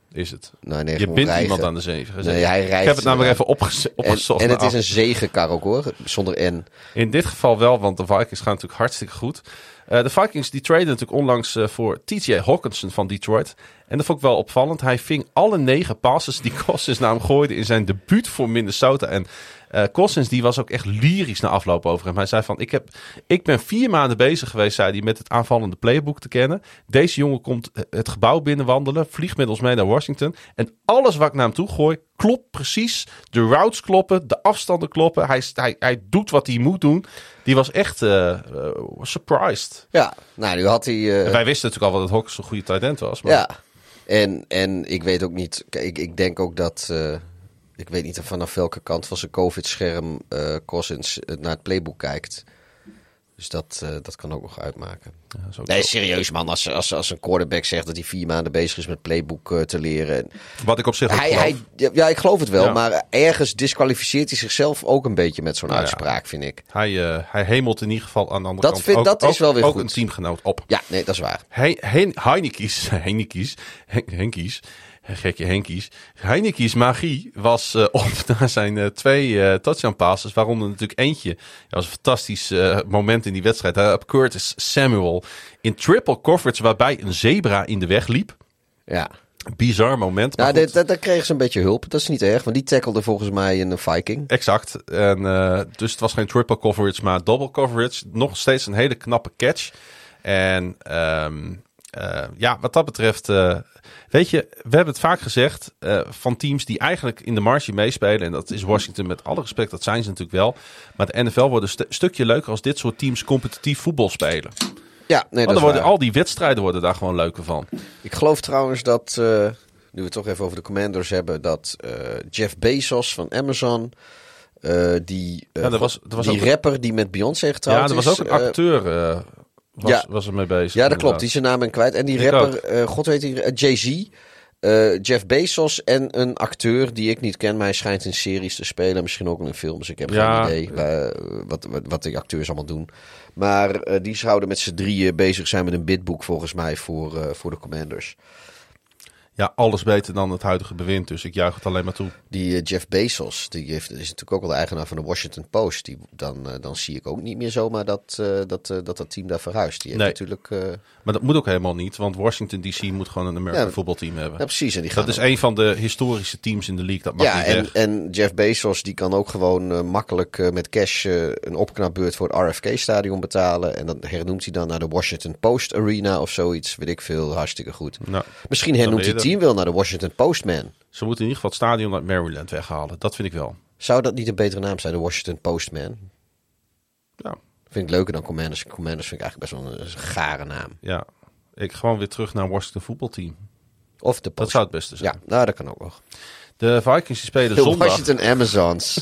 is het. Nee, je bindt iemand aan de zegen gezet. Nee, hij rijdt. Ik heb het namelijk even opgezocht. En het is een zegenkar ook hoor, zonder N. In dit geval wel, want de Vikings gaan natuurlijk hartstikke goed. De Vikings die traden natuurlijk onlangs voor TJ Hawkinson van Detroit. En dat vond ik wel opvallend. Hij ving alle 9 passes die Cousins naar hem gooide in zijn debuut voor Minnesota. En Cousins die was ook echt lyrisch na afloop over hem. Hij zei van, ik ben 4 maanden bezig geweest, zei hij, met het aanvallende playbook te kennen. Deze jongen komt het gebouw binnenwandelen, vliegt met ons mee naar Washington. En alles wat ik naar hem toe gooi, klopt precies. De routes kloppen, de afstanden kloppen. Hij doet wat hij moet doen. Die was echt surprised. Ja, nou nu had hij... Wij wisten natuurlijk al wat het Hawkins een goede tight end was. Maar... Ja, en ik weet ook niet... Ik denk ook dat... ik weet niet vanaf welke kant van zijn COVID-scherm Cousins naar het playbook kijkt. Dus dat kan ook nog uitmaken. Ja, nee, serieus man. Als een quarterback zegt dat hij 4 maanden bezig is met playbook te leren. Wat ik op zich ook geloof. Ja, ik geloof het wel. Ja. Maar ergens disqualificeert hij zichzelf ook een beetje met zo'n uitspraak, vind ik. Hij hemelt in ieder geval aan de andere kant Dat is wel weer ook goed. een teamgenoot op. Ja, nee, dat is waar. Heinekies magie was op na zijn 2 touchdown passes, waaronder natuurlijk eentje. Dat was een fantastisch moment in die wedstrijd. Op Curtis Samuel in triple coverage, waarbij een zebra in de weg liep. Ja. Bizar moment. Maar Nou, daar kregen ze een beetje hulp. Dat is niet erg, want die tackelde volgens mij een Viking. Exact. En, dus het was geen triple coverage, maar double coverage. Nog steeds een hele knappe catch. En wat dat betreft... weet je, we hebben het vaak gezegd van teams die eigenlijk in de marge meespelen. En dat is Washington met alle respect, dat zijn ze natuurlijk wel. Maar de NFL wordt een stukje leuker als dit soort teams competitief voetbal spelen. Ja, nee, dat is worden, waar. al die wedstrijden worden daar gewoon leuker van. Ik geloof trouwens dat, nu we het toch even over de Commanders hebben, dat Jeff Bezos van Amazon, die rapper die met Beyoncé getrouwd is. Ja, er was ook een acteur was er mee bezig. Ja, dat klopt. Die zijn naam ben kwijt. En die rapper, god weet hij, Jay-Z, Jeff Bezos en een acteur die ik niet ken, maar hij schijnt in series te spelen. Misschien ook in films. Ik heb geen idee wat die acteurs allemaal doen. Maar die zouden met z'n drieën bezig zijn met een bidboek volgens mij voor de Commanders. Ja, alles beter dan het huidige bewind. Dus ik juich het alleen maar toe. Die Jeff Bezos, is natuurlijk ook wel de eigenaar van de Washington Post. Dan zie ik ook niet meer zomaar dat team daar verhuist. Die heeft natuurlijk... Maar dat moet ook helemaal niet. Want Washington DC moet gewoon een American voetbalteam hebben. Ja, precies. En dat is een van de historische teams in de league. Dat mag niet weg. En Jeff Bezos die kan ook gewoon makkelijk met cash een opknapbeurt voor het RFK-stadion betalen. En dan hernoemt hij dan naar de Washington Post Arena of zoiets. Weet ik veel. Hartstikke goed. Nou, misschien hernoemt hij het team wel naar de Washington Postman. Ze moeten in ieder geval het stadion uit Maryland weghalen. Dat vind ik wel. Zou dat niet een betere naam zijn, de Washington Postman? Ja. Vind ik leuker dan Commanders. Commanders vind ik eigenlijk best wel een gare naam. Ja, ik gewoon weer terug naar Washington voetbalteam. Of de Post. Dat zou het beste zijn. Ja, nou, dat kan ook nog. De Vikings spelen de zondag. Washington Amazons.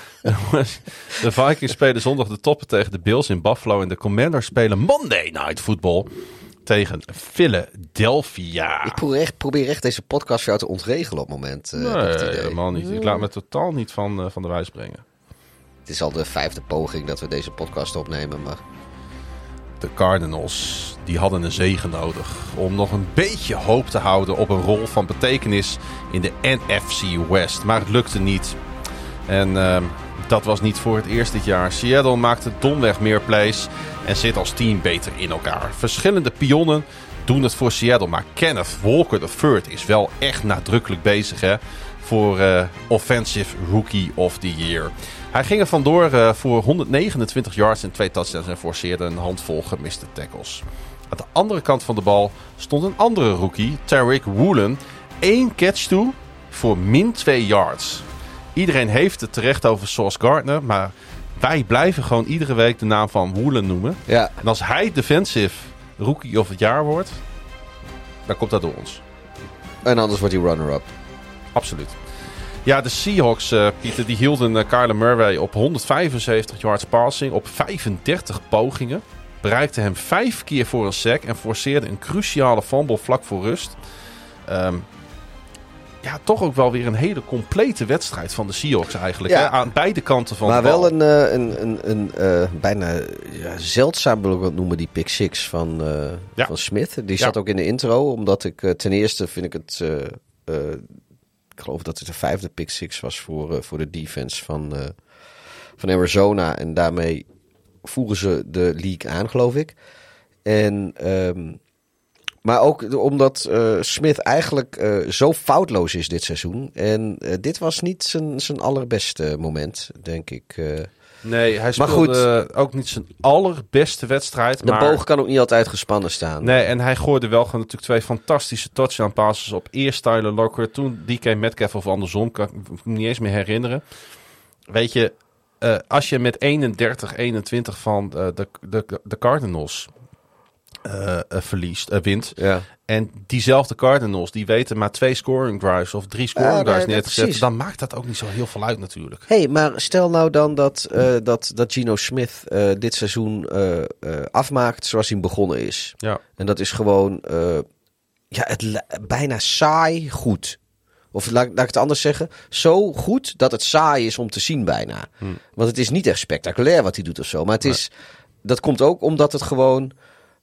De Vikings spelen zondag de toppen tegen de Bills in Buffalo. En de Commanders spelen Monday Night Football tegen Philadelphia. Ik probeer echt deze podcast voor jou te ontregelen op het moment. Nee, helemaal niet. Ik laat me totaal niet van de wijs brengen. Het is al de 5e poging dat we deze podcast opnemen, maar... De Cardinals, die hadden een zegen nodig om nog een beetje hoop te houden op een rol van betekenis in de NFC West. Maar het lukte niet. En dat was niet voor het eerst dit jaar. Seattle maakte domweg meer plays en zit als team beter in elkaar. Verschillende pionnen doen het voor Seattle, maar Kenneth Walker III is wel echt nadrukkelijk bezig voor Offensive Rookie of the Year. Hij ging er vandoor voor 129 yards en 2 touchdowns en forceerde een handvol gemiste tackles. Aan de andere kant van de bal stond een andere rookie, Tariq Woolen, 1 catch toe voor min 2 yards. Iedereen heeft het terecht over Sauce Gardner, maar wij blijven gewoon iedere week de naam van Woolen noemen. Ja. En als hij defensive rookie of het jaar wordt, dan komt dat door ons. En anders wordt hij runner-up. Absoluut. Ja, de Seahawks, Pieter, die hielden Kyler Murray op 175 yards passing op 35 pogingen. Bereikte hem 5 keer voor een sack en forceerde een cruciale fumble vlak voor rust. Toch ook wel weer een hele complete wedstrijd van de Seahawks eigenlijk. Ja. Hè? Aan beide kanten van de bal. Maar wel een bijna zeldzaam, wil ik het noemen, die pick 6 van Smith. Die zat ook in de intro, omdat ik ten eerste vind ik het ik geloof dat het de 5e pick six was voor de defense van Arizona. En daarmee voeren ze de league aan, geloof ik. En, maar ook omdat Smith eigenlijk zo foutloos is dit seizoen. En dit was niet zijn allerbeste moment, denk ik. Nee, hij speelde ook niet zijn allerbeste wedstrijd. De boog kan ook niet altijd gespannen staan. Nee, en hij gooide wel gewoon natuurlijk 2 fantastische touchdown passes op. Eerst Tyler Lockett, toen DK Metcalf of andersom. Kan ik me niet eens meer herinneren. Weet je, als je met 31-21 van de Cardinals wint. Ja. En diezelfde Cardinals, die weten maar 2 scoring drives of 3 scoring drives neer te zetten. Dan maakt dat ook niet zo heel veel uit natuurlijk. Hey, maar stel nou dan dat Geno Smith dit seizoen afmaakt zoals hij begonnen is. Ja. En dat is gewoon bijna saai goed. Of laat ik het anders zeggen. Zo goed dat het saai is om te zien bijna. Want het is niet echt spectaculair wat hij doet of zo. Maar dat komt ook omdat het gewoon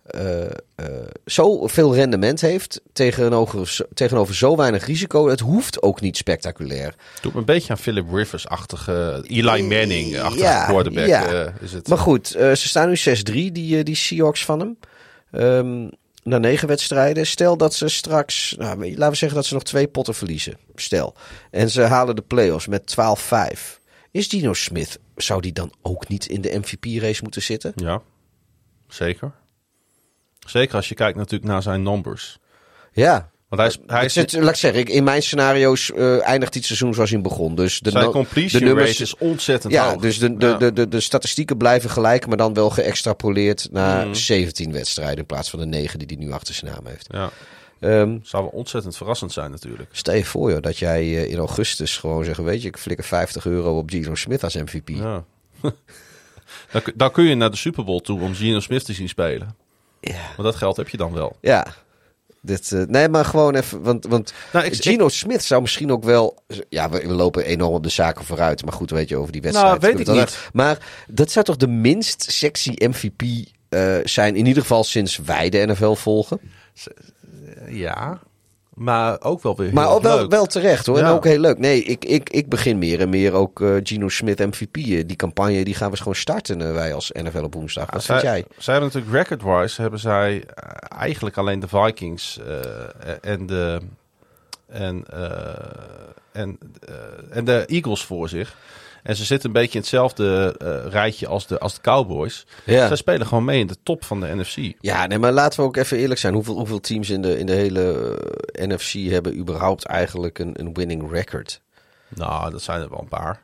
zoveel rendement heeft tegenover zo weinig risico. Het hoeft ook niet spectaculair. Doet me een beetje aan Philip Rivers-achtige, Eli Manning-achtige quarterback. Ja. Is het. Maar goed, ze staan nu 6-3, die Seahawks van hem. Na 9 wedstrijden. Stel dat ze straks, laten we zeggen dat ze nog 2 potten verliezen. Stel. En ze halen de playoffs met 12-5. Is Geno Smith, zou die dan ook niet in de MVP-race moeten zitten? Ja, zeker. Zeker als je kijkt natuurlijk naar zijn numbers. Ja. Want hij laat ik zeggen, in mijn scenario's eindigt dit seizoen zoals hij begon. Dus zijn completion nummers, rate is ontzettend hoog. Dus de statistieken blijven gelijk, maar dan wel geëxtrapoleerd naar 17 wedstrijden in plaats van de 9 die hij nu achter zijn naam heeft. Ja. Zou wel ontzettend verrassend zijn natuurlijk. Stel je voor joh, dat jij in augustus gewoon zegt, weet je, ik flikker €50 op Geno Smith als MVP. Ja. Dan kun je naar de Super Bowl toe om Geno Smith te zien spelen. Ja. Want dat geld heb je dan wel. Ja. Nee, maar gewoon even. Want Geno Smith zou misschien ook wel. Ja, we lopen enorm op de zaken vooruit. Maar goed, weet je, over die wedstrijd. Nou, weet ik niet. Maar dat zou toch de minst sexy MVP zijn. In ieder geval sinds wij de NFL volgen. Ja. Maar ook wel weer heel maar ook leuk. Wel terecht hoor. Ja. En ook heel leuk. Nee, ik begin meer en meer ook Geno Smith MVP. Die campagne die gaan we gewoon starten wij als NFL op woensdag. Wat vind jij? Zij hebben natuurlijk record-wise hebben zij eigenlijk alleen de Vikings en de Eagles voor zich. En ze zitten een beetje in hetzelfde rijtje als de Cowboys. Ja. Zij spelen gewoon mee in de top van de NFC. Ja, nee, maar laten we ook even eerlijk zijn. Hoeveel teams in de hele NFC hebben überhaupt eigenlijk een winning record? Nou, dat zijn er wel een paar.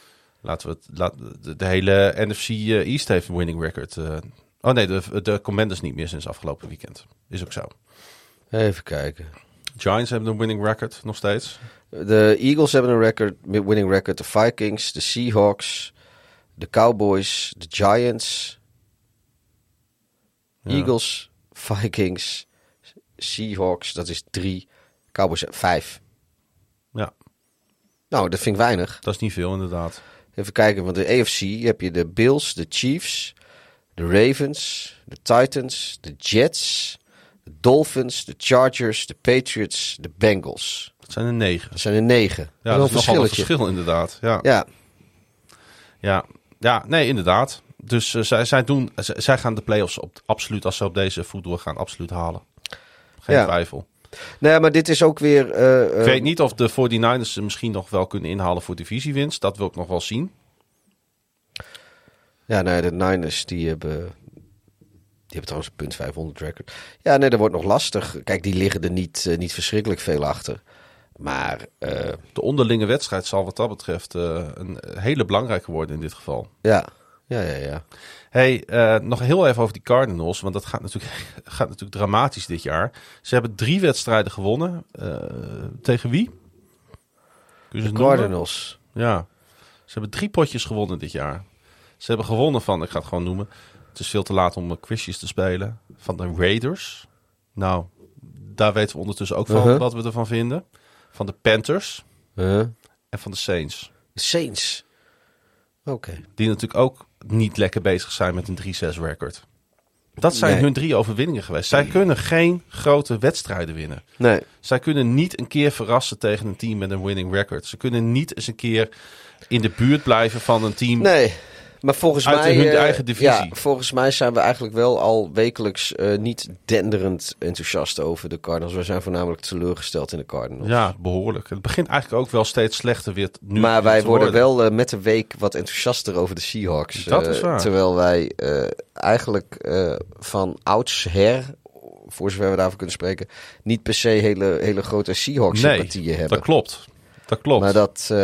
De hele NFC East heeft een winning record. De Commanders niet meer sinds afgelopen weekend. Is ook zo. Even kijken. Giants hebben een winning record nog steeds. De Eagles hebben een winning record. De Vikings, de Seahawks, de Cowboys, de Giants. Ja. Eagles, Vikings, Seahawks, dat is 3. Cowboys 5. Ja. Nou, dat vind ik weinig. Dat is niet veel inderdaad. Even kijken, want de AFC heb je de Bills, de Chiefs, de Ravens, de Titans, de Jets, de Dolphins, de Chargers, de Patriots, de Bengals. Dat zijn er 9. Ja, dat is nogal een verschil inderdaad. Ja, nee, inderdaad. Dus zij gaan de playoffs absoluut, als ze op deze voet doorgaan, absoluut halen. Geen twijfel. Nee, maar dit is ook weer... ik weet niet of de 49ers ze misschien nog wel kunnen inhalen voor divisiewinst. Dat wil ik nog wel zien. Ja, nee, de Niners die hebben trouwens een .500 record. Ja, nee, dat wordt nog lastig. Kijk, die liggen er niet verschrikkelijk veel achter. Maar... de onderlinge wedstrijd zal wat dat betreft een hele belangrijke worden in dit geval. Ja. Hey, nog heel even over die Cardinals, want dat gaat natuurlijk dramatisch dit jaar. Ze hebben 3 wedstrijden gewonnen. Tegen wie? De Cardinals. Ja, ze hebben 3 potjes gewonnen dit jaar. Ze hebben gewonnen van, ik ga het gewoon noemen, het is veel te laat om quizjes te spelen, van de Raiders. Nou, daar weten we ondertussen ook van wat we ervan vinden. Van de Panthers en van de Saints. De Saints? Oké. Die natuurlijk ook niet lekker bezig zijn met een 3-6 record. Dat zijn hun 3 overwinningen geweest. Zij kunnen geen grote wedstrijden winnen. Nee. Zij kunnen niet een keer verrassen tegen een team met een winning record. Ze kunnen niet eens een keer in de buurt blijven van een team... Nee. Maar volgens uit mij, hun eigen divisie. Ja, volgens mij zijn we eigenlijk wel al wekelijks niet denderend enthousiast over de Cardinals. We zijn voornamelijk teleurgesteld in de Cardinals. Ja, behoorlijk. Het begint eigenlijk ook wel steeds slechter weer nu. Maar wij worden wel met de week wat enthousiaster over de Seahawks. Dat is waar. Terwijl wij eigenlijk van oudsher, voor zover we daarvoor kunnen spreken, niet per se hele grote Seahawks-sympathieën hebben. Dat klopt. Dat klopt. Maar dat...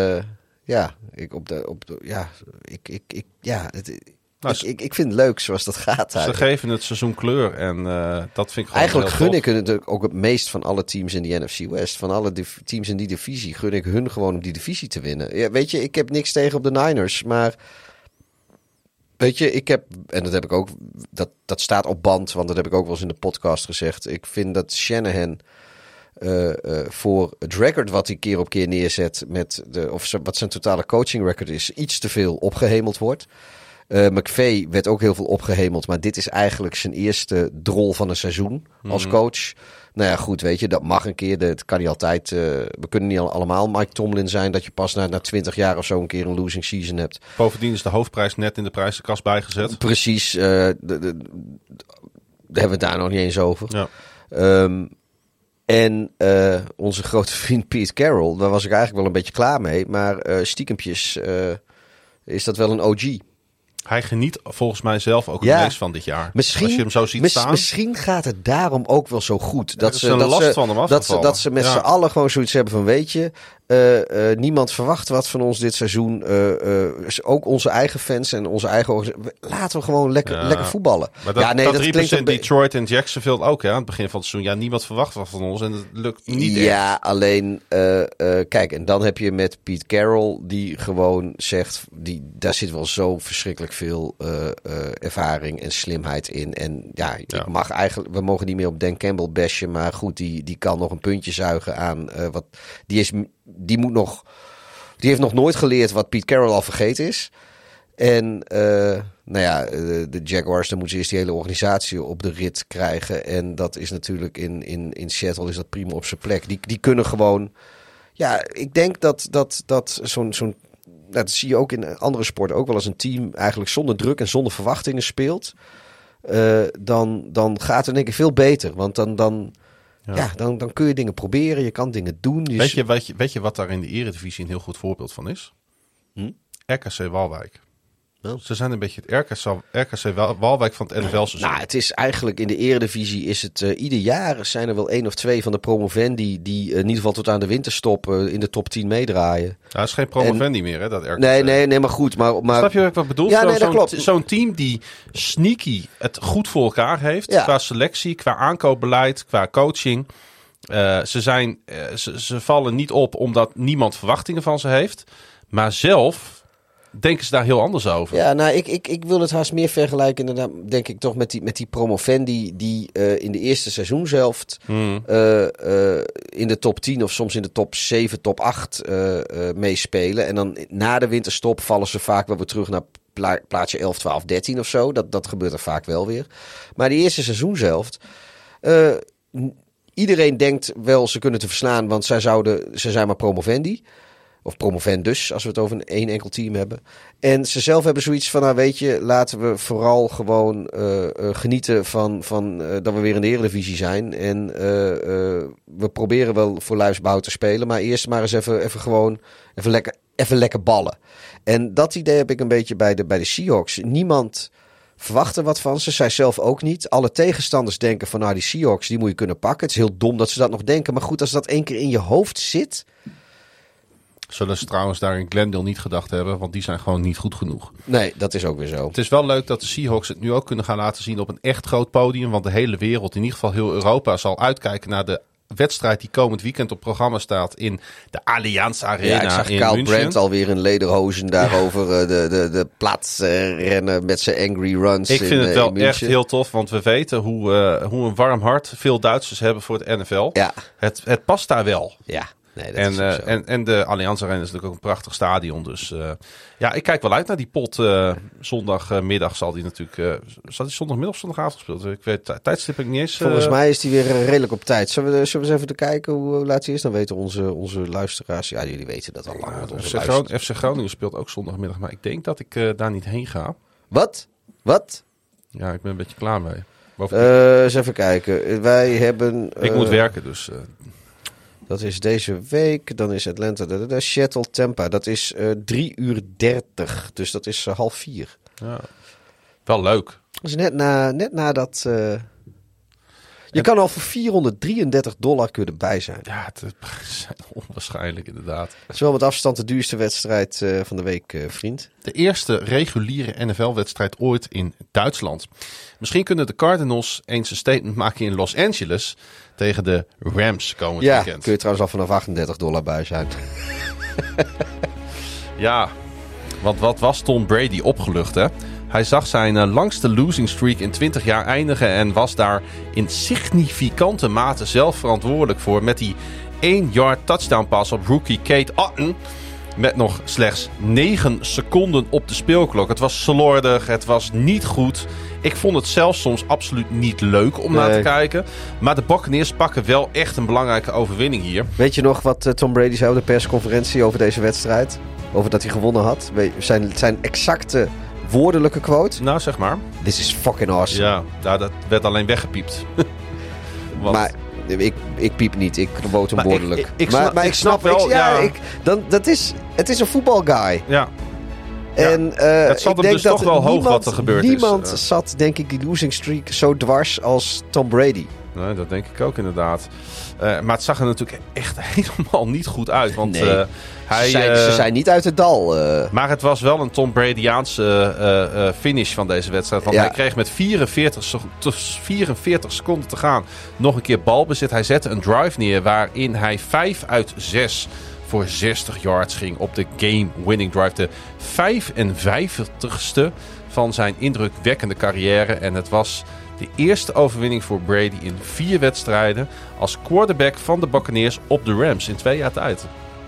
Ik vind het leuk zoals dat gaat. Ze geven het seizoen kleur en dat vind ik gewoon eigenlijk heel gun tof. ik het ook het meest van alle teams in die NFC West. Van alle teams in die divisie gun ik hun gewoon om die divisie te winnen. Ja, weet je, ik heb niks tegen op de Niners, maar weet je, ik heb, en dat heb ik ook, dat staat op band, want dat heb ik ook wel eens in de podcast gezegd. Ik vind dat Shanahan voor het record wat hij keer op keer neerzet wat zijn totale coaching record is, iets te veel opgehemeld wordt. McVay werd ook heel veel opgehemeld, maar dit is eigenlijk zijn eerste drol van een seizoen als coach. Nou ja, goed, weet je, dat mag een keer. Dat kan niet altijd. We kunnen niet allemaal Mike Tomlin zijn dat je pas na 20 jaar of zo een keer een losing season hebt. Bovendien is de hoofdprijs net in de prijzenkast bijgezet. Precies, daar hebben we het daar nog niet eens over. Ja. En onze grote vriend Pete Carroll, daar was ik eigenlijk wel een beetje klaar mee. Maar stiekempjes is dat wel een OG. Hij geniet volgens mij zelf ook het meest van dit jaar. Als je hem zo ziet staan. Misschien gaat het daarom ook wel zo goed. Dat ze met z'n allen gewoon zoiets hebben van, weet je, niemand verwacht wat van ons dit seizoen. Ook onze eigen fans en onze eigen organisatie. Laten we gewoon lekker voetballen. Maar dat klinkt in Detroit en Jacksonville ook, aan het begin van het seizoen. Ja, niemand verwacht wat van ons en het lukt niet echt. Ja, alleen, kijk, en dan heb je met Pete Carroll die gewoon zegt, daar zit wel zo verschrikkelijk veel ervaring en slimheid in. En ja, we mogen niet meer op Dan Campbell bashen, maar goed, die kan nog een puntje zuigen aan wat die heeft nog nooit geleerd wat Pete Carroll al vergeten is. En de Jaguars, dan moeten ze eerst die hele organisatie op de rit krijgen. En dat is natuurlijk in Seattle is dat prima op zijn plek. Die kunnen gewoon. Ja, ik denk dat zo'n dat zie je ook in andere sporten ook wel, als een team eigenlijk zonder druk en zonder verwachtingen speelt. Dan gaat het denk ik veel beter. Want dan kun je dingen proberen, je kan dingen doen. Dus... Weet je wat daar in de Eredivisie een heel goed voorbeeld van is? RKC Waalwijk. Oh. Ze zijn een beetje het RKC Waalwijk van het NFL-seizoen. Nou, het is eigenlijk in de Eredivisie is het ieder jaar zijn er wel 1 of 2 van de promovendi die in ieder geval tot aan de winterstop in de top 10 meedraaien. Dat is geen promovendi meer, hè, dat RKC. Nee, maar goed. Maar... Snap je wat ik bedoel? Ja, dat klopt. Zo'n team die sneaky het goed voor elkaar heeft, qua selectie, qua aankoopbeleid, qua coaching. Ze vallen niet op omdat niemand verwachtingen van ze heeft, maar zelf denken ze daar heel anders over. Ja, nou, ik wil het haast meer vergelijken, inderdaad, denk ik toch met die promovendi die in de eerste seizoenshelft in de top 10 of soms in de top 7, top 8 meespelen. En dan na de winterstop vallen ze vaak wel weer terug naar plaatsje 11, 12, 13 of zo. Dat gebeurt er vaak wel weer. Maar die eerste seizoenshelft, iedereen denkt wel ze kunnen te verslaan, want ze zijn maar promovendi. Of promovendus, als we het over één enkel team hebben. En ze zelf hebben zoiets van, nou weet je, laten we vooral gewoon genieten van dat we weer in de Eredivisie zijn. En we proberen wel voor lijfsbouw te spelen, maar eerst maar eens even lekker ballen. En dat idee heb ik een beetje bij de Seahawks. Niemand verwacht er wat van ze. Zij zelf ook niet. Alle tegenstanders denken van, nou die Seahawks, die moet je kunnen pakken. Het is heel dom dat ze dat nog denken. Maar goed, als dat 1 keer in je hoofd zit. Zullen ze trouwens daar in Glendale niet gedacht hebben, want die zijn gewoon niet goed genoeg. Nee, dat is ook weer zo. Het is wel leuk dat de Seahawks het nu ook kunnen gaan laten zien op een echt groot podium, want de hele wereld, in ieder geval heel Europa, zal uitkijken naar de wedstrijd die komend weekend op programma staat in de Allianz Arena in München. Ik zag Kyle Brandt alweer in lederhozen daarover de plaats rennen met zijn angry runs. Ik vind het wel echt heel tof, want we weten hoe een warm hart veel Duitsers hebben voor het NFL. Ja. Het past daar wel. Ja. Nee, dat is ook zo. En de Allianz Arena is natuurlijk ook een prachtig stadion. Dus ik kijk wel uit naar die pot. Zondagmiddag zal die natuurlijk... zal die zondagmiddag of zondagavond gespeeld? Ik weet tijdstip ik niet eens. Volgens mij is die weer redelijk op tijd. Zullen we eens even te kijken hoe laat hij is? Dan weten onze luisteraars... Ja, jullie weten dat al lang. FC Groningen speelt ook zondagmiddag. Maar ik denk dat ik daar niet heen ga. Wat? Ja, ik ben een beetje klaar mee. Eens even kijken. Wij hebben... ik moet werken, dus... Dat is deze week. Dan is Atlanta, Seattle, Tampa. Dat is 3:30. Dus dat is 3:30. Ja. Wel leuk. Dat is net na dat... Je kan al voor $433 kunnen bij zijn. Ja, het zijn onwaarschijnlijk inderdaad. Het is wel met afstand de duurste wedstrijd van de week, vriend. De eerste reguliere NFL-wedstrijd ooit in Duitsland. Misschien kunnen de Cardinals eens een statement maken in Los Angeles tegen de Rams komend weekend. Ja, kun je trouwens al vanaf $38 bij zijn. Ja, want wat was Tom Brady opgelucht, hè? Hij zag zijn langste losing streak in 20 jaar eindigen en was daar in significante mate zelf verantwoordelijk voor met die 1-yard touchdown pass op rookie Kate Otten. Met nog slechts 9 seconden op de speelklok. Het was slordig, het was niet goed. Ik vond het zelfs soms absoluut niet leuk om naar te kijken. Maar de Buccaneers pakken wel echt een belangrijke overwinning hier. Weet je nog wat Tom Brady zei op de persconferentie over deze wedstrijd? Over dat hij gewonnen had? Zijn exacte woordelijke quote? Nou, zeg maar. This is fucking awesome. Ja, dat werd alleen weggepiept. Maar ik piep niet. Ik quote hem woordelijk. Ik snap wel. Het is een voetbalguy. Ja. En het zat hem dus toch wel hoog wat er gebeurd is. Niemand zat, denk ik, die losing streak zo dwars als Tom Brady. Nee, dat denk ik ook inderdaad. Maar het zag er natuurlijk echt helemaal niet goed uit. Want nee. Ze zijn niet uit het dal. Maar het was wel een Tom Brady'aanse finish van deze wedstrijd. Want hij kreeg met 44 seconden te gaan nog een keer balbezit. Hij zette een drive neer waarin hij 5 uit 6 voor 60 yards ging op de game-winning drive. De 55ste van zijn indrukwekkende carrière. En het was de eerste overwinning voor Brady in 4 wedstrijden als quarterback van de Buccaneers op de Rams in 2 jaar tijd.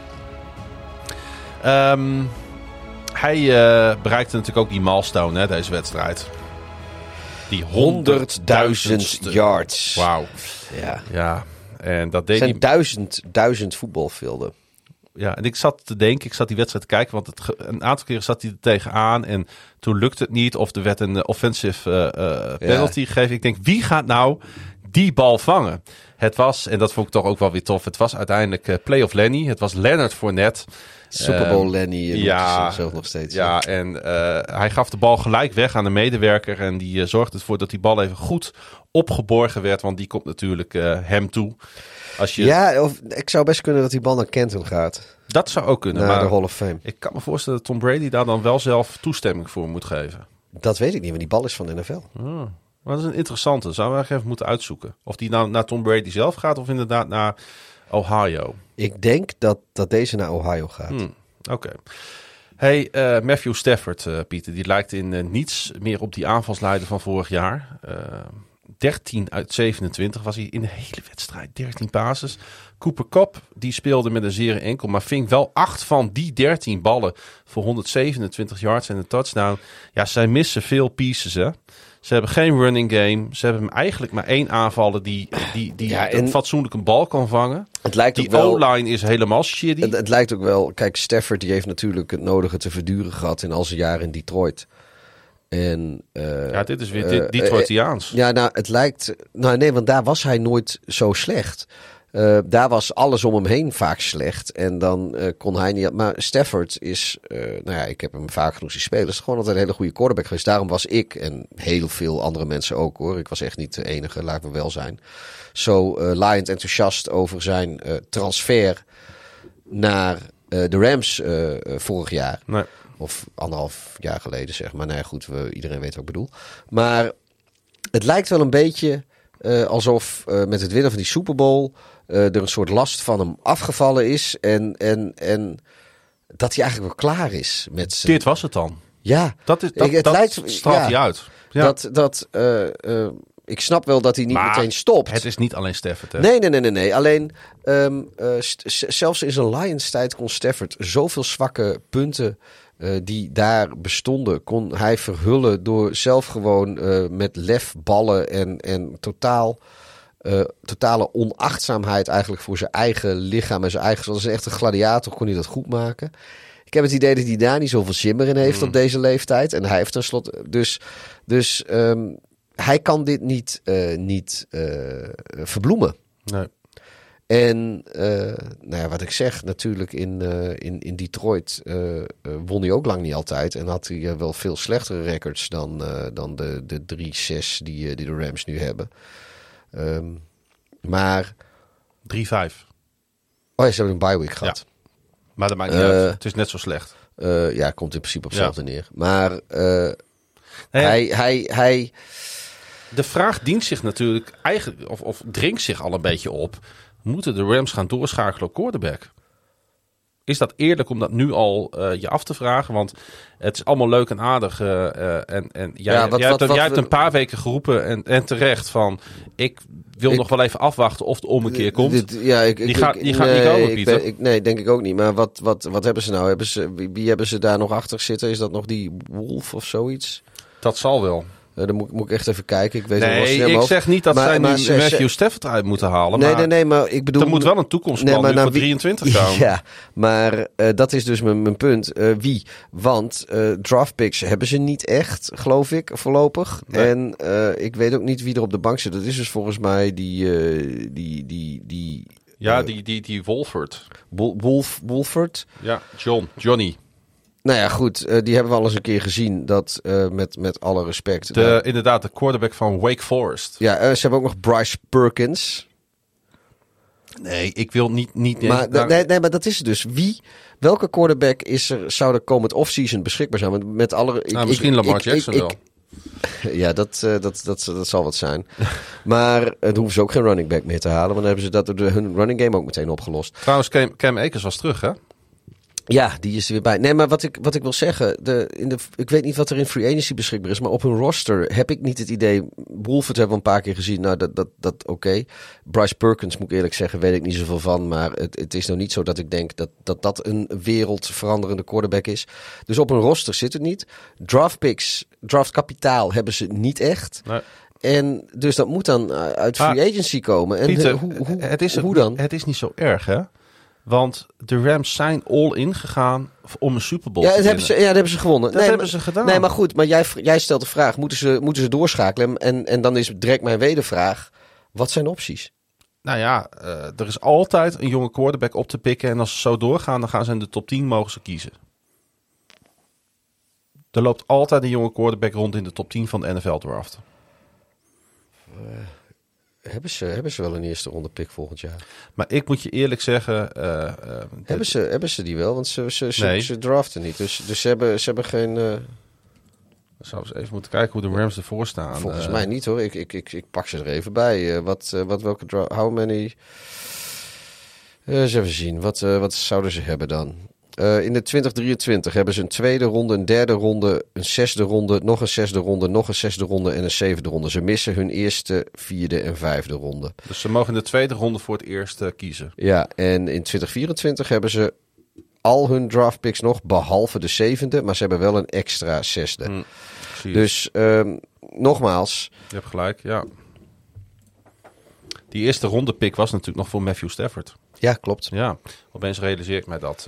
Hij bereikte natuurlijk ook die milestone, hè, deze wedstrijd. Die 100.000 yards. Wauw. Ja. En dat deed hij... 1000 voetbalvelden. Ja, en ik zat te denken, ik zat die wedstrijd te kijken, want een aantal keren zat hij er tegenaan en toen lukte het niet of er werd een offensive penalty gegeven. Ik denk, wie gaat nou die bal vangen? Het was, en dat vond ik toch ook wel weer tof, het was uiteindelijk Playoff Lenny. Het was Leonard Fournette. Super Bowl Lenny zelf nog steeds. Ja, en hij gaf de bal gelijk weg aan de medewerker en die zorgde ervoor dat die bal even goed opgeborgen werd, want die komt natuurlijk hem toe. Ja, of ik zou best kunnen dat die bal naar Kenton gaat. Dat zou ook kunnen. Naar de Hall of Fame. Ik kan me voorstellen dat Tom Brady daar dan wel zelf toestemming voor moet geven. Dat weet ik niet, maar die bal is van de NFL. Maar dat is een interessante. Zouden we eigenlijk even moeten uitzoeken. Of die nou naar Tom Brady zelf gaat of inderdaad naar Ohio. Ik denk dat deze naar Ohio gaat. Oké. Hey, Matthew Stafford, Pieter, die lijkt in niets meer op die aanvalsleider van vorig jaar. 13 uit 27 was hij in de hele wedstrijd. 13 passes. Cooper Kupp, die speelde met een zere enkel, maar ving wel 8 van die 13 ballen voor 127 yards en een touchdown. Ja, zij missen veel pieces, hè. Ze hebben geen running game. Ze hebben eigenlijk maar 1 aanvaller die fatsoenlijk een bal kan vangen. Het lijkt die O-line is helemaal shitty. Het lijkt ook wel... Kijk, Stafford die heeft natuurlijk het nodige te verduren gehad in al zijn jaren in Detroit. En, dit is weer Detroitiaans. Het lijkt... Nee, want daar was hij nooit zo slecht. Daar was alles om hem heen vaak slecht. En dan kon hij niet... Maar Stafford is... ik heb hem vaak genoeg zien spelen. Is gewoon altijd een hele goede quarterback geweest. Daarom was ik, en heel veel andere mensen ook hoor. Ik was echt niet de enige, laten we wel zijn. Laaiend enthousiast over zijn transfer naar de Rams vorig jaar. Nee. Of 1,5 jaar geleden, zeg maar. Nee, goed, iedereen weet wat ik bedoel. Maar het lijkt wel een beetje alsof met het winnen van die Super Bowl er een soort last van hem afgevallen is. En dat hij eigenlijk wel klaar is met Dit was het dan. Ja. Dat straalt hij uit. Ja. ik snap wel dat hij niet meteen stopt. Het is niet alleen Stafford, hè? Nee. Alleen, zelfs in zijn Lions-tijd kon Stafford zoveel zwakke punten die daar bestonden, kon hij verhullen door zelf gewoon met lef ballen en totale onachtzaamheid eigenlijk voor zijn eigen lichaam en zijn eigen... Zoals een echte gladiator kon hij dat goed maken. Ik heb het idee dat hij daar niet zoveel zimmer in heeft op deze leeftijd. En hij heeft tenslotte... Dus hij kan dit niet verbloemen. Nee. En wat ik zeg, natuurlijk in Detroit won hij ook lang niet altijd. En had hij wel veel slechtere records dan de 3-6 die de Rams nu hebben. Maar... 3-5. Oh ja, ze hebben een bye week gehad. Ja. Maar dat maakt niet uit. Het is net zo slecht. Komt in principe op hetzelfde neer. Maar hij... De vraag dient zich natuurlijk eigenlijk, of dringt zich al een beetje op. Moeten de Rams gaan doorschakelen op quarterback? Is dat eerlijk om dat nu al je af te vragen? Want het is allemaal leuk en aardig. Jij hebt een paar weken geroepen en terecht van... Ik wil nog wel even afwachten of de ommekeer komt. Die gaat niet komen, Pieter. Nee, denk ik ook niet. Maar wat hebben ze nou? Wie hebben ze daar nog achter zitten? Is dat nog die Wolf of zoiets? Dat zal wel. Dan moet ik echt even kijken. Ik zeg niet dat zij nu Matthew Stafford uit moeten halen. Nee, maar ik bedoel... Er moet wel een toekomstplan voor 23 komen. Ja, maar dat is dus mijn punt. Wie? Want draftpicks hebben ze niet echt, geloof ik, voorlopig. Nee. En ik weet ook niet wie er op de bank zit. Dat is dus volgens mij die Wolford. Wolford? Ja, Johnny. Nou ja, goed. Die hebben we al eens een keer gezien. Dat met alle respect. Inderdaad, de quarterback van Wake Forest. Ja, ze hebben ook nog Bryce Perkins. Nee, ik wil niet... Maar maar dat is het dus. Welke quarterback zou er komend offseason beschikbaar zijn? Met alle... Misschien Lamar Jackson wel. Ja, dat zal wat zijn. Maar dan hoeven ze ook geen running back meer te halen. Want dan hebben ze hun running game ook meteen opgelost. Trouwens, Cam Akers was terug, hè? Ja, die is er weer bij. Nee, maar wat ik wil zeggen... ik weet niet wat er in free agency beschikbaar is... maar op hun roster heb ik niet het idee... Wolford hebben we een paar keer gezien. Nou, dat oké. Bryce Perkins, moet ik eerlijk zeggen... weet ik niet zoveel van. Maar het is nou niet zo dat ik denk... dat een wereldveranderende quarterback is. Dus op hun roster zit het niet. Draftkapitaal hebben ze niet echt. Nee. En dus dat moet dan uit free agency komen. En Pieter, hoe dan? Het is niet zo erg, hè? Want de Rams zijn all-in gegaan om een Super Bowl te winnen. Dat hebben ze gewonnen. Dat hebben ze gedaan. Nee, maar goed. Maar jij stelt de vraag. Moeten ze doorschakelen? En dan is direct mijn wedervraag. Wat zijn opties? Nou ja, er is altijd een jonge quarterback op te pikken. En als ze zo doorgaan, dan gaan ze in de top 10 mogen ze kiezen. Er loopt altijd een jonge quarterback rond in de top 10 van de NFL draft. Hebben ze wel een eerste ronde pick volgend jaar? Maar ik moet je eerlijk zeggen... Hebben ze die wel? Want ze draften niet. Dus ze hebben geen... We zouden eens even moeten kijken hoe de Rams ervoor staan. Volgens mij niet hoor. Ik pak ze er even bij. Welke draft... How many... eens even zien. Wat zouden ze hebben dan? In de 2023 hebben ze een tweede ronde, een derde ronde, een zesde ronde, nog een zesde ronde, nog een zesde ronde en een zevende ronde. Ze missen hun eerste, vierde en vijfde ronde. Dus ze mogen in de tweede ronde voor het eerst kiezen. Ja, en in 2024 hebben ze al hun draftpicks nog, behalve de zevende, maar ze hebben wel een extra zesde. Dus nogmaals. Je hebt gelijk, ja. Die eerste ronde pick was natuurlijk nog voor Matthew Stafford. Ja, klopt. Ja, opeens realiseer ik mij dat.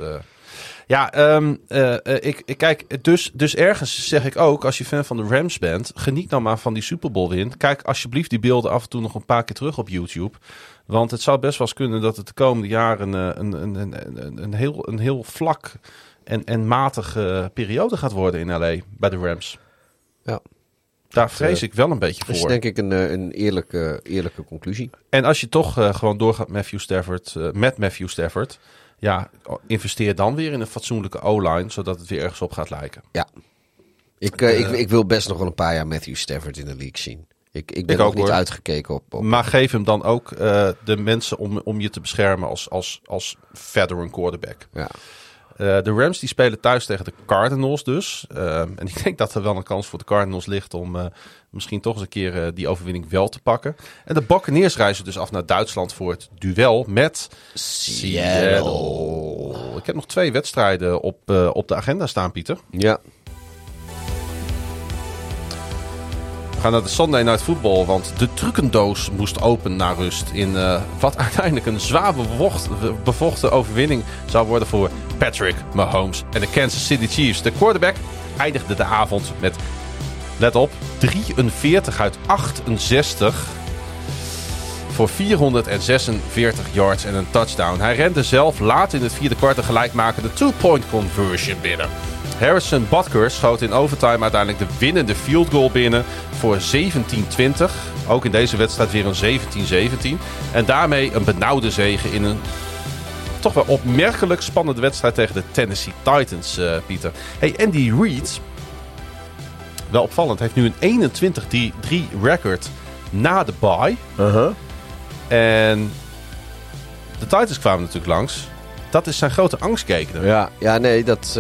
Kijk, dus ergens zeg ik ook, als je fan van de Rams bent, geniet nou maar van die Super Bowl win. Kijk alsjeblieft die beelden af en toe nog een paar keer terug op YouTube. Want het zou best wel eens kunnen dat het de komende jaren een heel vlak en matige periode gaat worden in LA bij de Rams. Ja. Daar vrees ik wel een beetje voor. Dat is denk ik een eerlijke conclusie. En als je toch gewoon doorgaat met Matthew Stafford... Ja, investeer dan weer in een fatsoenlijke O-line... zodat het weer ergens op gaat lijken. Ja. Ik wil best nog wel een paar jaar Matthew Stafford in de league zien. Ik ben ook niet uitgekeken op... Maar geef hem dan ook de mensen om je te beschermen als veteran quarterback. Ja. De Rams die spelen thuis tegen de Cardinals dus. En ik denk dat er wel een kans voor de Cardinals ligt om misschien toch eens een keer die overwinning wel te pakken. En de Buccaneers reizen dus af naar Duitsland voor het duel met Seattle. Ik heb nog 2 wedstrijden op de agenda staan, Pieter. Ja. We gaan naar de Sunday Night Football, want de trucendoos moest open na rust in wat uiteindelijk een zwaar bevochten overwinning zou worden voor Patrick Mahomes en de Kansas City Chiefs. De quarterback eindigde de avond met, let op, 43 uit 68 voor 446 yards en een touchdown. Hij rende zelf laat in het 4e kwart de gelijkmakende 2-point conversion binnen. Harrison Butker schoot in overtime uiteindelijk de winnende field goal binnen voor 17-20. Ook in deze wedstrijd weer een 17-17. En daarmee een benauwde zege in een toch wel opmerkelijk spannende wedstrijd tegen de Tennessee Titans, Pieter. Hey, Andy Reid, wel opvallend, heeft nu een 21-3 record na de bye. En de Titans kwamen natuurlijk langs. Dat is zijn grote angstkeker. Ja, nee, dat...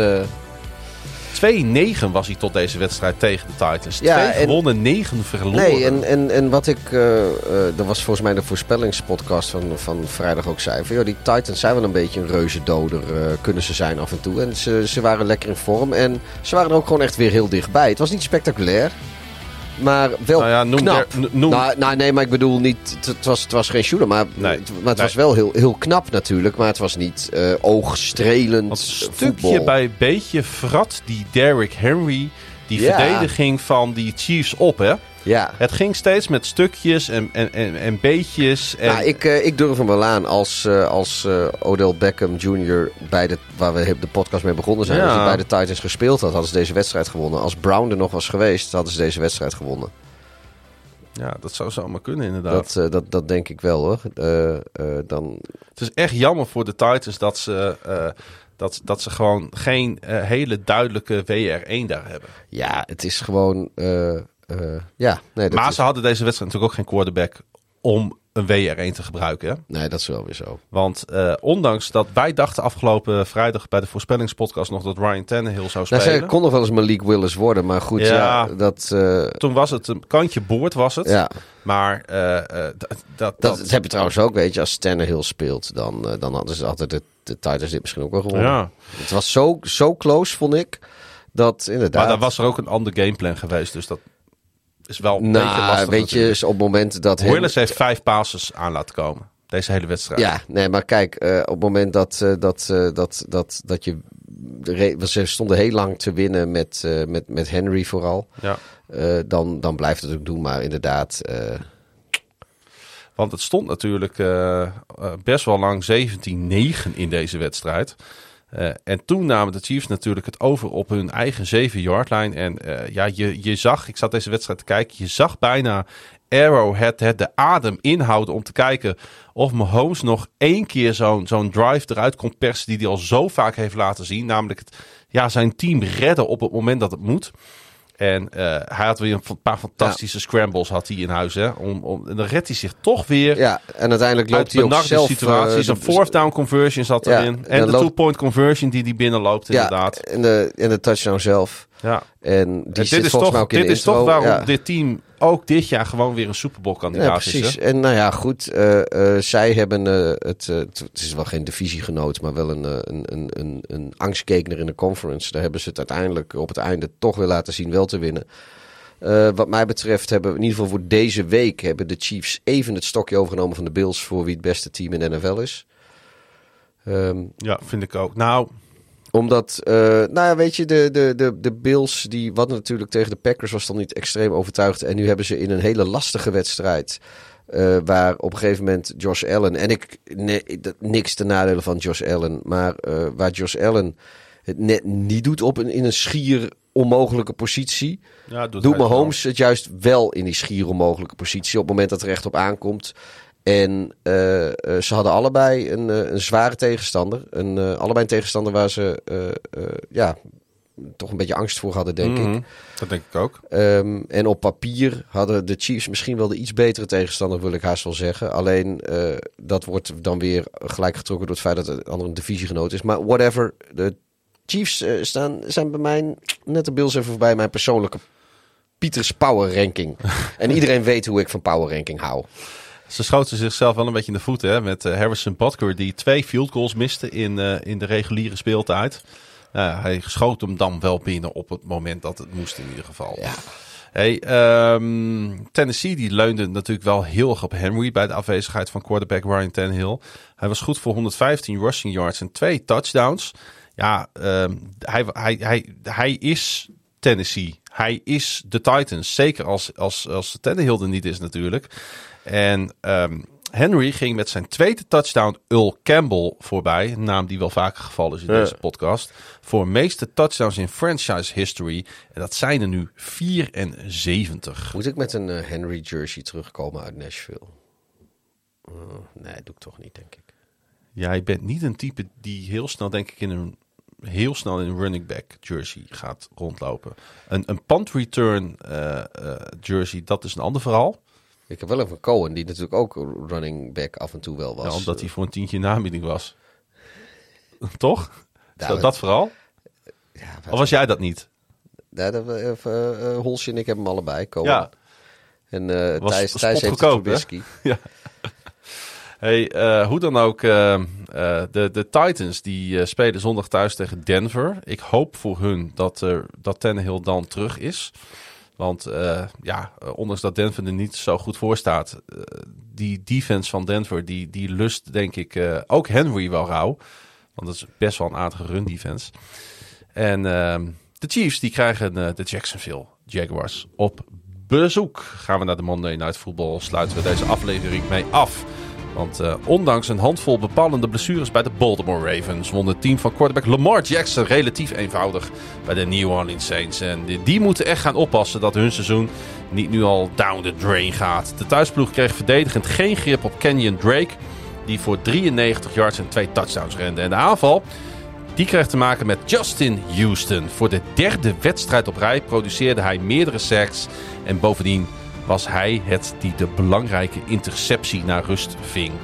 2-9 was hij tot deze wedstrijd tegen de Titans. 2 gewonnen, 9 verloren. Nee, en wat ik... dat was volgens mij de voorspellingspodcast van vrijdag ook zei. Van, joh, die Titans zijn wel een beetje een reuzendoder. Kunnen ze zijn af en toe. En ze waren lekker in vorm. En ze waren er ook gewoon echt weer heel dichtbij. Het was niet spectaculair. Maar wel knap. Nee, maar ik bedoel niet... Het was geen shooter, maar het was wel heel, heel knap natuurlijk. Maar het was niet oogstrelend want voetbal. Stukje bij beetje vrat die Derrick Henry... die verdediging van die Chiefs op, hè? Ja. Het ging steeds met stukjes en beetjes. En... Nou, ik durf hem wel aan als Odell Beckham Jr. waar we de podcast mee begonnen zijn. Als hij bij de Titans gespeeld had, hadden ze deze wedstrijd gewonnen. Als Brown er nog was geweest, hadden ze deze wedstrijd gewonnen. Ja, dat zou zomaar kunnen inderdaad. Dat denk ik wel, hoor. Het is echt jammer voor de Titans dat ze gewoon geen hele duidelijke WR1 daar hebben. Ja, het is gewoon... maar ze hadden deze wedstrijd natuurlijk ook geen quarterback om een WR1 te gebruiken. Hè? Nee, dat is wel weer zo. Want ondanks dat wij dachten afgelopen vrijdag bij de voorspellingspodcast nog dat Ryan Tannehill zou spelen. Nou, kon nog wel eens Malik Willis worden, maar goed, toen was het een kantje boord, was het. Ja. Maar dat heb je trouwens ook, weet je. Als Tannehill speelt, dan hadden ze altijd de Titans dit misschien ook wel gewonnen. Ja. Het was zo close, vond ik, dat inderdaad... Maar dan was er ook een ander gameplan geweest, dus dat is wel een beetje lastig. Weet je, op het moment dat... Willis heeft 5 passes aan laten komen. Deze hele wedstrijd. Ja, nee, maar kijk, op het moment dat je... Ze stonden heel lang te winnen met Henry vooral. Ja. Dan blijft het ook doen, maar inderdaad... Want het stond natuurlijk best wel lang 17-9 in deze wedstrijd. En toen namen de Chiefs natuurlijk het over op hun eigen 7-yard-lijn. En je zag, ik zat deze wedstrijd te kijken, je zag bijna Arrowhead de adem inhouden om te kijken of Mahomes nog 1 keer zo'n drive eruit kon persen die hij al zo vaak heeft laten zien. Namelijk zijn team redden op het moment dat het moet. En hij had weer een paar fantastische scrambles had hij in huis. Hè? En dan redt hij zich toch weer. Ja, en uiteindelijk loopt hij ook zelf... situaties. Een 4th down conversion zat erin. En de 2-point conversion die binnenloopt inderdaad. En de touchdown zelf. Ja. En die zit volgens mij ook in de intro. Dit is toch waarom dit team ook dit jaar gewoon weer een Super Bowl kandidaat is. Precies. En nou ja, goed. Zij hebben het is wel geen divisiegenoot, maar wel een angstkekener in de conference. Daar hebben ze het uiteindelijk op het einde toch weer laten zien wel te winnen. Wat mij betreft hebben in ieder geval voor deze week hebben de Chiefs even het stokje overgenomen van de Bills voor wie het beste team in de NFL is. Ja, vind ik ook. Nou... Omdat, weet je, de Bills, die wat natuurlijk tegen de Packers was dan niet extreem overtuigd. En nu hebben ze in een hele lastige wedstrijd, waar op een gegeven moment Josh Allen, en niks ten nadele van Josh Allen, maar waar Josh Allen het net niet doet in een schier onmogelijke positie, doet Mahomes het juist wel in die schier onmogelijke positie op het moment dat er echt op aankomt. En ze hadden allebei een zware tegenstander. Allebei een tegenstander waar ze toch een beetje angst voor hadden, denk ik. Dat denk ik ook. En op papier hadden de Chiefs misschien wel de iets betere tegenstander, wil ik haast wel zeggen. Alleen dat wordt dan weer gelijk getrokken door het feit dat het een andere divisiegenoot is. Maar whatever, de Chiefs zijn bij mij net de Bills even voorbij mijn persoonlijke Pieters Power Ranking. En iedereen weet hoe ik van Power Ranking hou. Ze schoten zichzelf wel een beetje in de voeten, hè, met Harrison Butker, die 2 field goals miste in de reguliere speeltijd. Hij schoot hem dan wel binnen op het moment dat het moest in ieder geval. Ja. Hey, Tennessee die leunde natuurlijk wel heel erg op Henry bij de afwezigheid van quarterback Ryan Tannehill. Hij was goed voor 115 rushing yards en 2 touchdowns. Ja, hij is Tennessee. Hij is de Titans. Zeker als Tannehill er niet is natuurlijk. En Henry ging met zijn tweede touchdown Earl Campbell voorbij. Een naam die wel vaker gevallen is in deze podcast. Voor meeste touchdowns in franchise history. En dat zijn er nu 74. Moet ik met een Henry jersey terugkomen uit Nashville? Nee, doe ik toch niet, denk ik. Jij bent niet een type die heel snel, denk ik, in een running back jersey gaat rondlopen. Een punt return jersey, dat is een ander verhaal. Ik heb wel even Cohen, die natuurlijk ook running back af en toe wel was. Ja, omdat hij voor een tientje in aanbieding was. Toch? Ja, dat vooral? Ja, of was jij dat niet? Holsje en ik hebben hem allebei, Cohen. Ja. En Thijs heeft Trubisky. Ja. Hey, hoe dan ook, de Titans die spelen zondag thuis tegen Denver. Ik hoop voor hun dat Tannehill dan terug is. Want ondanks dat Denver er niet zo goed voor staat, die defense van Denver, die lust denk ik ook Henry wel rauw. Want dat is best wel een aardige run defense. En de Chiefs die krijgen de Jacksonville Jaguars op bezoek. Gaan we naar de Monday Night Football, sluiten we deze aflevering mee af. Want ondanks een handvol bepalende blessures bij de Baltimore Ravens won het team van quarterback Lamar Jackson relatief eenvoudig bij de New Orleans Saints. En die moeten echt gaan oppassen dat hun seizoen niet nu al down the drain gaat. De thuisploeg kreeg verdedigend geen grip op Kenyon Drake, die voor 93 yards en 2 touchdowns rende. En de aanval die kreeg te maken met Justin Houston. Voor de 3e wedstrijd op rij produceerde hij meerdere sacks en bovendien was hij het die de belangrijke interceptie naar rust ving.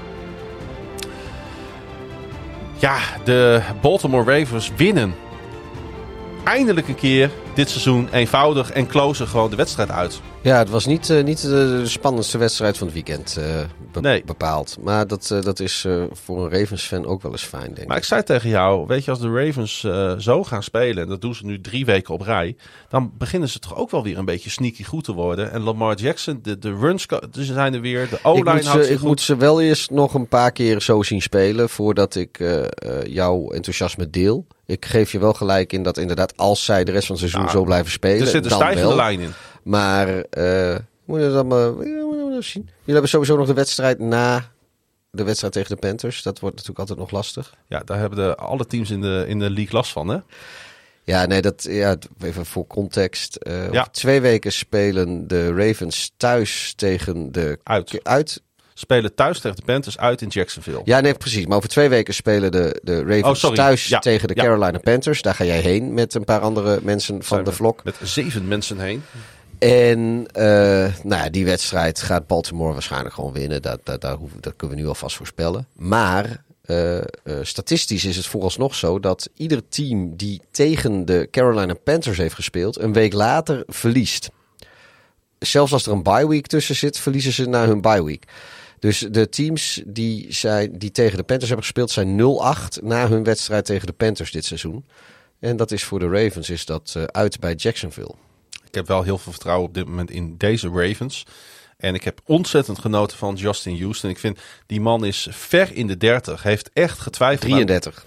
Ja, de Baltimore Ravens winnen eindelijk een keer dit seizoen eenvoudig en closen gewoon de wedstrijd uit. Ja, het was niet de spannendste wedstrijd van het weekend bepaald. Maar dat is voor een Ravens-fan ook wel eens fijn, denk ik. Maar ik zei tegen jou, weet je, als de Ravens zo gaan spelen, en dat doen ze nu 3 weken op rij, dan beginnen ze toch ook wel weer een beetje sneaky goed te worden. En Lamar Jackson, de runs zijn er weer, de O-line houdt zich goed. Ik moet ze wel eerst nog een paar keer zo zien spelen voordat ik jouw enthousiasme deel. Ik geef je wel gelijk in dat inderdaad als zij de rest van het seizoen zo blijven spelen, er zit een stijgende lijn in. Maar moet je dat maar zien. Jullie hebben sowieso nog de wedstrijd na de wedstrijd tegen de Panthers. Dat wordt natuurlijk altijd nog lastig. Ja, daar hebben alle teams in de league last van, hè? Ja, nee, even voor context. Over 2 weken spelen de Ravens thuis tegen de... Uit. Spelen thuis tegen de Panthers, uit in Jacksonville. Ja, nee, precies. Maar over 2 weken spelen de Ravens thuis tegen de Carolina Panthers. Daar ga jij heen met een paar andere mensen van de vlog. Met 7 mensen heen. En die wedstrijd gaat Baltimore waarschijnlijk gewoon winnen. Dat kunnen we nu alvast voorspellen. Maar statistisch is het vooralsnog zo dat ieder team die tegen de Carolina Panthers heeft gespeeld, een week later verliest. Zelfs als er een bye week tussen zit, verliezen ze na hun bye week. Dus de teams die tegen de Panthers hebben gespeeld zijn 0-8 na hun wedstrijd tegen de Panthers dit seizoen. En dat is voor de Ravens is dat uit bij Jacksonville. Ik heb wel heel veel vertrouwen op dit moment in deze Ravens. En ik heb ontzettend genoten van Justin Houston. Ik vind die man is ver in de 30. Heeft echt getwijfeld. 33.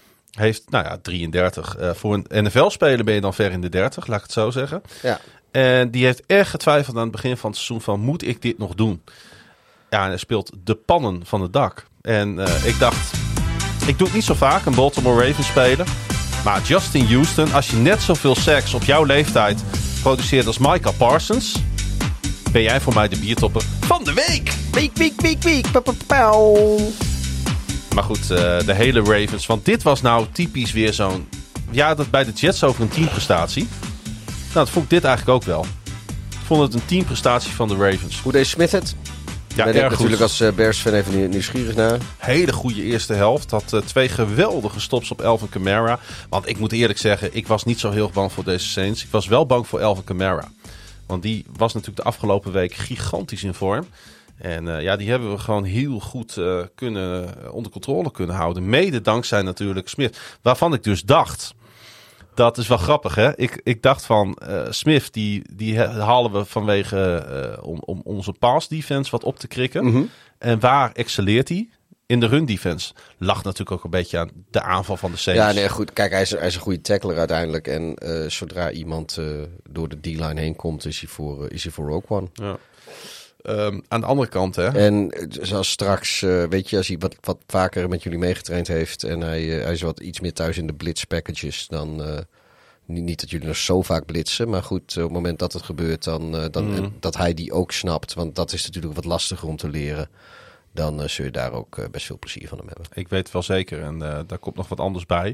33. Voor een NFL-speler ben je dan ver in de 30, laat ik het zo zeggen. Ja. En die heeft erg getwijfeld aan het begin van het seizoen van, moet ik dit nog doen? Ja, en hij speelt de pannen van het dak. En ik dacht, ik doe het niet zo vaak, een Baltimore Ravens speler. Maar Justin Houston, als je net zoveel sacks op jouw leeftijd produceert als Micah Parsons, ben jij voor mij de biertopper van de week. Week. Maar goed, de hele Ravens. Want dit was nou typisch weer zo'n ja, dat bij de Jets over een teamprestatie. Nou, dat vond ik dit eigenlijk ook wel. Ik vond het een teamprestatie van de Ravens. Hoe deed Smith het? Ja, ben erg ik goed. natuurlijk als Bears-fan even nieuwsgierig naar. Hele goede eerste helft. Had 2 geweldige stops op Alvin Kamara. Want ik moet eerlijk zeggen, ik was niet zo heel bang voor deze Saints. Ik was wel bang voor Alvin Kamara. Want die was natuurlijk de afgelopen week gigantisch in vorm. En die hebben we gewoon heel goed onder controle kunnen houden. Mede dankzij natuurlijk Smith. Waarvan ik dus dacht... Dat is wel grappig, hè? Ik dacht van Smith, die halen we vanwege om onze pass defense wat op te krikken. Mm-hmm. En waar excelleert hij? In de run defense. Lag natuurlijk ook een beetje aan de aanval van de Saints. Ja, nee, goed. Kijk, hij is een goede tackler uiteindelijk. En zodra iemand door de D-line heen komt, is hij voor Rogue One. Ja. Aan de andere kant, hè? En zoals straks, weet je, als hij wat vaker met jullie meegetraind heeft en hij is wat iets meer thuis in de blitz packages, dan niet dat jullie nog zo vaak blitsen, maar goed, op het moment dat het gebeurt, dan dat hij die ook snapt, want dat is natuurlijk wat lastiger om te leren. Dan zul je daar ook best veel plezier van hem hebben. Ik weet het wel zeker. En daar komt nog wat anders bij.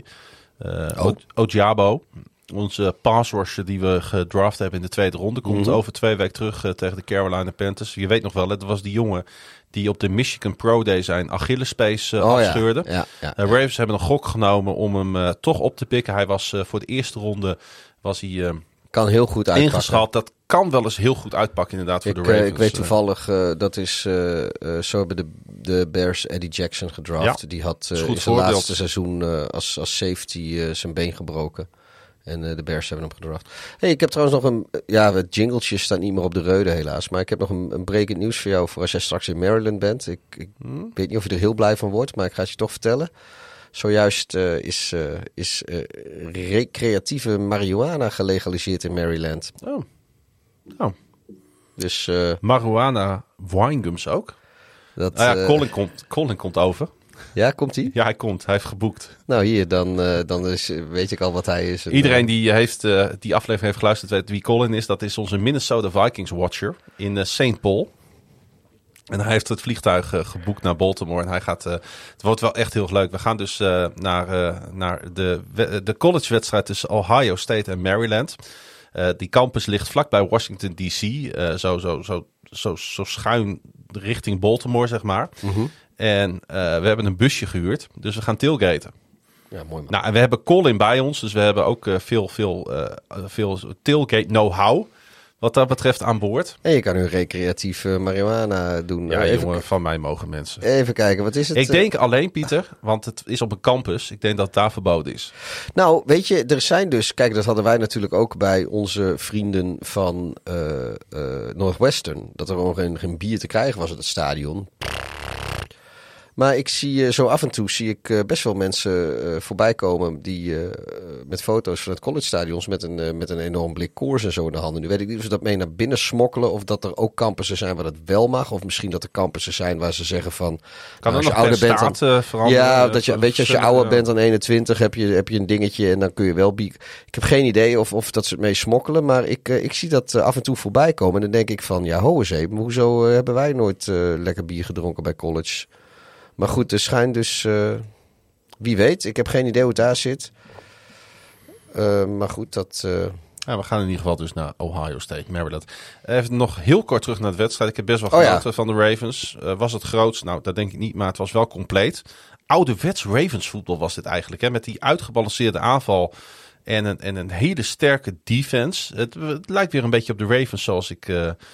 Ojabo, onze pass rusher die we gedraft hebben in de tweede ronde, komt over 2 weken terug tegen de Carolina Panthers. Je weet nog wel, dat was die jongen die op de Michigan Pro Day zijn Achillespees afscheurde. Ja. Ravens hebben een gok genomen om hem toch op te pikken. Hij was voor de eerste ronde kan heel goed uitpakken. ingeschat. Dat kan wel eens heel goed uitpakken inderdaad voor de Ravens. Ik weet toevallig, dat is zo hebben de Bears Eddie Jackson gedraft. Ja, die had in goed zijn voorbeeld. laatste seizoen als safety zijn been gebroken. En de Bears hebben hem gedraft. Hey, ik heb trouwens nog het jingletje staat niet meer op de reude helaas. Maar ik heb nog een breakend nieuws voor jou voor als jij straks in Maryland bent. Ik weet niet of je er heel blij van wordt, maar ik ga het je toch vertellen. Zojuist is recreatieve marihuana gelegaliseerd in Maryland. Oh. Dus Marijuana winegums ook. Colin komt over. Ja, komt hij? Ja, hij komt. Hij heeft geboekt. Nou hier, dan weet ik al wat hij is. Iedereen die die aflevering heeft geluisterd weet wie Colin is. Dat is onze Minnesota Vikings watcher in St. Paul. En hij heeft het vliegtuig geboekt naar Baltimore. En hij gaat. Het wordt wel echt heel leuk. We gaan dus naar de collegewedstrijd tussen Ohio State en Maryland. Die campus ligt vlakbij Washington D.C. Zo schuin richting Baltimore, zeg maar. Mm-hmm. En we hebben een busje gehuurd. Dus we gaan tailgaten. Ja, mooi man. Nou, en we hebben Colin bij ons. Dus we hebben ook veel tailgate know-how. Wat dat betreft aan boord. En je kan nu recreatief marihuana doen. Ja, jongen, van mij mogen mensen. Even kijken, wat is het? Ik denk alleen, Pieter, want het is op een campus. Ik denk dat het daar verboden is. Nou, weet je, er zijn dus... Kijk, dat hadden wij natuurlijk ook bij onze vrienden van Northwestern. Dat er gewoon geen bier te krijgen was in het stadion. Maar ik zie zo af en toe best wel mensen voorbij komen die met foto's van het collegestadions met een enorm blik koors en zo in de handen. Nu weet ik niet of ze dat mee naar binnen smokkelen of dat er ook campussen zijn waar dat wel mag. Of misschien dat er campussen zijn waar ze zeggen van... Kan als er je nog ouder per bent staat veranderen? Ja, dat je, weet je, als je ouder bent dan 21 heb je een dingetje en dan kun je wel bier. Ik heb geen idee of dat ze het mee smokkelen, maar ik zie dat af en toe voorbij komen. En dan denk ik van, ja, ho eens even, hoezo hebben wij nooit lekker bier gedronken bij college? Maar goed, er schijnt dus... wie weet, ik heb geen idee hoe het daar zit. Maar goed, dat... Ja, we gaan in ieder geval dus naar Ohio State, Maryland. Even nog heel kort terug naar de wedstrijd. Ik heb best wel genoten van de Ravens. Was het grootst? Nou, dat denk ik niet, maar het was wel compleet. Ouderwets Ravens voetbal was dit eigenlijk. Hè? Met die uitgebalanceerde aanval en een hele sterke defense. Het lijkt weer een beetje op de Ravens zoals ik...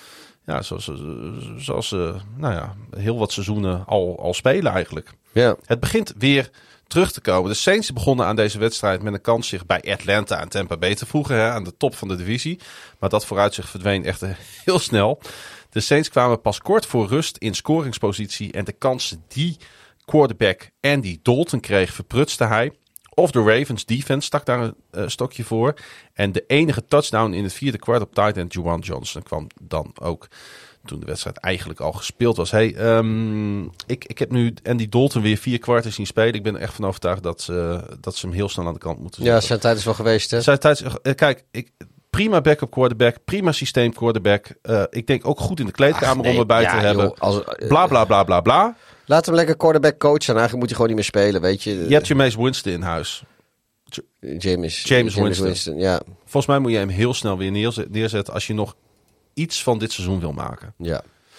zoals heel wat seizoenen al spelen eigenlijk. Ja. Het begint weer terug te komen. De Saints begonnen aan deze wedstrijd met een kans zich bij Atlanta en Tampa Bay te voegen. Hè, aan de top van de divisie. Maar dat vooruitzicht verdween echt heel snel. De Saints kwamen pas kort voor rust in scoringspositie. En de kansen die quarterback Andy Dalton kreeg verprutste hij. Of de Ravens defense stak daar een stokje voor. En de enige touchdown in het vierde kwart op tight end Juwan Johnson kwam dan ook toen de wedstrijd eigenlijk al gespeeld was. Hey, ik heb nu Andy Dalton weer 4 kwarten zien spelen. Ik ben er echt van overtuigd dat ze hem heel snel aan de kant moeten zetten. Ja, zijn tijd is wel geweest, hè? Kijk, prima backup quarterback, prima systeem quarterback. Ik denk ook goed in de kleedkamer om erbij te hebben. Bla, bla, bla, bla, bla. Laat hem lekker quarterback coachen. En eigenlijk moet hij gewoon niet meer spelen, weet je. Je hebt je Jameis Winston in huis. James Winston. Ja. Volgens mij moet je hem heel snel weer neerzetten als je nog iets van dit seizoen wil maken. Ja.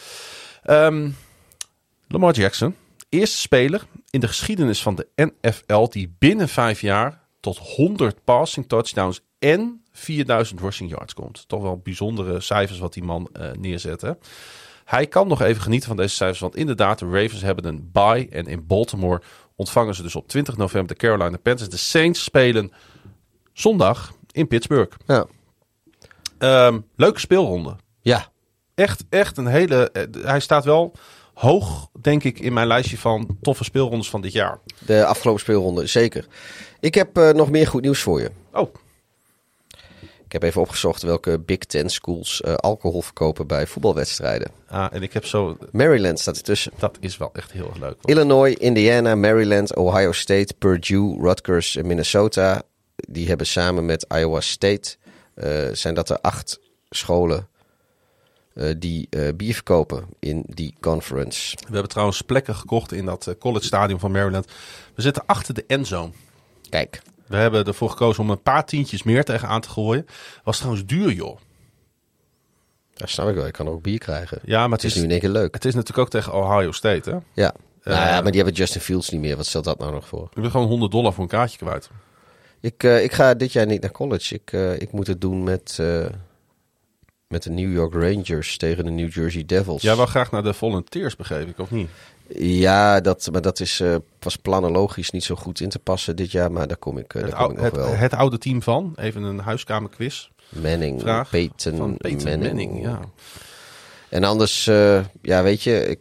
Lamar Jackson, eerste speler in de geschiedenis van de NFL die binnen 5 jaar tot 100 passing touchdowns en 4000 rushing yards komt. Toch wel bijzondere cijfers wat die man neerzet. Hè? Hij kan nog even genieten van deze cijfers, want inderdaad, de Ravens hebben een bye en in Baltimore ontvangen ze dus op 20 november de Carolina Panthers. De Saints spelen zondag in Pittsburgh. Ja. Leuke speelronde. Ja. Echt een hele... hij staat wel hoog, denk ik, in mijn lijstje van toffe speelrondes van dit jaar. De afgelopen speelronde, zeker. Ik heb nog meer goed nieuws voor je. Oh. Ik heb even opgezocht welke Big Ten schools alcohol verkopen bij voetbalwedstrijden. En ik heb zo... Maryland staat ertussen. Dat is wel echt heel erg leuk. Hoor. Illinois, Indiana, Maryland, Ohio State, Purdue, Rutgers en Minnesota. Die hebben samen met Iowa State, zijn dat er 8 scholen die bier verkopen in die conference. We hebben trouwens plekken gekocht in dat college stadion van Maryland. We zitten achter de endzone. Kijk. We hebben ervoor gekozen om een paar tientjes meer tegenaan te gooien. Was trouwens duur, joh. Dat snap ik wel. Ik kan ook bier krijgen. Ja, maar het is nu in één keer leuk. Het is natuurlijk ook tegen Ohio State, hè? Ja. Maar die hebben Justin Fields niet meer. Wat stelt dat nou nog voor? Je bent gewoon $100 voor een kaartje kwijt. Ik ga dit jaar niet naar college. Ik moet het doen met de New York Rangers tegen de New Jersey Devils. Jij wil graag naar de Volunteers, begreep ik, of niet? Ja, maar dat is pas planologisch niet zo goed in te passen dit jaar. Maar daar kom ik nog wel. Het oude team van, even een huiskamerquiz. Peyton Manning, ja. En anders, weet je,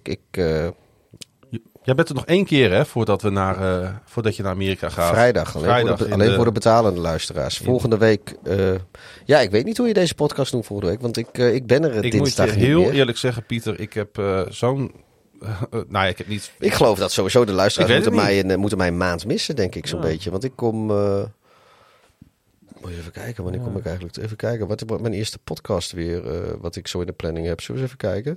Jij bent er nog 1 keer, hè, voordat je naar Amerika gaat. Vrijdag. Alleen voor de betalende luisteraars. Volgende week... ik weet niet hoe je deze podcast doet volgende week. Want ik ben er dinsdag niet meer. Ik moet je heel eerlijk zeggen, Pieter. Ik heb zo'n... ik heb niet... Ik geloof dat sowieso de luisteraars moeten mij een maand missen, denk ik zo'n beetje. Want ik kom... Moet je even kijken, wanneer kom ik eigenlijk... Even kijken, wat wordt mijn eerste podcast weer... wat ik zo in de planning heb. Zullen we eens even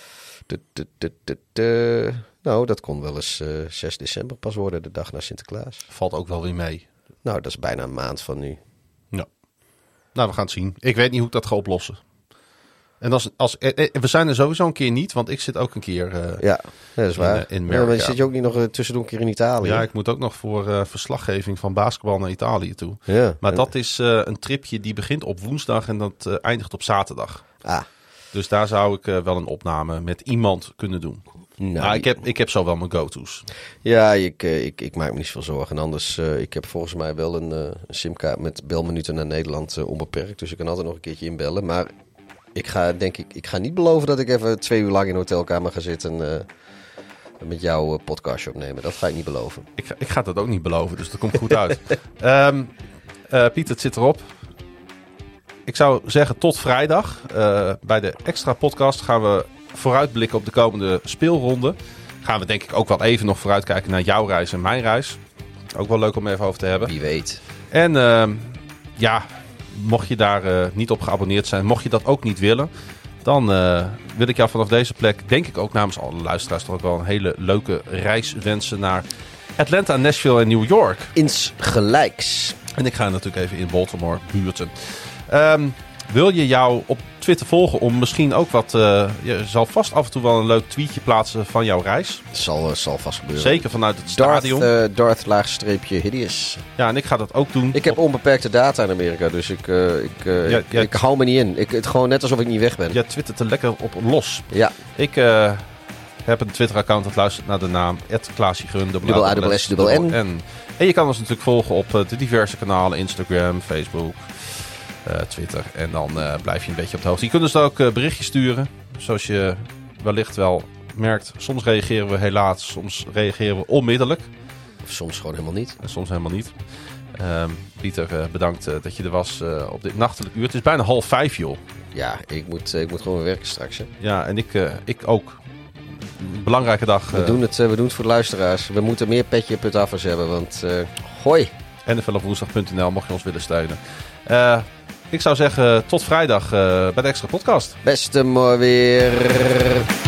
kijken? Nou, dat kon wel eens 6 december pas worden, de dag na Sinterklaas. Valt ook wel weer mee. Nou, dat is bijna een maand van nu. Ja. Nou, we gaan het zien. Ik weet niet hoe ik dat ga oplossen. En we zijn er sowieso een keer niet, want ik zit ook een keer dat is waar. In Amerika. Maar zit je ook niet nog tussendoor een keer in Italië? Ja, ik moet ook nog voor verslaggeving van basketbal naar Italië toe. Ja. Maar dat is een tripje die begint op woensdag en dat eindigt op zaterdag. Ah. Dus daar zou ik wel een opname met iemand kunnen doen. Nou, ik heb zo wel mijn go-to's. Ja, ik maak me niet zoveel zorgen. En anders, ik heb volgens mij wel een simkaart met belminuten naar Nederland onbeperkt. Dus ik kan altijd nog een keertje inbellen. Maar ik ga niet beloven dat ik even 2 uur lang in een hotelkamer ga zitten met jouw podcastje opnemen. Dat ga ik niet beloven. Ik ga dat ook niet beloven, dus dat komt goed uit. Pieter, het zit erop. Ik zou zeggen tot vrijdag. Bij de extra podcast gaan we vooruitblikken op de komende speelronde. Gaan we denk ik ook wel even nog vooruitkijken naar jouw reis en mijn reis. Ook wel leuk om even over te hebben. Wie weet. En mocht je daar niet op geabonneerd zijn, mocht je dat ook niet willen, dan wil ik jou vanaf deze plek, denk ik ook namens alle luisteraars, toch ook wel een hele leuke reis wensen naar Atlanta, Nashville en New York. Insgelijks. En ik ga natuurlijk even in Baltimore buurten. Wil je jou op Twitter volgen om misschien ook wat... je zal vast af en toe wel een leuk tweetje plaatsen van jouw reis. Zal vast gebeuren. Zeker vanuit het stadion. Darth_hideous. Ja, en ik ga dat ook doen. Ik heb onbeperkte data in Amerika, dus ik hou me niet in. Het gewoon net alsof ik niet weg ben. Jij twittert er lekker op los. Ja. Ik heb een Twitter-account dat luistert naar de naam @KlaasjeGrun. _N. En je kan ons natuurlijk volgen op de diverse kanalen. Instagram, Facebook, Twitter. En dan blijf je een beetje op de hoogte. Je kunt dus ook berichtjes sturen. Zoals je wellicht wel merkt. Soms reageren we helaas. Soms reageren we onmiddellijk. Of soms gewoon helemaal niet. En soms helemaal niet. Pieter, bedankt dat je er was op dit nachtelijk uur. Het is bijna 4:30, joh. Ja, ik moet gewoon werken straks. Hè. Ja, en ik ook. Belangrijke dag. We doen het voor de luisteraars. We moeten meer petje.affers hebben, want hoi. NFLopwoensdag.nl mocht je ons willen steunen. Ik zou zeggen tot vrijdag bij de extra podcast. Beste mooi weer.